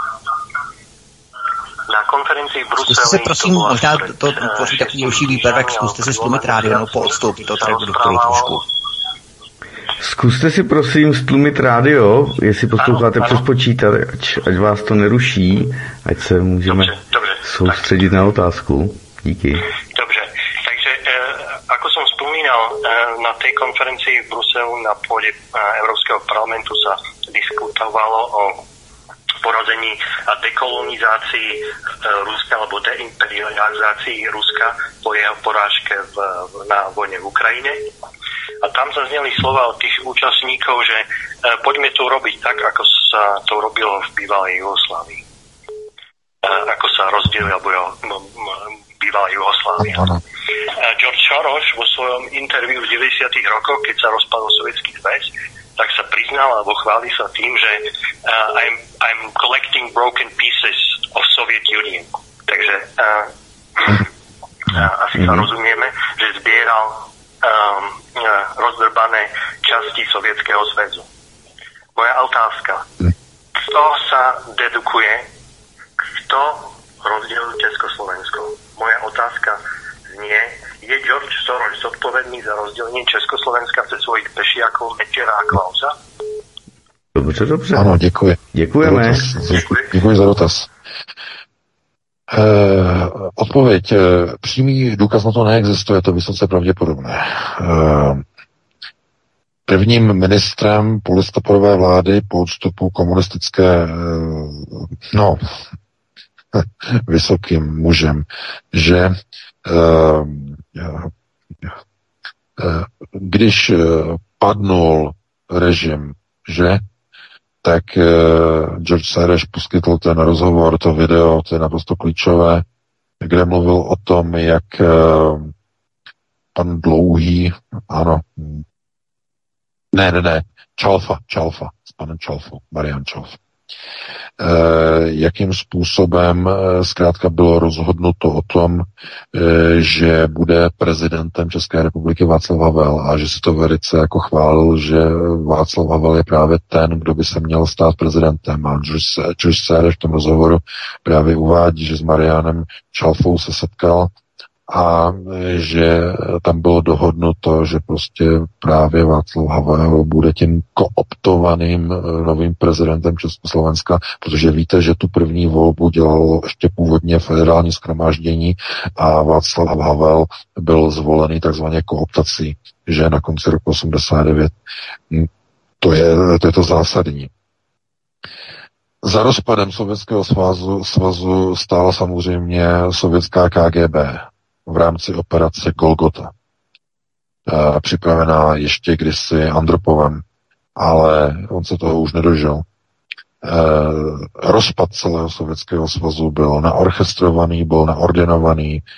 na konferenci v Bruseli... Zkuste si prosím, možná to tvoří takový další výpadek, zkuste si stlumit rádio, nebo poodstoupit to tady do doktoru trošku. Zkuste si prosím stlumit rádio, jestli posloucháte přes počítač, ať vás to neruší, ať se můžeme dobře, dobře, soustředit tak. na otázku. Díky. Dobře, takže e, ako som spomínal, e, na tej konferencii v Bruselu na pôde e, Európskeho parlamentu sa diskutovalo o porazení a dekolonizácii e, Ruska alebo deimperializácii Ruska po jeho porážke v, na vojne v Ukrajine. A tam zazneli slova od tých účastníkov, že e, poďme to robiť tak, ako sa to robilo v bývalej Jugoslávii. E, ako sa rozdielila bývalá Jugoslávia. E, George Soros vo svojom interviu v deväťdesiatych rokoch, keď sa rozpadol Sovietský zväz, tak sa priznal alebo chváli sa tým, že uh, I'm, I'm collecting broken pieces of Soviet Union. Takže uh, uh, asi sa rozumieme, že zbieral um, uh, roz, rozdrbané časti Sovětského svazu. Moja otázka. Kto sa dedukuje, kto rozdělil Československo? Moja otázka znie, je George Soros zodpovědný za rozdělení Československa před svojich pešiaků Mečiara a Klausa? Dobře, dobře. Ano, děkuji. Děkujeme. Děkuji, děkuji za dotaz. Eh, odpověď. Eh, přímý důkaz na to neexistuje, je to vysoce pravděpodobné. Eh, prvním ministrem polistopadové vlády po odstupu komunistické, eh, no, vysokým mužem, že eh, eh, když eh, padnul režim, že tak uh, George Soros poskytl ten rozhovor, to video, to je naprosto klíčové, kde mluvil o tom, jak uh, pan Dlouhý, ano, ne, ne, ne, Čalfa, Čalfa, s panem Čalfou, Marian Čalfa, uh, jakým způsobem uh, zkrátka bylo rozhodnuto o tom, uh, že bude prezidentem České republiky Václav Havel a že si to velice jako chválil, že Václav Havel je právě ten, kdo by se měl stát prezidentem. A George Soros v tom rozhovoru právě uvádí, že s Marianem Čalfou se setkal a že tam bylo dohodnuto, že prostě právě Václav Havel bude tím kooptovaným novým prezidentem Československa, protože víte, že tu první volbu dělalo ještě původně federální shromáždění a Václav Havel byl zvolený takzvaně kooptací, že na konci roku osmdesát devět. To je to, je to zásadní. Za rozpadem Sovětského svazu, svazu stála samozřejmě sovětská K G B v rámci operace Golgota. E, připravená ještě kdysi Andropovem, ale on se toho už nedožil. E, rozpad celého Sovětského svazu byl naorchestrovaný, byl naordinovaný, e,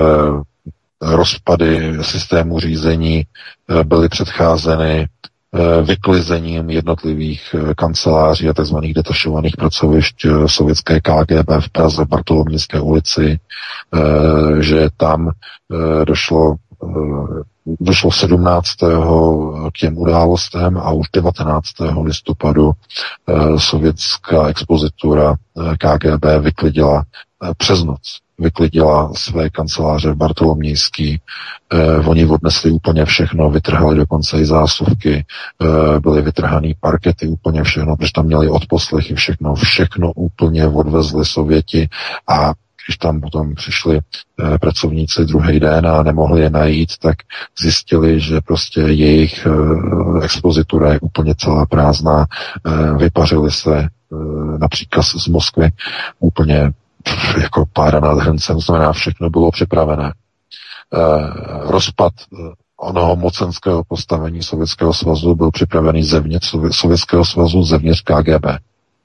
rozpady systému řízení e, byly předcházeny vyklizením jednotlivých kanceláří a tzv. Detašovaných pracovišť sovětské K G B v Praze, v Bartolomějské ulici, že tam došlo, došlo sedmnáctého k těm událostem a už devatenáctého listopadu sovětská expozitura K G B vyklidila přes noc. Vyklidila své kanceláře v Bartolomějský, eh, oni odnesli úplně všechno, vytrhali dokonce i zásuvky, eh, byly vytrhaný parkety, úplně všechno, protože tam měli odposlechy, všechno, všechno úplně odvezli Sověti a když tam potom přišli eh, pracovníci druhý den a nemohli je najít, tak zjistili, že prostě jejich eh, expozitura je úplně celá prázdná, eh, vypařili se eh, na příkaz z Moskvy úplně jako pára nad hrncem, to znamená, všechno bylo připravené. Eh, rozpad onoho mocenského postavení Sovětského svazu byl připravený zevnitř Sovětského svazu, zevnitř K G B.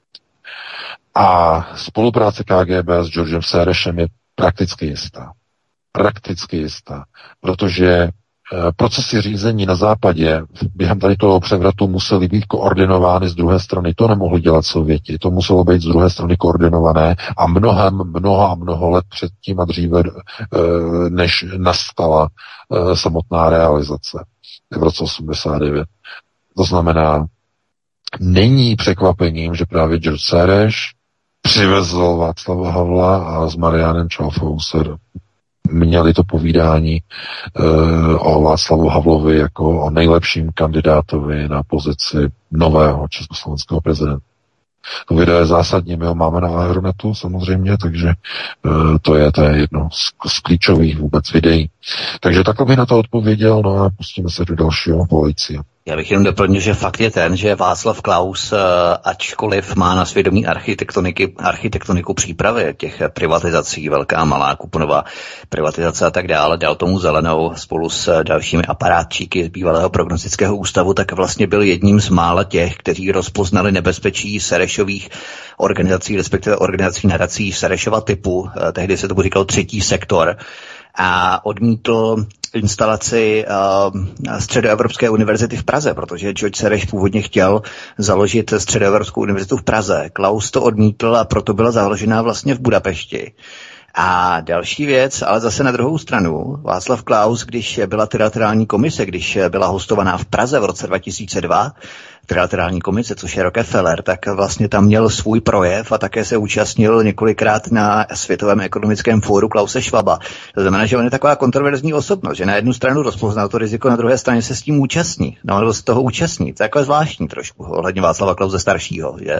A spolupráce K G B s Georgem Sorosem je prakticky jistá. Prakticky jistá, protože procesy řízení na západě během tady toho převratu musely být koordinovány z druhé strany. To nemohli dělat Sověti, to muselo být z druhé strany koordinované a mnohem, mnoho a mnoho let předtím a dříve, než nastala samotná realizace v roce osmdesát devět. To znamená, není překvapením, že právě George Soros přivezl Václava Havla a s Marianem Čalfou se měli to povídání uh, o Václavu Havlovi jako o nejlepším kandidátovi na pozici nového československého prezidenta. To video je zásadní, my ho máme na Aeronetu samozřejmě, takže uh, to je, to je jedno z, z klíčových vůbec videí. Takže takhle bych na to odpověděl, no a pustíme se do dalšího volajícího. Já bych jenom doplnil, že fakt je ten, že Václav Klaus, ačkoliv má na svědomí architektoniky, architektoniku přípravy těch privatizací, velká, malá, kuponová privatizace a tak dále, dal tomu zelenou spolu s dalšími aparátčíky z bývalého prognostického ústavu, tak vlastně byl jedním z mála těch, kteří rozpoznali nebezpečí Sorosových organizací, respektive organizací nadací Sorosova typu, tehdy se tomu říkal třetí sektor, a odmítl instalaci uh, Středoevropské univerzity v Praze, protože George Soros původně chtěl založit Středoevropskou univerzitu v Praze. Klaus to odmítl a proto byla založena vlastně v Budapešti. A další věc, ale zase na druhou stranu, Václav Klaus, když byla trilaterální komise, když byla hostovaná v Praze v roce dva tisíce dva, trilaterální komise, což je Rockefeller, tak vlastně tam měl svůj projev a také se účastnil několikrát na Světovém ekonomickém fóru Klause Schwaba. To znamená, že on je taková kontroverzní osobnost, že na jednu stranu rozpoznal to riziko, na druhé straně se s tím účastní. No, nebo z toho účastní. To je jako zvláštní trošku, ohledně Václava Klause staršího, že?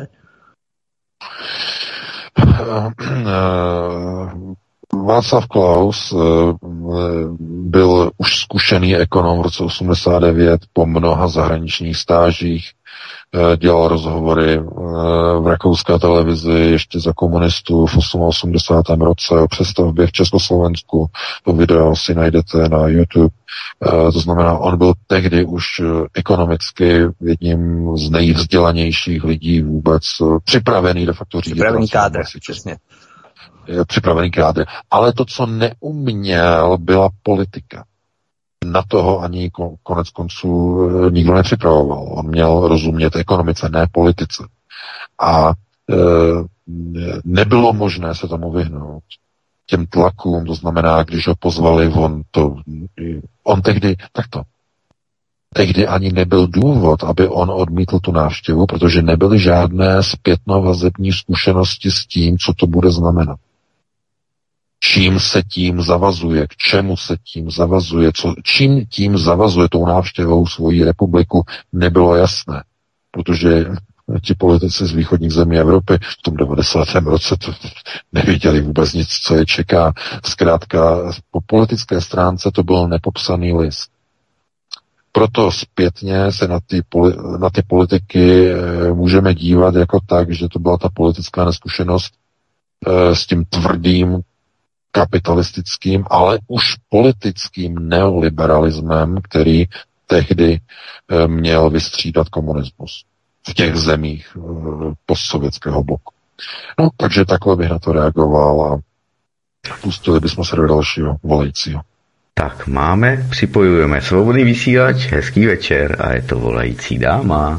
Václav Klaus byl už zkušený ekonom v roce osmdesát devět po mnoha zahraničních stážích, dělal rozhovory v rakouské televizi ještě za komunistů v osmdesátém roce o přestavbě v Československu. To video si najdete na YouTube. To znamená, on byl tehdy už ekonomicky jedním z nejvzdělanějších lidí vůbec, připravený de facto řídit. Připravený kádr, přesně. Připravený kádr. Ale to, co neuměl, byla politika. Na toho ani konec konců nikdo nepřipravoval. On měl rozumět ekonomice, ne politice. A e, nebylo možné se tomu vyhnout. Těm tlakům, to znamená, když ho pozvali, on to, on tehdy, takto, tehdy ani nebyl důvod, aby on odmítl tu návštěvu, protože nebyly žádné zpětnovazební zkušenosti s tím, co to bude znamenat. Čím se tím zavazuje, k čemu se tím zavazuje, co, čím tím zavazuje tou návštěvou svoji republiku, nebylo jasné. Protože ti politici z východních zemí Evropy v tom devadesátém roce to nevěděli vůbec nic, co je čeká. Zkrátka po politické stránce to byl nepopsaný list. Proto zpětně se na ty, na ty politiky můžeme dívat jako tak, že to byla ta politická neskušenost s tím tvrdým kapitalistickým, ale už politickým neoliberalismem, který tehdy měl vystřídat komunismus v těch zemích postsovětského bloku. No, takže takhle bych na to reagoval a pustili bychom se do dalšího volajícího. Tak máme, připojujeme svobodný vysílač, hezký večer a je to volající dáma.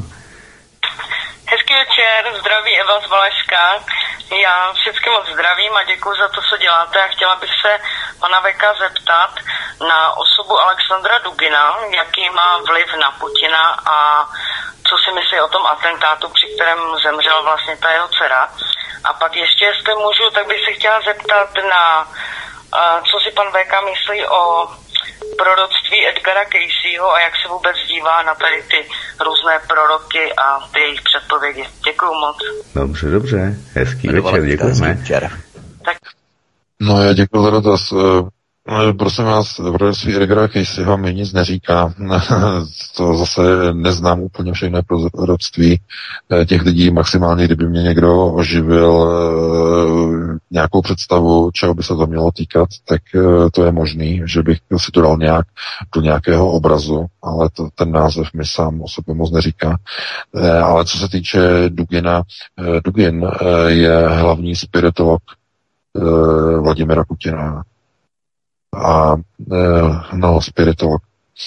Hezký večer, zdraví Eva z Valašska. Já všechny moc zdravím a děkuji za to, co děláte a chtěla bych se pana Veka zeptat na osobu Alexandra Dugina, jaký má vliv na Putina a co si myslí o tom atentátu, při kterém zemřela vlastně ta jeho dcera. A pak ještě, jestli můžu, tak bych se chtěla zeptat na, co si pan Veka myslí o proroctví Edgara Caseyho a jak se vůbec dívá na tady ty různé proroky a ty jejich předpovědi. Děkuju moc. Dobře, dobře. Hezký večer, děkujeme. Tak. No já děkuji za dotaz. Prosím vás, proroctví Edgara Caseyho mi nic neříká. To zase neznám úplně všechny proroctví těch lidí. Maximálně, kdyby mě někdo oživil nějakou představu, čeho by se to mělo týkat, tak to je možný, že bych si to dal nějak do nějakého obrazu, ale to, ten název mi sám o sobě moc neříká. Ale co se týče Dugina, Dugin je hlavní spiritolog Vladimira Putina. A no, spiritolog.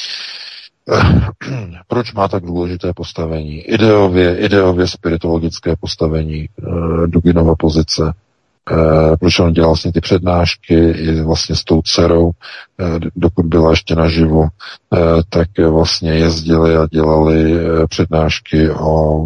Proč má tak důležité postavení? Ideově, ideově spiritologické postavení Duginova pozice. Proč on dělal vlastně ty přednášky i vlastně s tou dcerou, dokud byla ještě naživu, tak vlastně jezdili a dělali přednášky o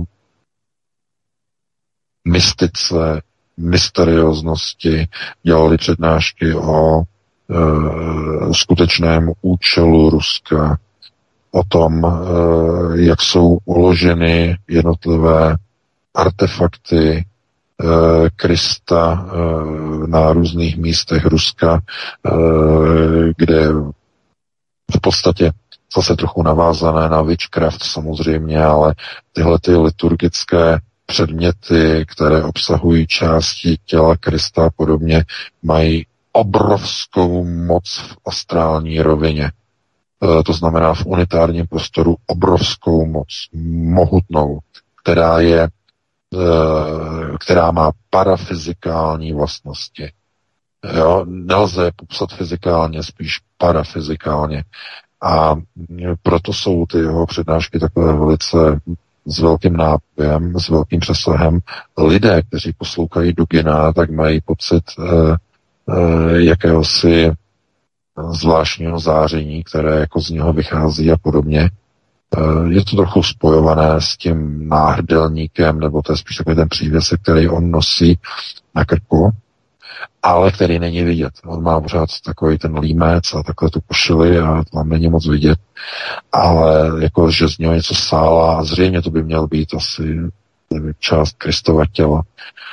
mystice, mysterióznosti, dělali přednášky o skutečném účelu Ruska, o tom, jak jsou uloženy jednotlivé artefakty Krista na různých místech Ruska, kde v podstatě zase trochu navázané na witchcraft samozřejmě, ale tyhle ty liturgické předměty, které obsahují části těla Krista a podobně, mají obrovskou moc v astrální rovině. E, to znamená v unitárním prostoru obrovskou moc, mohutnou, která je, e, která má parafyzikální vlastnosti. Jo, nelze je popsat fyzikálně, spíš parafyzikálně. A proto jsou ty jeho přednášky takové velice s velkým nápojem, s velkým přesahem. Lidé, kteří poslouchají Dugina, tak mají pocit, jakéhosi zvláštního záření, které jako z něho vychází a podobně. Je to trochu spojované s tím náhrdelníkem, nebo to je spíš takový ten přívěsek, který on nosí na krku, ale který není vidět. On má pořád takový ten límec a takhle tu košili a tam není moc vidět, ale jako, že z něho něco sálá a zřejmě to by měl být asi část Kristova těla.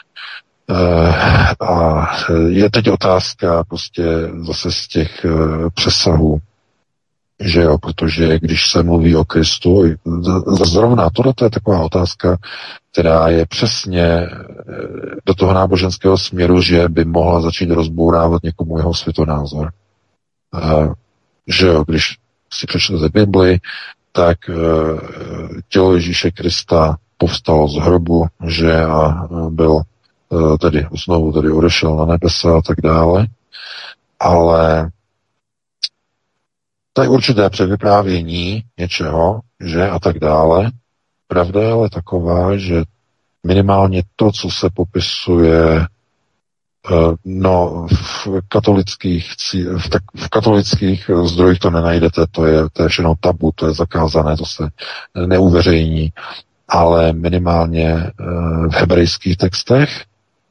A je teď otázka prostě zase z těch přesahů, že jo, protože když se mluví o Kristu, zrovna tohle je taková otázka, která je přesně do toho náboženského směru, že by mohla začít rozbourávat někomu jeho světonázor. Že jo, když si přečtete Bibli, tak tělo Ježíše Krista povstalo z hrobu, že a byl tedy znovu tedy odešel na nebesa a tak dále, ale to je určité předvyprávění něčeho, že a tak dále. Pravda je ale taková, že minimálně to, co se popisuje no, v katolických, v, tak, v katolických zdrojích to nenajdete, to je, to je všechno tabu, to je zakázané, to se neuveřejní, ale minimálně v hebrejských textech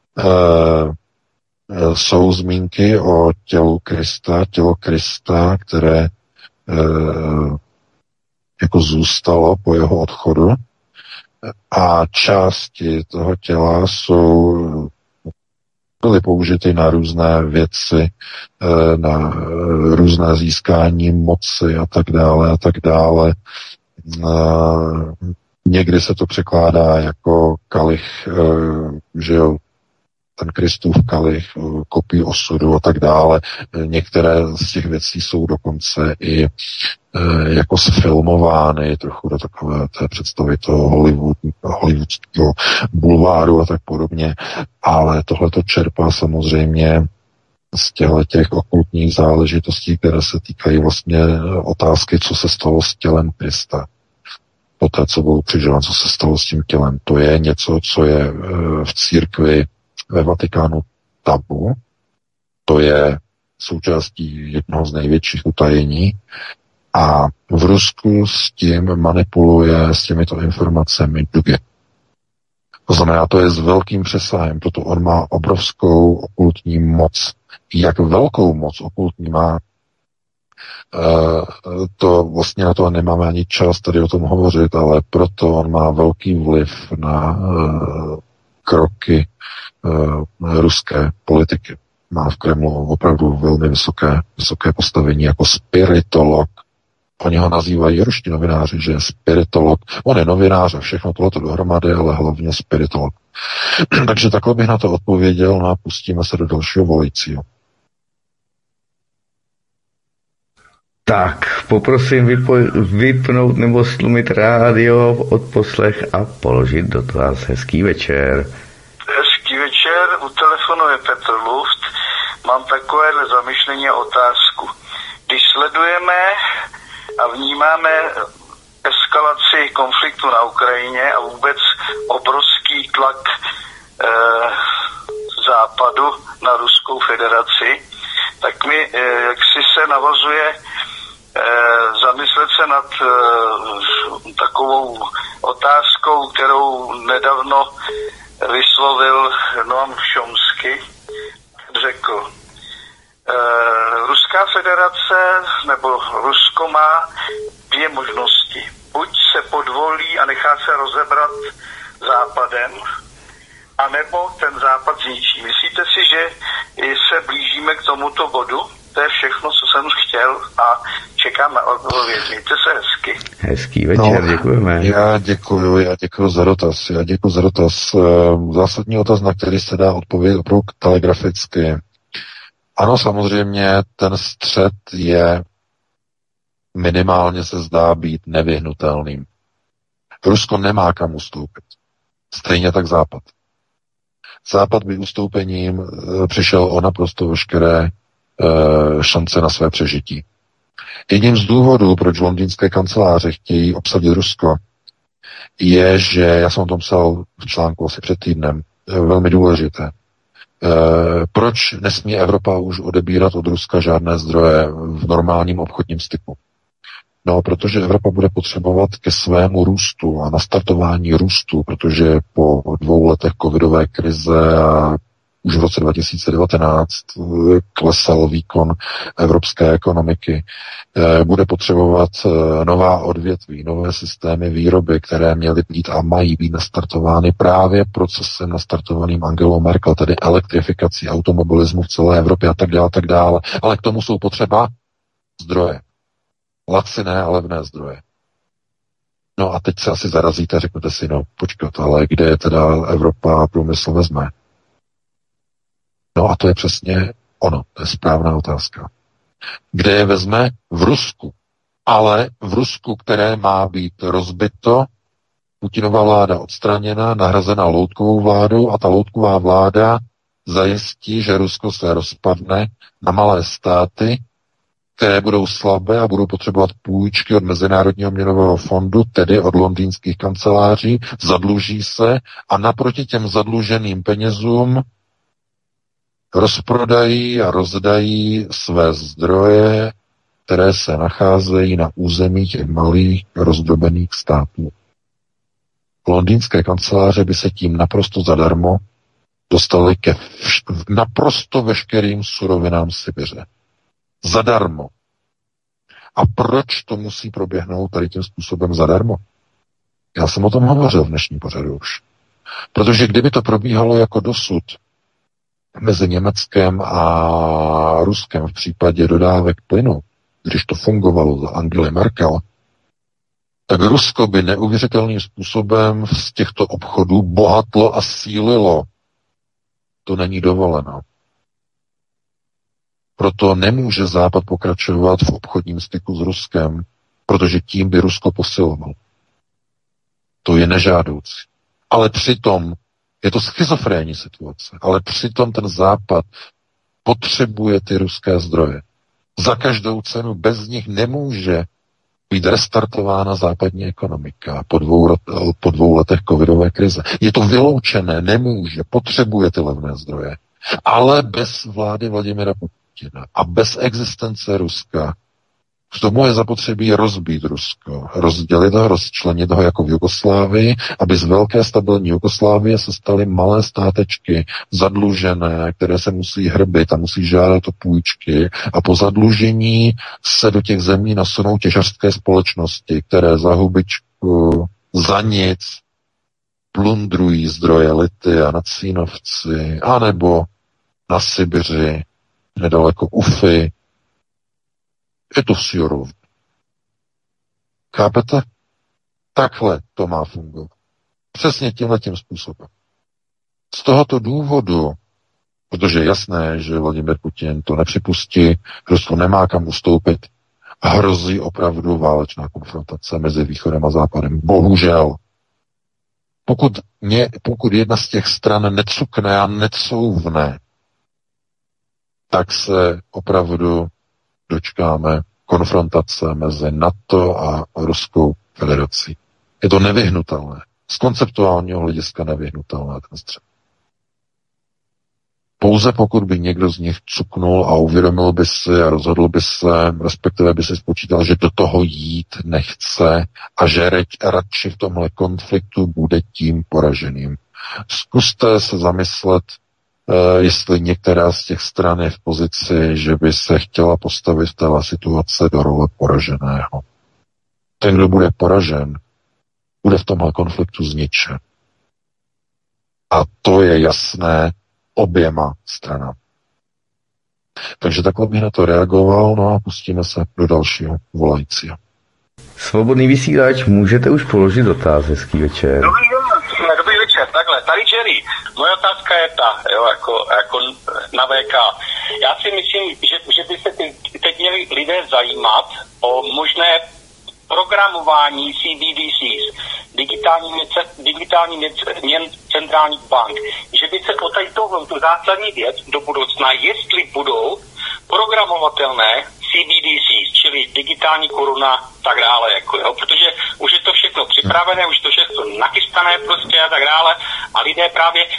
jsou zmínky o tělu Krista, tělo Krista, které jako zůstalo po jeho odchodu a části toho těla jsou byly použity na různé věci, na různé získání moci a tak dále a tak dále. Někdy se to překládá jako kalich, že jo, ten Kristův kalich, kopí osudu a tak dále. Některé z těch věcí jsou dokonce i e, jako sfilmovány trochu do takové té představy toho Hollywood, hollywoodského bulváru a tak podobně, ale tohle to čerpá samozřejmě z těchto těch okultních záležitostí, které se týkají vlastně otázky, co se stalo s tělem Krista. Poté, co byl ukřižován, co se stalo s tím tělem. To je něco, co je e, v církvi ve Vatikánu tabu. To je součástí jednoho z největších utajení a v Rusku s tím manipuluje s těmito informacemi Duge. To znamená, to je s velkým přesahem, proto on má obrovskou okultní moc. Jak velkou moc okultní má, to vlastně na to nemáme ani čas tady o tom hovořit, ale proto on má velký vliv na kroky ruské politiky. Má v Kremlu opravdu velmi vysoké, vysoké postavení jako spiritolog. Oni ho nazývají ruští novináři, že je spiritolog. On je novinář a všechno tohleto dohromady, ale hlavně spiritolog. Takže takhle bych na to odpověděl, no a pustíme se do dalšího volajícího. Tak, poprosím vypo- vypnout nebo stlumit rádio, odposlech a položit dotaz. Hezký večer. Hezký večer, u telefonu je Petr Luft. Mám takovéhle zamyšlení a otázku. Když sledujeme a vnímáme eskalaci konfliktu na Ukrajině a vůbec obrovský tlak e, západu na Ruskou federaci, tak mi e, jaksi se navazuje e, zamyslet se nad e, takovou otázkou, kterou nedávno vyslovil Noam Chomsky, řekl, e, Ruská federace nebo Rusko má dvě možnosti. Buď se podvolí a nechá se rozebrat západem, anebo ten západ zničí. Myslíte si, že se blížíme k tomuto bodu? To je všechno, co jsem chtěl a čekám na odpověď. Mějte se hezky. Hezký večer, no, děkujeme. Já děkuju, já děkuju za dotaz. Já děkuju za dotaz. Zásadní otaz, na který se dá odpovědět opravdu telegraficky. Ano, samozřejmě, ten střet je minimálně se zdá být nevyhnutelným. Rusko nemá kam ustoupit. Stejně tak Západ. Západ by ustoupením e, přišel o naprosto veškeré e, šance na své přežití. Jedním z důvodů, proč londýnské kanceláře chtějí obsadit Rusko, je, že, já jsem o tom psal v článku asi před týdnem, velmi důležité, proč nesmí Evropa už odebírat od Ruska žádné zdroje v normálním obchodním styku? No, protože Evropa bude potřebovat ke svému růstu a nastartování růstu, protože po dvou letech covidové krize a už v roce dva tisíce devatenáct klesal výkon evropské ekonomiky, bude potřebovat nová odvětví, nové systémy výroby, které měly být a mají být nastartovány právě procesem nastartovaným Angelou Merkel, tedy elektrifikací automobilismu v celé Evropě a tak dále, tak dále. Ale k tomu jsou potřeba zdroje. Laciné a levné zdroje. No a teď se asi zarazíte a řeknete si, no počkat, ale kde je teda Evropa průmysl vezme? No a to je přesně ono, to je správná otázka. Kde je vezme? V Rusku. Ale v Rusku, které má být rozbito, Putinova vláda odstraněna, nahrazena loutkovou vládou a ta loutková vláda zajistí, že Rusko se rozpadne na malé státy, které budou slabé a budou potřebovat půjčky od Mezinárodního měnového fondu, tedy od londýnských kanceláří, zadluží se a naproti těm zadluženým penězům rozprodají a rozdají své zdroje, které se nacházejí na území těch malých rozdrobených států. Londýnské kanceláře by se tím naprosto zadarmo dostaly ke vš- naprosto veškerým surovinám Sibiře. Zadarmo. A proč to musí proběhnout tady tím způsobem zadarmo? Já jsem o tom hovořil v dnešním pořadu už. Protože kdyby to probíhalo jako dosud mezi Německem a Ruskem v případě dodávek plynu, když to fungovalo za Angely Merkel, tak Rusko by neuvěřitelným způsobem z těchto obchodů bohatlo a sílilo. To není dovoleno. Proto nemůže Západ pokračovat v obchodním styku s Ruskem, protože tím by Rusko posilovalo. To je nežádoucí. Ale přitom je to schizofrénní situace, ale přitom ten Západ potřebuje ty ruské zdroje. Za každou cenu bez nich nemůže být restartována západní ekonomika po dvou, po dvou letech covidové krize. Je to vyloučené, nemůže, potřebuje ty levné zdroje. Ale bez vlády Vladimira Putina a bez existence Ruska k tomu je zapotřebí rozbít Rusko, rozdělit ho, rozčlenit ho jako v Jugoslávii, aby z velké stabilní Jugoslávie se staly malé státečky zadlužené, které se musí hrbit a musí žádat o půjčky a po zadlužení se do těch zemí nasunou těžařské společnosti, které za hubičku, za nic plundrují zdroje lity a na Cínovci, anebo na Sibiři, nedaleko Ufy. Je to Syorov. Chápete? Takhle to má fungovat. Přesně tímhletím způsobem. Z tohoto důvodu, protože je jasné, že Vladimir Putin to nepřipustí, Rusko nemá kam ustoupit, hrozí opravdu válečná konfrontace mezi Východem a Západem. Bohužel. Pokud, mě, pokud jedna z těch stran necukne a necouvne, tak se opravdu dočkáme konfrontace mezi NATO a Ruskou federací. Je to nevyhnutelné. Z konceptuálního hlediska nevyhnutelné ten střet. Pouze pokud by někdo z nich cuknul a uvědomil by si a rozhodl by se, respektive by si spočítal, že do toho jít nechce a že reč, radši v tomhle konfliktu bude tím poraženým. Zkuste se zamyslet, jestli některá z těch stran je v pozici, že by se chtěla postavit v téhle situace do role poraženého. Ten, kdo bude poražen, bude v tomhle konfliktu zničen. A to je jasné oběma stranám. Takže takhle bych na to reagoval, no a pustíme se do dalšího volajícího. Svobodný vysílač, můžete už položit dotaz, hezký večer. Dobrý, dobrý večer, takhle, tady Jerry. Moje otázka je ta, jo, jako, jako na vé ká. Já si myslím, že, že by se teď měli lidé zajímat o možné programování C B D Cs, digitální, digitální měn centrálních bank, že by se o tady tohle, tu zásadní věc do budoucna, jestli budou programovatelné C B D Cs, čili digitální koruna, tak dále, jako, jo, protože už je to všechno připravené, už to všechno nachystané prostě a tak dále a lidé právě, protože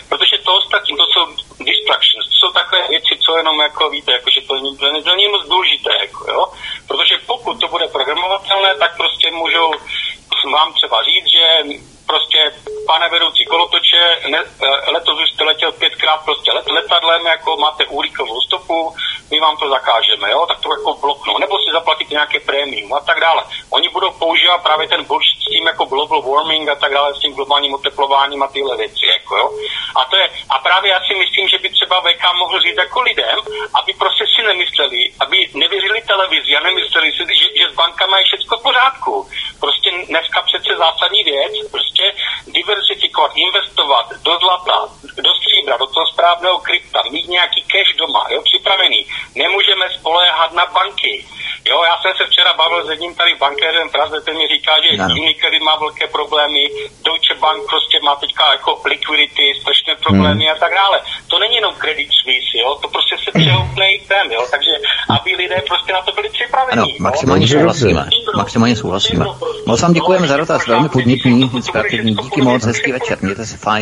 to ostatní, to jsou distractions, to jsou takové věci, co jenom jako víte, jako, že to není, to není moc důležité, jako, jo? Protože pokud to bude programovatelné, tak prostě můžou vám třeba říct, že prostě pane vedoucí kolotoče, ne, letos už jste letěl pětkrát prostě let, letadlem, jako máte uhlíkovou stopu, my vám to zakážeme, jo, tak to jako bloknou, nebo si zaplatíte nějaké prémium a tak dále. Oni budou používat právě ten bullshit s tím jako global warming a tak dále, s tím globálním oteplováním a tyhle věci, jako jo. A to je, a právě já si myslím, že by třeba V K mohl říct jako lidem, aby prostě si nemysleli, aby nevěřili televizi a nemysleli si, že, že s bankama je všechno v pořádku. Prostě dneska přece zásadní věc, prostě diversifikovat, investovat do zlata, do stříbra, do toho správného krypta, mít nějaký cash doma, jo, připravený. Nemůžeme spoléhat na banky. Jo, já jsem se včera bavil s jedním tady bankéřem v Praze, ten mi říká, že Unicredit má velké problémy, Deutsche Bank prostě má teďka jako liquidity, strašné problémy hmm. a tak dále. To není jenom Credit Suisse, jo, to prostě se přehoupne i ten, jo, takže aby lidé prostě na to byli připraveni. Ano, maximálně no, souhlasíme, maximálně souhlasíme. Moc vám děkujeme za dotaz, velmi podnětný, inspirativní, díky moc, hezký večer, mějte se fajn.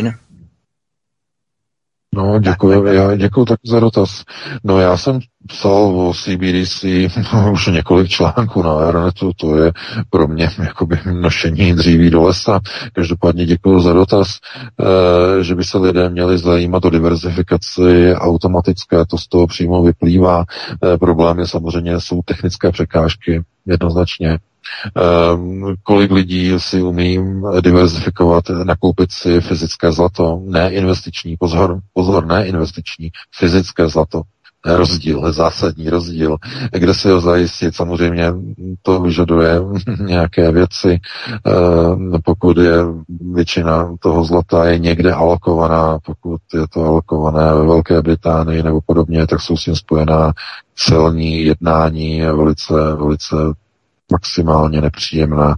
No, děkuji, já děkuji taky za dotaz. No, já jsem psal o C B D C už několik článků na Aeronetu, to je pro mě jakoby nošení dříví do lesa. Každopádně děkuji za dotaz, eh, že by se lidé měli zajímat o diverzifikaci automatické, to z toho přímo vyplývá. Eh, problém je samozřejmě, jsou technické překážky, jednoznačně. Um, kolik lidí si umí diverzifikovat, nakoupit si fyzické zlato, ne investiční, pozor, pozor, ne investiční, fyzické zlato. Rozdíl, zásadní rozdíl. Kde si ho zajistit? Samozřejmě to vyžaduje nějaké věci. Pokud je většina toho zlata je někde alokovaná, pokud je to alokované ve Velké Británii nebo podobně, tak jsou s tím spojená celní jednání velice, velice maximálně nepříjemná.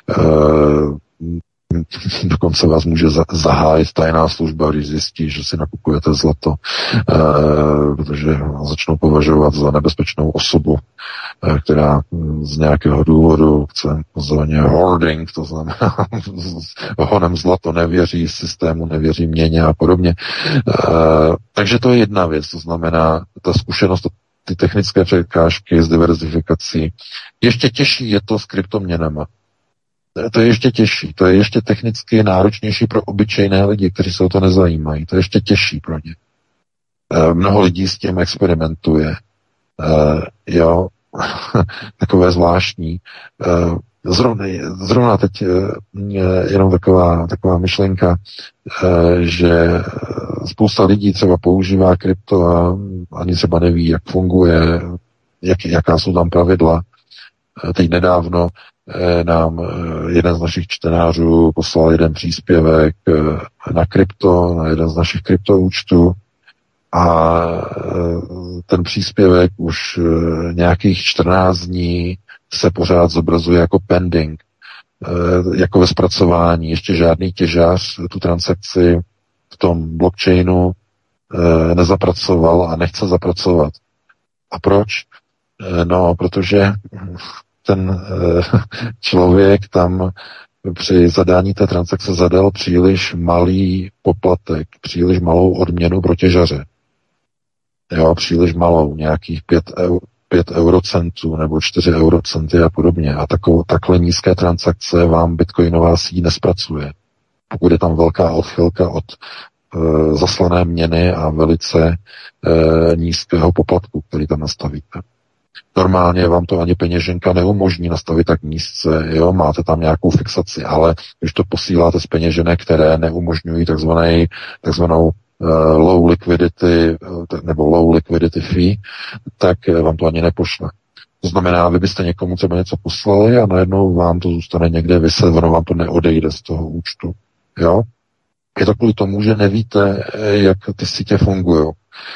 E, dokonce vás může zahájit tajná služba, když zjistí, že si nakupujete zlato, e, protože začnou považovat za nebezpečnou osobu, e, která z nějakého důvodu chce zvaně hoarding, to znamená honem zlato, nevěří systému, nevěří měně a podobně. E, takže to je jedna věc, to znamená ta zkušenost, ty technické překážky s diverzifikací. Ještě těžší je to s kryptoměnama. To je ještě těžší, to je ještě technicky náročnější pro obyčejné lidi, kteří se o to nezajímají. To je ještě těžší pro ně. E, mnoho lidí s tím experimentuje. E, jo, takové zvláštní. E, zrovna, zrovna teď e, jenom taková, taková myšlenka, e, že spousta lidí třeba používá krypto a ani třeba neví, jak funguje, jak, jaká jsou tam pravidla. Teď nedávno nám jeden z našich čtenářů poslal jeden příspěvek na krypto, na jeden z našich kryptoúčtů a ten příspěvek už nějakých čtrnáct dní se pořád zobrazuje jako pending, jako ve zpracování. Ještě žádný těžař tu transakci v tom blockchainu nezapracoval a nechce zapracovat. A proč? No, protože ten člověk tam při zadání té transakce zadal příliš malý poplatek, příliš malou odměnu pro těžaře. Jo, příliš malou, nějakých pět, eur, pět eurocentů nebo čtyři eurocenty a podobně. A takovou, takhle nízké transakce vám bitcoinová síť nespracuje. Pokud je tam velká odchylka od e, zaslané měny a velice e, nízkého poplatku, který tam nastavíte. Normálně vám to ani peněženka neumožní nastavit tak nízce, jo, máte tam nějakou fixaci, ale když to posíláte z peněženek, které neumožňují takzvaný, takzvanou uh, low liquidity nebo low liquidity fee, tak vám to ani nepošle. To znamená, vy byste někomu třeba něco poslali a najednou vám to zůstane někde vyset, ono vám to neodejde z toho účtu, jo. Je to kvůli tomu, že nevíte, jak ty sítě fungují.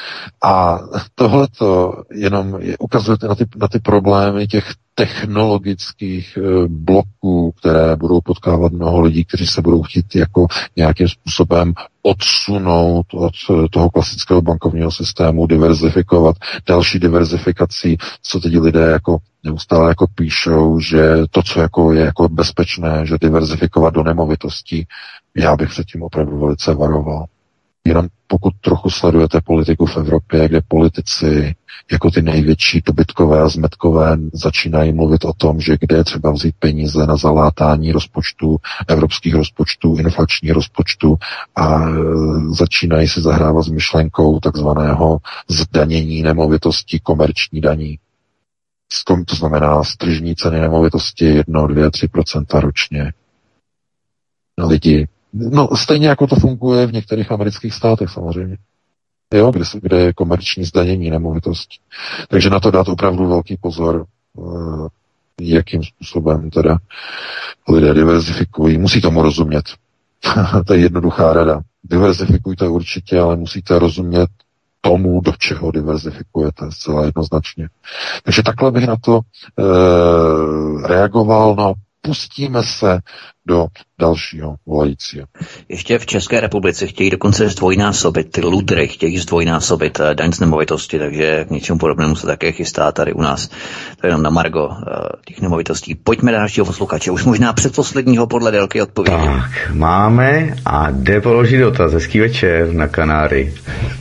A tohleto jenom ukazuje na ty, na ty problémy těch technologických bloků, které budou potkávat mnoho lidí, kteří se budou chtít jako nějakým způsobem odsunout od toho klasického bankovního systému, diverzifikovat, další diverzifikací, co teď lidé jako neustále jako píšou, že to, co jako je jako bezpečné, že diverzifikovat do nemovitostí, já bych předtím opravdu velice varoval. Jenom pokud trochu sledujete politiku v Evropě, kde politici jako ty největší dobytkové a zmetkové začínají mluvit o tom, že kde je třeba vzít peníze na zalátání rozpočtu, evropských rozpočtů, inflační rozpočtu a e, začínají si zahrávat s myšlenkou takzvaného zdanění nemovitosti, komerční daní. To znamená stržní ceny nemovitosti jedno, dvě, tři procenta ročně. Lidi. No, stejně jako to funguje v některých amerických státech samozřejmě. Jo, kde, kde je komerční zdanění nemovitosti. Takže na to dát opravdu velký pozor, jakým způsobem teda lidé diverzifikují. Musí tomu rozumět. To je jednoduchá rada. Diverzifikujte určitě, ale musíte rozumět tomu, do čeho diverzifikujete, zcela jednoznačně. Takže takhle bych na to e, reagoval. No, pustíme se do dalšího volajícího. Ještě v České republice chtějí dokonce zdvojnásobit, ty ludry chtějí zdvojnásobit daň z nemovitosti, takže k něčemu podobnému se také chystá tady u nás. To je jenom na margo těch nemovitostí. Pojďme na dalšího posluchače, už možná předposledního podle délky odpovědi. Tak, máme a jde položit dotaz. Hezký večer na Kanáry.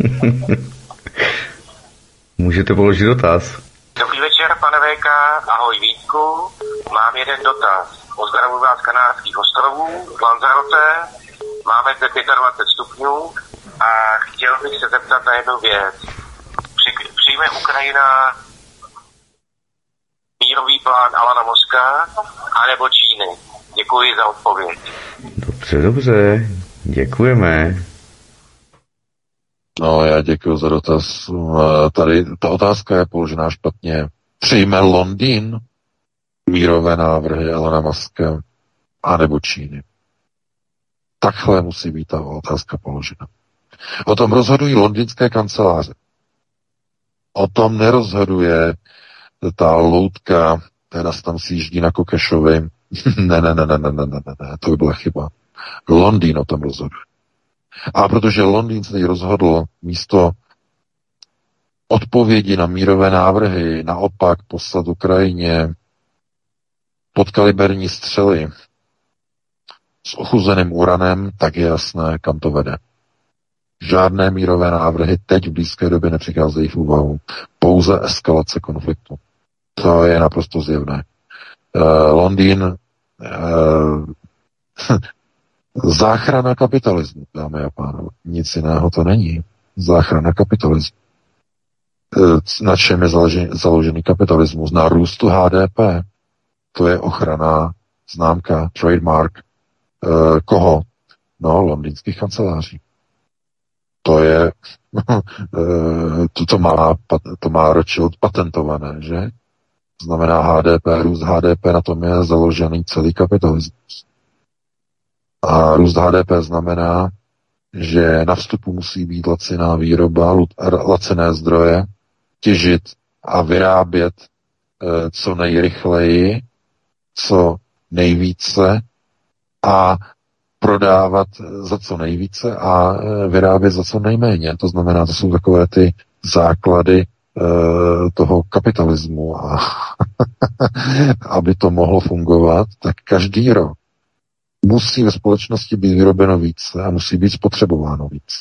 Můžete položit dotaz. Dobrý večer, pane V K, ahoj Vítku, mám jeden dotaz. Pozdravuji vás z Kanárských ostrovů, v Lanzarote, máme zde dvacet pět stupňů a chtěl bych se zeptat na jednu věc. Při, přijme Ukrajina mírový plán Alana Moska anebo Číny? Děkuji za odpověď. Dobře, dobře, děkujeme. No, já děkuji za dotaz. Tady ta otázka je položená špatně. Přijme Londýn mírové návrhy Elona Muska anebo Číny? Takhle musí být ta otázka položena. O tom rozhodují londýnské kanceláře. O tom nerozhoduje ta loutka, která se tam sjíždí na Kokešovi. ne, ne, ne, ne, ne, ne, ne, ne, to by byla chyba. Londýn o tom rozhoduje. A protože Londýn se teď rozhodl místo odpovědi na mírové návrhy naopak poslat Ukrajině podkaliberní střely s ochuzeným uranem, tak je jasné, kam to vede. Žádné mírové návrhy teď v blízké době nepřicházejí v úvahu. Pouze eskalace konfliktu. To je naprosto zjevné. Uh, Londýn uh, záchrana kapitalismu, dámy a pánové. Nic jiného to není. Záchrana kapitalismu. Na čem je založený, založený kapitalismus? Na růstu H D P. To je ochrana, známka, trademark. Eh, koho? No, londýnských kanceláří. To je, to, to, má, to má Rothschild patentované, že? Znamená H D P, růst H D P, na tom je založený celý kapitalismus. A růst H D P znamená, že na vstupu musí být laciná výroba, laciné zdroje, těžit a vyrábět e, co nejrychleji, co nejvíce a prodávat za co nejvíce a e, vyrábět za co nejméně. To znamená, to jsou takové ty základy e, toho kapitalismu. A aby to mohlo fungovat, tak každý rok musí ve společnosti být vyrobeno více a musí být spotřebováno víc.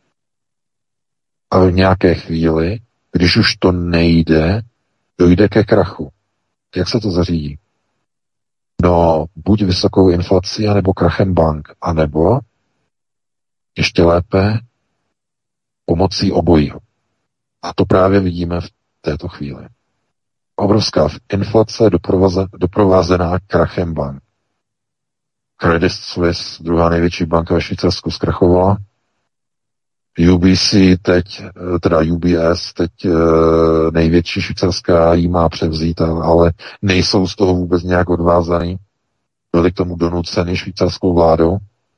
A v nějaké chvíli, když už to nejde, dojde ke krachu. Jak se to zařídí? No, buď vysokou inflací, anebo krachem bank, anebo ještě lépe pomocí obojího. A to právě vidíme v této chvíli. Obrovská inflace doprovázená krachem bank. Credit Suisse, druhá největší banka ve Švýcarsku, zkrachovala. U B C teď, teda U B S, teď největší švýcarská jí má převzít, ale nejsou z toho vůbec nějak odvázaný. Byli k tomu donuceni švýcarskou vládou.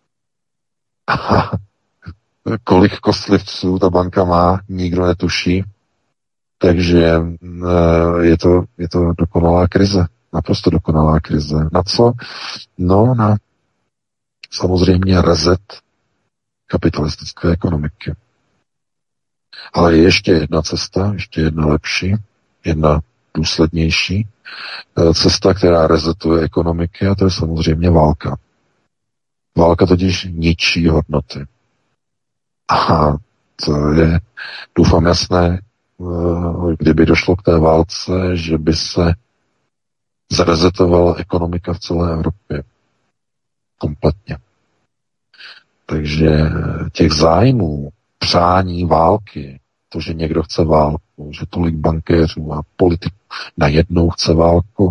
A kolik kostlivců ta banka má, nikdo netuší. Takže je to, je to dokonalá krize. Naprosto dokonalá krize. Na co? No, na samozřejmě rezet kapitalistické ekonomiky. Ale je ještě jedna cesta, ještě jedna lepší, jedna důslednější cesta, která rezetuje ekonomiky, a to je samozřejmě válka. Válka totiž ničí hodnoty. A to je, doufám, jasné, kdyby došlo k té válce, že by se zrezetovala ekonomika v celé Evropě. Kompletně. Takže těch zájmů, přání války, to, že někdo chce válku, že tolik bankéřů a politiků najednou chce válku,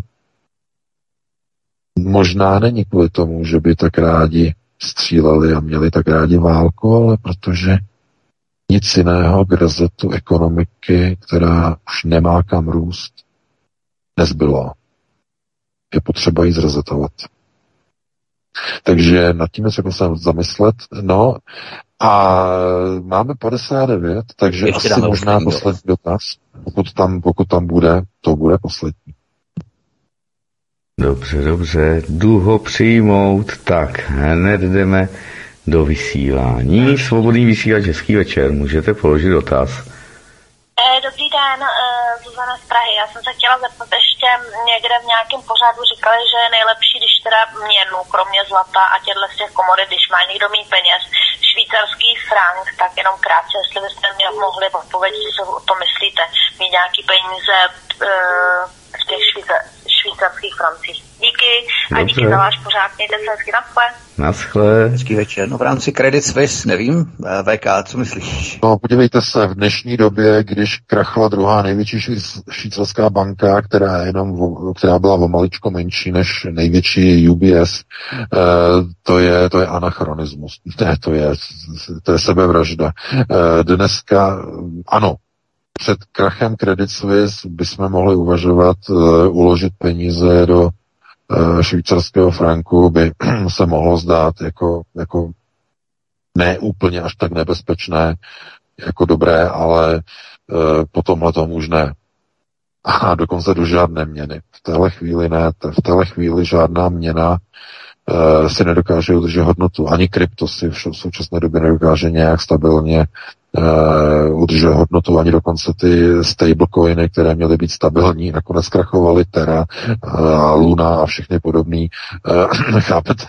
možná není kvůli tomu, že by tak rádi stříleli a měli tak rádi válku, ale protože nic jiného k resetu ekonomiky, která už nemá kam růst, nezbylo. Je potřeba ji zrezetovat. Takže nad tím je třeba se zamyslet. No a máme padesát devět, takže ještě asi možná poslední dotaz. Pokud tam, pokud tam bude, to bude poslední. Dobře, dobře, jdu ho přijmout. Tak, hned jdeme do vysílání. Svobodný vysílač, hezký večer, můžete položit dotaz. Dobrý den, Zuzana z Prahy. Já jsem se chtěla zeptat, ještě někde v nějakém pořadu říkali, že je nejlepší, když teda měnu, kromě zlata a těchto z těch komodit, když má někdo mít peněz, švýcarský frank, tak jenom krátce, jestli byste mě mohli odpovědět, co o to myslíte, mít nějaký peníze v těch švýcar- švýcarských francích. Díky a Dobře. díky za váš pořád, mějte se hezky, naschle. Naschle. Hezký večer. No v rámci Credit Suisse, nevím, V K, co myslíš? No podívejte se, v dnešní době, když krachla druhá největší švýcarská banka, která, je jenom, která byla o maličko menší než největší U B S, eh, to je, to je anachronismus. Ne, to je, to je sebevražda. Eh, dneska, ano, před krachem Credit Suisse bychom mohli uvažovat, uh, uložit peníze do uh, švýcarského franku, by se mohlo zdát jako, jako ne úplně až tak nebezpečné, jako dobré, ale uh, po tomhletom už ne. A dokonce do žádné měny. V téhle chvíli ne, v téhle chvíli žádná měna uh, si nedokáže udržet hodnotu. Ani krypto si v současné době nedokáže nějak stabilně Uh, udržuje hodnotu, ani dokonce ty stablecoiny, které měly být stabilní, nakonec krachovaly Terra, uh, Luna a všechny podobný. Uh, chápete?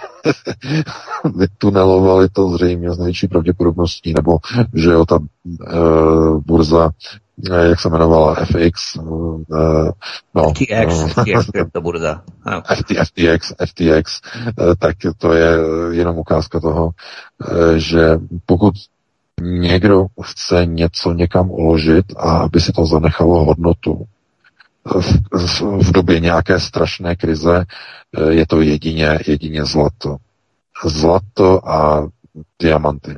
Vytunelovali to zřejmě z největší pravděpodobností, nebo že jo, ta uh, burza, jak se jmenovala, F X, uh, no, F T X, uh, F T X, to burza. No. F T X, F T X, uh, tak to je jenom ukázka toho, uh, že pokud někdo chce něco někam uložit a aby si to zanechalo hodnotu v, v, v době nějaké strašné krize, je to jedině, jedině zlato. Zlato a diamanty.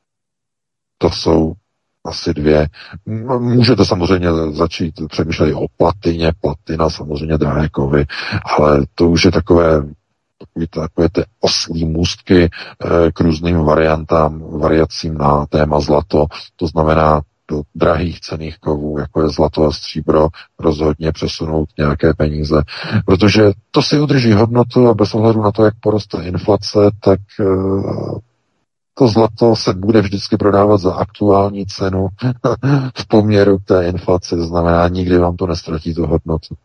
To jsou asi dvě. Můžete samozřejmě začít přemýšlet o platině, platina samozřejmě drahé kovy, ale to už je takové takové ty oslí můstky e, k různým variantám, variacím na téma zlato. To znamená do drahých cenných kovů, jako je zlato a stříbro, rozhodně přesunout nějaké peníze. Protože to si udrží hodnotu a bez ohledu na to, jak poroste inflace, tak e, to zlato se bude vždycky prodávat za aktuální cenu v poměru k té inflaci. To znamená, nikdy vám to nestratí tu hodnotu.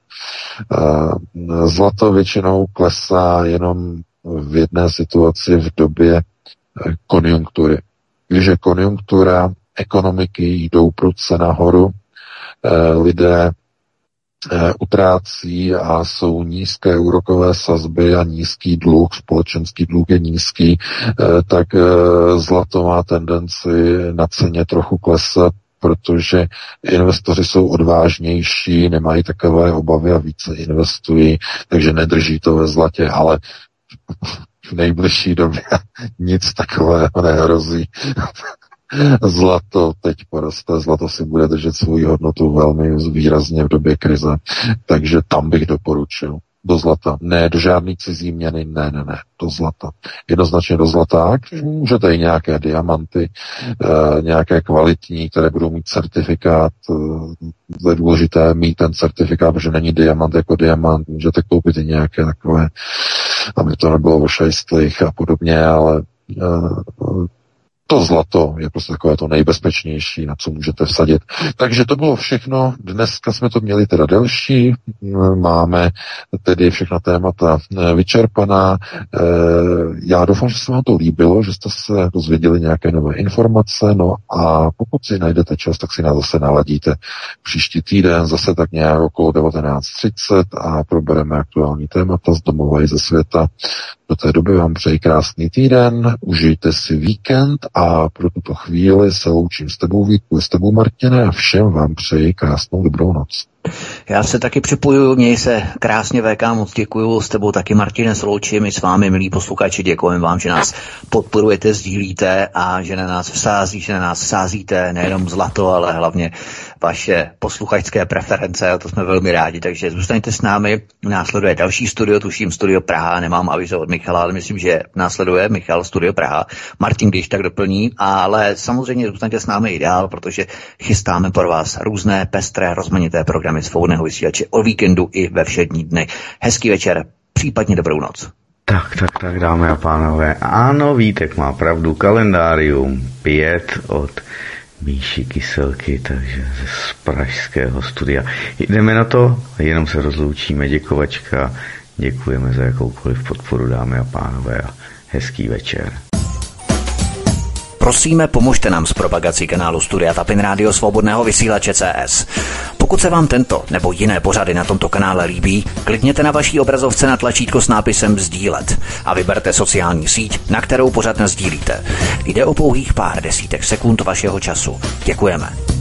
Zlato většinou klesá jenom v jedné situaci v době konjunktury. Když je konjunktura, ekonomiky jdou prudce nahoru, lidé utrácí a jsou nízké úrokové sazby a nízký dluh, společenský dluh je nízký, tak zlato má tendenci na ceně trochu klesat, protože investoři jsou odvážnější, nemají takové obavy a více investují, takže nedrží to ve zlatě, ale v nejbližší době nic takového nehrozí. Zlato teď poroste, zlato si bude držet svou hodnotu velmi výrazně v době krize, takže tam bych doporučil. Do zlata. Ne, do žádný cizí měny, ne, ne, ne, do zlata. Jednoznačně do zlata, můžete i nějaké diamanty, e, nějaké kvalitní, které budou mít certifikát, e, je důležité mít ten certifikát, protože není diamant jako diamant, můžete koupit i nějaké takové, aby to nebylo o šejstlích a podobně, ale e, To zlato je prostě takové to nejbezpečnější, na co můžete vsadit. Takže to bylo všechno. Dneska jsme to měli teda delší. Máme tedy všechna témata vyčerpaná. Já doufám, že se vám to líbilo, že jste se dozvěděli nějaké nové informace. No a pokud si najdete čas, tak si nás zase naladíte příští týden, zase tak nějak okolo devatenáct třicet a probereme aktuální témata z domova i ze světa. Do té doby vám přeji krásný týden, užijte si víkend a pro tuto chvíli se loučím s tebou, Vítku, s tebou, Martine, a všem vám přeji krásnou dobrou noc. Já se taky připojuju, měj se krásně, V K, moc děkuju, s tebou taky, Martine, s loučím, i s vámi, milí posluchači, děkujeme vám, že nás podporujete, sdílíte a že na nás vsází, že na nás vsázíte nejenom zlato, ale hlavně vaše posluchačské preference, a to jsme velmi rádi, takže zůstaňte s námi, následuje další studio, tuším Studio Praha, nemám avizo od Michala, ale myslím, že následuje Michal, Studio Praha, Martin, když tak doplní, ale samozřejmě zůstaňte s námi i dál, protože chystáme pro vás různé pestré, rozmanité programy svobodného vysílače o víkendu i ve všední dny. Hezký večer, případně dobrou noc. Tak, tak, tak, dámy a pánové. Ano, Vítek má pravdu, kalendárium pět od Míši Kyselky, takže z pražského studia. Jdeme na to, jenom se rozloučíme, děkovačka, děkujeme za jakoukoliv podporu, dámy a pánové, a hezký večer. Prosíme, pomožte nám s propagací kanálu Studia Tapin Rádio Svobodného vysílače C S. Pokud se vám tento nebo jiné pořady na tomto kanále líbí, klikněte na vaší obrazovce na tlačítko s nápisem sdílet a vyberte sociální síť, na kterou pořad nasdílíte. Jde o pouhých pár desítek sekund vašeho času. Děkujeme.